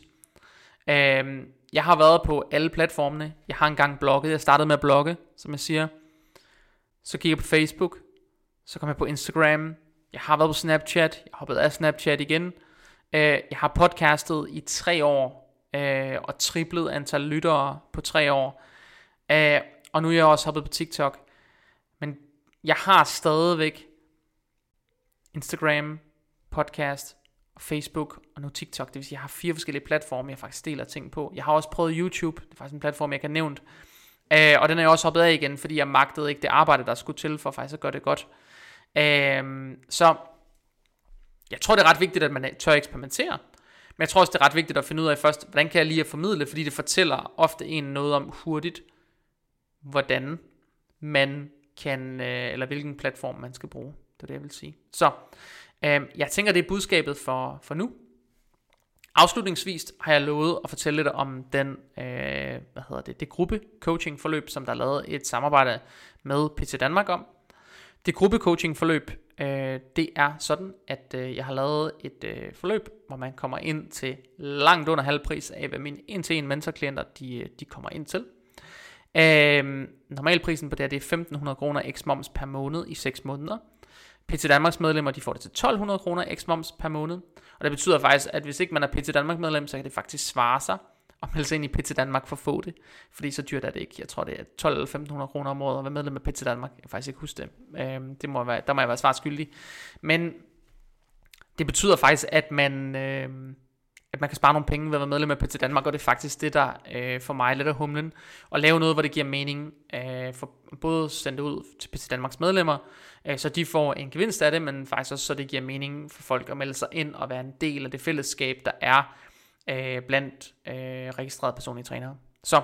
Jeg har været på alle platformene. Jeg har engang blogget. Jeg startede med at blogge, som jeg siger. Så gik jeg på Facebook. Så kom jeg på Instagram. Jeg har været på Snapchat. Jeg har hoppet af Snapchat igen. Jeg har podcastet i 3 år. Og triplet antal lyttere på 3 år. Og nu er jeg også hoppet på TikTok. Men jeg har stadigvæk Instagram, podcast og Facebook og nu TikTok. Det vil sige, jeg har 4 forskellige platforme, jeg faktisk deler ting på. Jeg har også prøvet YouTube. Det er faktisk en platform, jeg kan nævnt. Og den er jeg også hoppet af igen, fordi jeg magtede ikke det arbejde, der skulle til for faktisk at gøre det godt. Så jeg tror, det er ret vigtigt, at man tør eksperimentere. Men jeg tror også, det er ret vigtigt at finde ud af først, hvordan kan jeg lige at formidle, fordi det fortæller ofte en noget om hurtigt, hvordan man kan, eller hvilken platform man skal bruge. Det er det, jeg vil sige. Så jeg tænker, det er budskabet for nu. Afslutningsvis har jeg lovet at fortælle lidt om den, det gruppe coaching forløb, som der er lavet et samarbejde med PT Danmark om. Det gruppe coaching forløb, det er sådan, at jeg har lavet et forløb, hvor man kommer ind til langt under halv pris af, hvad mine 1-til-1 mentorklienter, de kommer ind til. Normalprisen på det er 1.500 kroner x moms per måned i 6 måneder. PT Danmarks medlemmer, de får det til 1.200 kroner x moms per måned. Og det betyder faktisk, at hvis ikke man er PT Danmark medlem, så kan det faktisk svare sig at melde sig ind i PT Danmark for at få det. Fordi så dyrt er det ikke. Jeg tror, det er 12 eller 1.500 kroner om året at være medlem af PT Danmark. Jeg kan faktisk ikke huske det. Der må jeg være svaret skyldig. Men det betyder faktisk, at man kan spare nogle penge ved at være medlem af PT Danmark, og det er faktisk det, der for mig er lidt af humlen. At lave noget, hvor det giver mening for både sende det ud til PT Danmarks medlemmer, så de får en gevinst af det, men faktisk også så det giver mening for folk at melde sig ind og være en del af det fællesskab, der er blandt registrerede personlige trænere. Så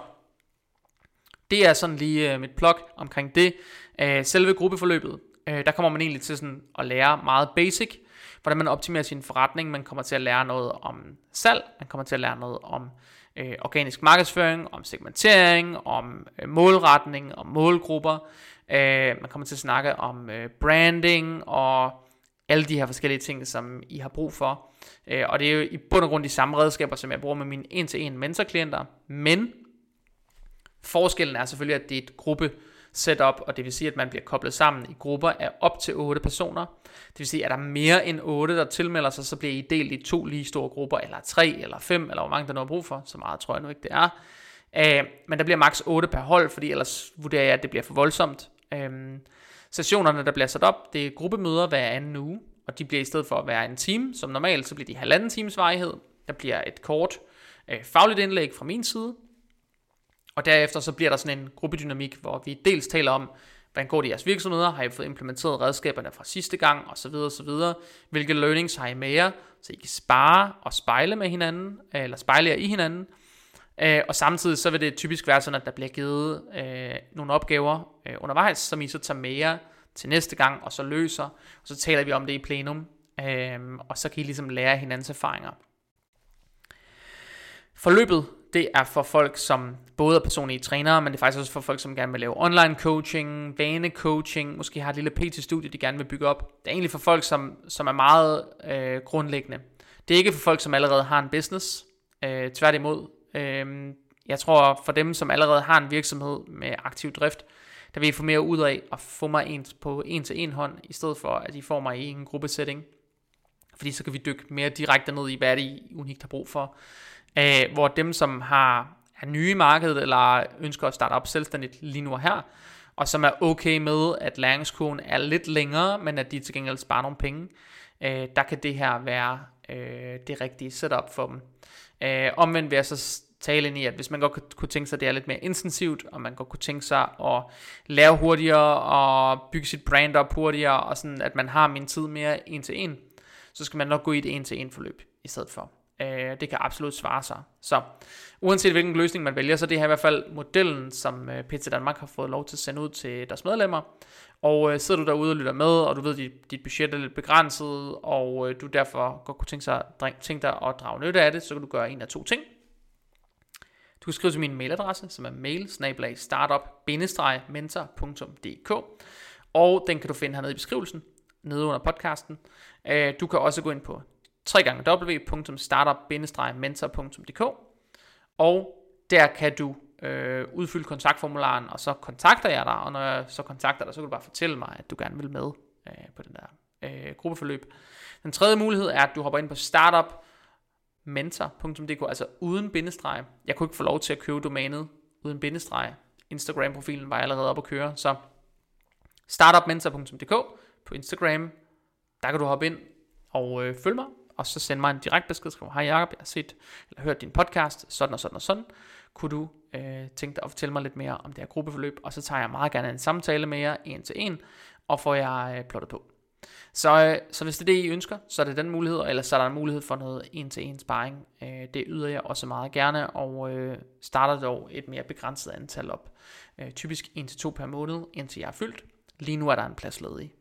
det er sådan lige mit plug omkring det. Selve gruppeforløbet, der kommer man egentlig til sådan at lære meget basic, hvordan man optimerer sin forretning. Man kommer til at lære noget om salg, man kommer til at lære noget om organisk markedsføring, om segmentering, om målretning, om målgrupper. Man kommer til at snakke om branding og alle de her forskellige ting, som I har brug for. Og det er jo i bund og grund de samme redskaber, som jeg bruger med mine 1-til-1 mentorklienter. Men forskellen er selvfølgelig, at det er et gruppe setup, og det vil sige, at man bliver koblet sammen i grupper af op til 8 personer. Det vil sige, at der er mere end 8, der tilmelder sig, så bliver I delt i 2 lige store grupper, eller 3, eller 5, eller hvor mange der nu har brug for. Så meget tror jeg nu ikke, det er. Men der bliver maks 8 per hold, fordi ellers vurderer jeg, at det bliver for voldsomt. Sessionerne, der bliver sat op, det er gruppemøder hver anden uge, og de bliver i stedet for at være en time, som normalt, så bliver de 1,5 times varighed. Der bliver et kort fagligt indlæg fra min side, og derefter så bliver der sådan en gruppedynamik, hvor vi dels taler om, hvordan går det i jeres virksomheder, har I fået implementeret redskaberne fra sidste gang, og så videre, og så videre. Hvilke learnings har I med jer, så I kan spare og spejle med hinanden, eller spejle jer i hinanden. Og samtidig så vil det typisk være sådan, at der bliver givet nogle opgaver undervejs, som I så tager med jer til næste gang, og så løser, og så taler vi om det i plenum, og så kan I ligesom lære hinandens erfaringer. Forløbet, det er for folk, som både er personlige trænere, men det er faktisk også for folk, som gerne vil lave online coaching, vanecoaching, måske har et lille PT-studie, de gerne vil bygge op. Det er egentlig for folk, som er meget grundlæggende. Det er ikke for folk, som allerede har en business, tværtimod. Jeg tror for dem, som allerede har en virksomhed med aktiv drift, der vil I få mere ud af at få mig på 1-til-1 hånd, i stedet for at I får mig i en gruppesetting. Fordi så kan vi dykke mere direkte ned i, hvad er det I unikt har brug for. Hvor dem, som er nye i markedet, eller ønsker at starte op selvstændigt lige nu og her, og som er okay med, at læringskurven er lidt længere, men at de til gengæld sparer nogle penge, der kan det her være det rigtige setup for dem. Omvendt vil jeg så tale ind i, at hvis man godt kunne tænke sig, at det er lidt mere intensivt, og man godt kunne tænke sig at lære hurtigere, og bygge sit brand op hurtigere, og sådan at man har min tid mere 1-til-1, så skal man nok gå i et 1-til-1 forløb i stedet for. Det kan absolut svare sig. Så uanset hvilken løsning man vælger, så det her i hvert fald modellen, som PT Danmark har fået lov til at sende ud til deres medlemmer. Og sidder du derude og lytter med, og du ved, at dit budget er lidt begrænset, og du derfor godt kunne tænke dig at drage nytte af det, så kan du gøre en af to ting. Du kan skrive til min mailadresse, som er mail@startup-mentor.dk, og den kan du finde hernede i beskrivelsen, nede under podcasten. Du kan også gå ind på www.startup-mentor.dk, og der kan du udfylde kontaktformularen, og så kontakter jeg dig, og når jeg så kontakter dig, så kan du bare fortælle mig, at du gerne vil med på den der gruppeforløb. Den tredje mulighed er, at du hopper ind på startup-mentor.dk, altså uden bindestreg. Jeg kunne ikke få lov til at købe domænet uden bindestreg. Instagram-profilen var allerede oppe at køre, så startup-mentor.dk på Instagram, der kan du hoppe ind og følge mig, og så sende mig en direkte besked, skrive, hej Jacob, jeg har set eller hørt din podcast, sådan og sådan og sådan. Kunne du tænke dig at fortælle mig lidt mere om det her gruppeforløb, og så tager jeg meget gerne en samtale med jer, en til en, og får jeg plottet på. Så hvis det er det, I ønsker, så er det den mulighed, eller så er der en mulighed for noget en-til-en sparring. Det yder jeg også meget gerne, og starter dog et mere begrænset antal op. Typisk 1-2 per måned, indtil jeg er fyldt. Lige nu er der en plads ledig,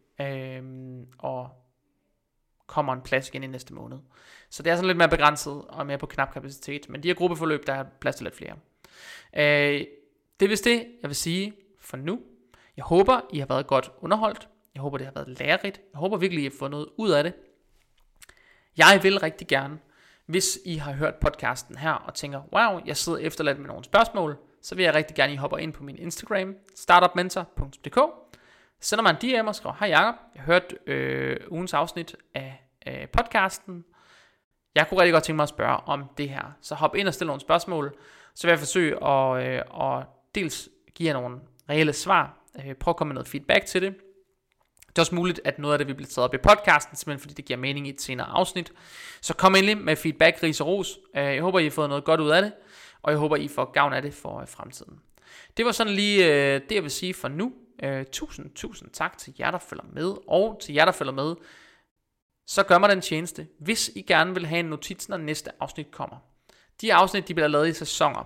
og kommer en plads igen i næste måned. Så det er sådan lidt mere begrænset og mere på knap kapacitet. Men de her gruppeforløb, der er plads til lidt flere. Det er vist det, jeg vil sige for nu. Jeg håber, I har været godt underholdt. Jeg håber, det har været lærerigt. Jeg håber virkelig, I har fået noget ud af det. Jeg vil rigtig gerne, hvis I har hørt podcasten her og tænker, wow, jeg sidder efterladt med nogle spørgsmål, så vil jeg rigtig gerne, I hopper ind på min Instagram, startupmentor.dk, sender mig en DM og skriver, hej Jacob, jeg har hørt ugens afsnit af podcasten. Jeg kunne rigtig godt tænke mig at spørge om det her. Så hop ind og stil nogle spørgsmål, så vil jeg forsøge at dels give jer nogle reelle svar, prøv at komme med noget feedback til det. Det er også muligt, at noget af det vil blive taget op i podcasten, simpelthen fordi det giver mening i et senere afsnit. Så kom endelig med feedback, ris og ros. Jeg håber, I har fået noget godt ud af det, og jeg håber, I får gavn af det for fremtiden. Det var sådan lige det, jeg vil sige for nu. Tusind tak til jer, der følger med, og til jer, der følger med, så gør mig den tjeneste, hvis I gerne vil have en notits, når næste afsnit kommer. De afsnit, de bliver lavet i sæsoner.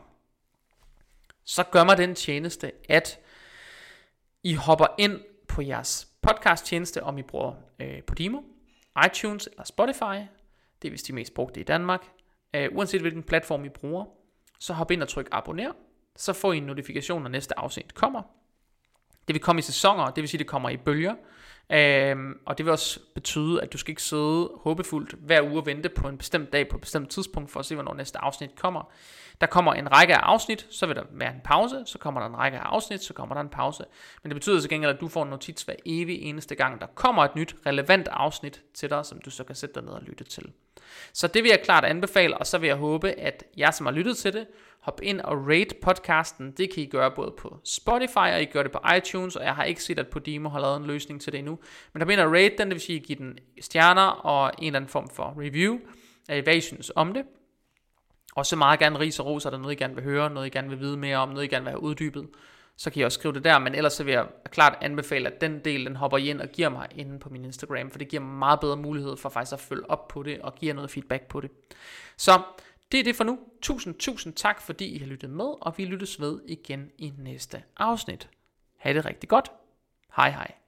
Så gør mig den tjeneste, at I hopper ind på jeres podcast-tjeneste, om I bruger Podimo, iTunes eller Spotify. Det er vist de mest brugte i Danmark. Uanset hvilken platform I bruger, så hop ind og tryk abonner. Så får I en notifikation, når næste afsnit kommer. Det vil komme i sæsoner, det vil sige, det kommer i bølger. Og det vil også betyde, at du skal ikke sidde håbefuldt hver uge og vente på en bestemt dag på et bestemt tidspunkt for at se, hvornår næste afsnit kommer. Der kommer en række af afsnit, så vil der være en pause, så kommer der en række af afsnit, så kommer der en pause. Men det betyder så gengæld, at du får en notits hver evig eneste gang, der kommer et nyt relevant afsnit til dig, som du så kan sætte dig ned og lytte til. Så det vil jeg klart anbefale, og så vil jeg håbe, at jer, som har lyttet til det, hop ind og rate podcasten. Det kan I gøre både på Spotify, og I gør det på iTunes, og jeg har ikke set, at Podimo har lavet en løsning til det endnu. Men hop ind og rate den, det vil sige, at I giver den stjerner og en eller anden form for review, hvad I synes om det. Og så meget gerne ris og ros, er der noget, I gerne vil høre, noget, I gerne vil vide mere om, noget, I gerne vil have uddybet. Så kan I også skrive det der, men ellers så vil jeg klart anbefale, at den del, den hopper I ind og giver mig inde på min Instagram, for det giver mig meget bedre mulighed for faktisk at følge op på det, og give noget feedback på det. Så det er det for nu. Tusind tak, fordi I har lyttet med, og vi lyttes ved igen i næste afsnit. Ha' det rigtig godt. Hej hej.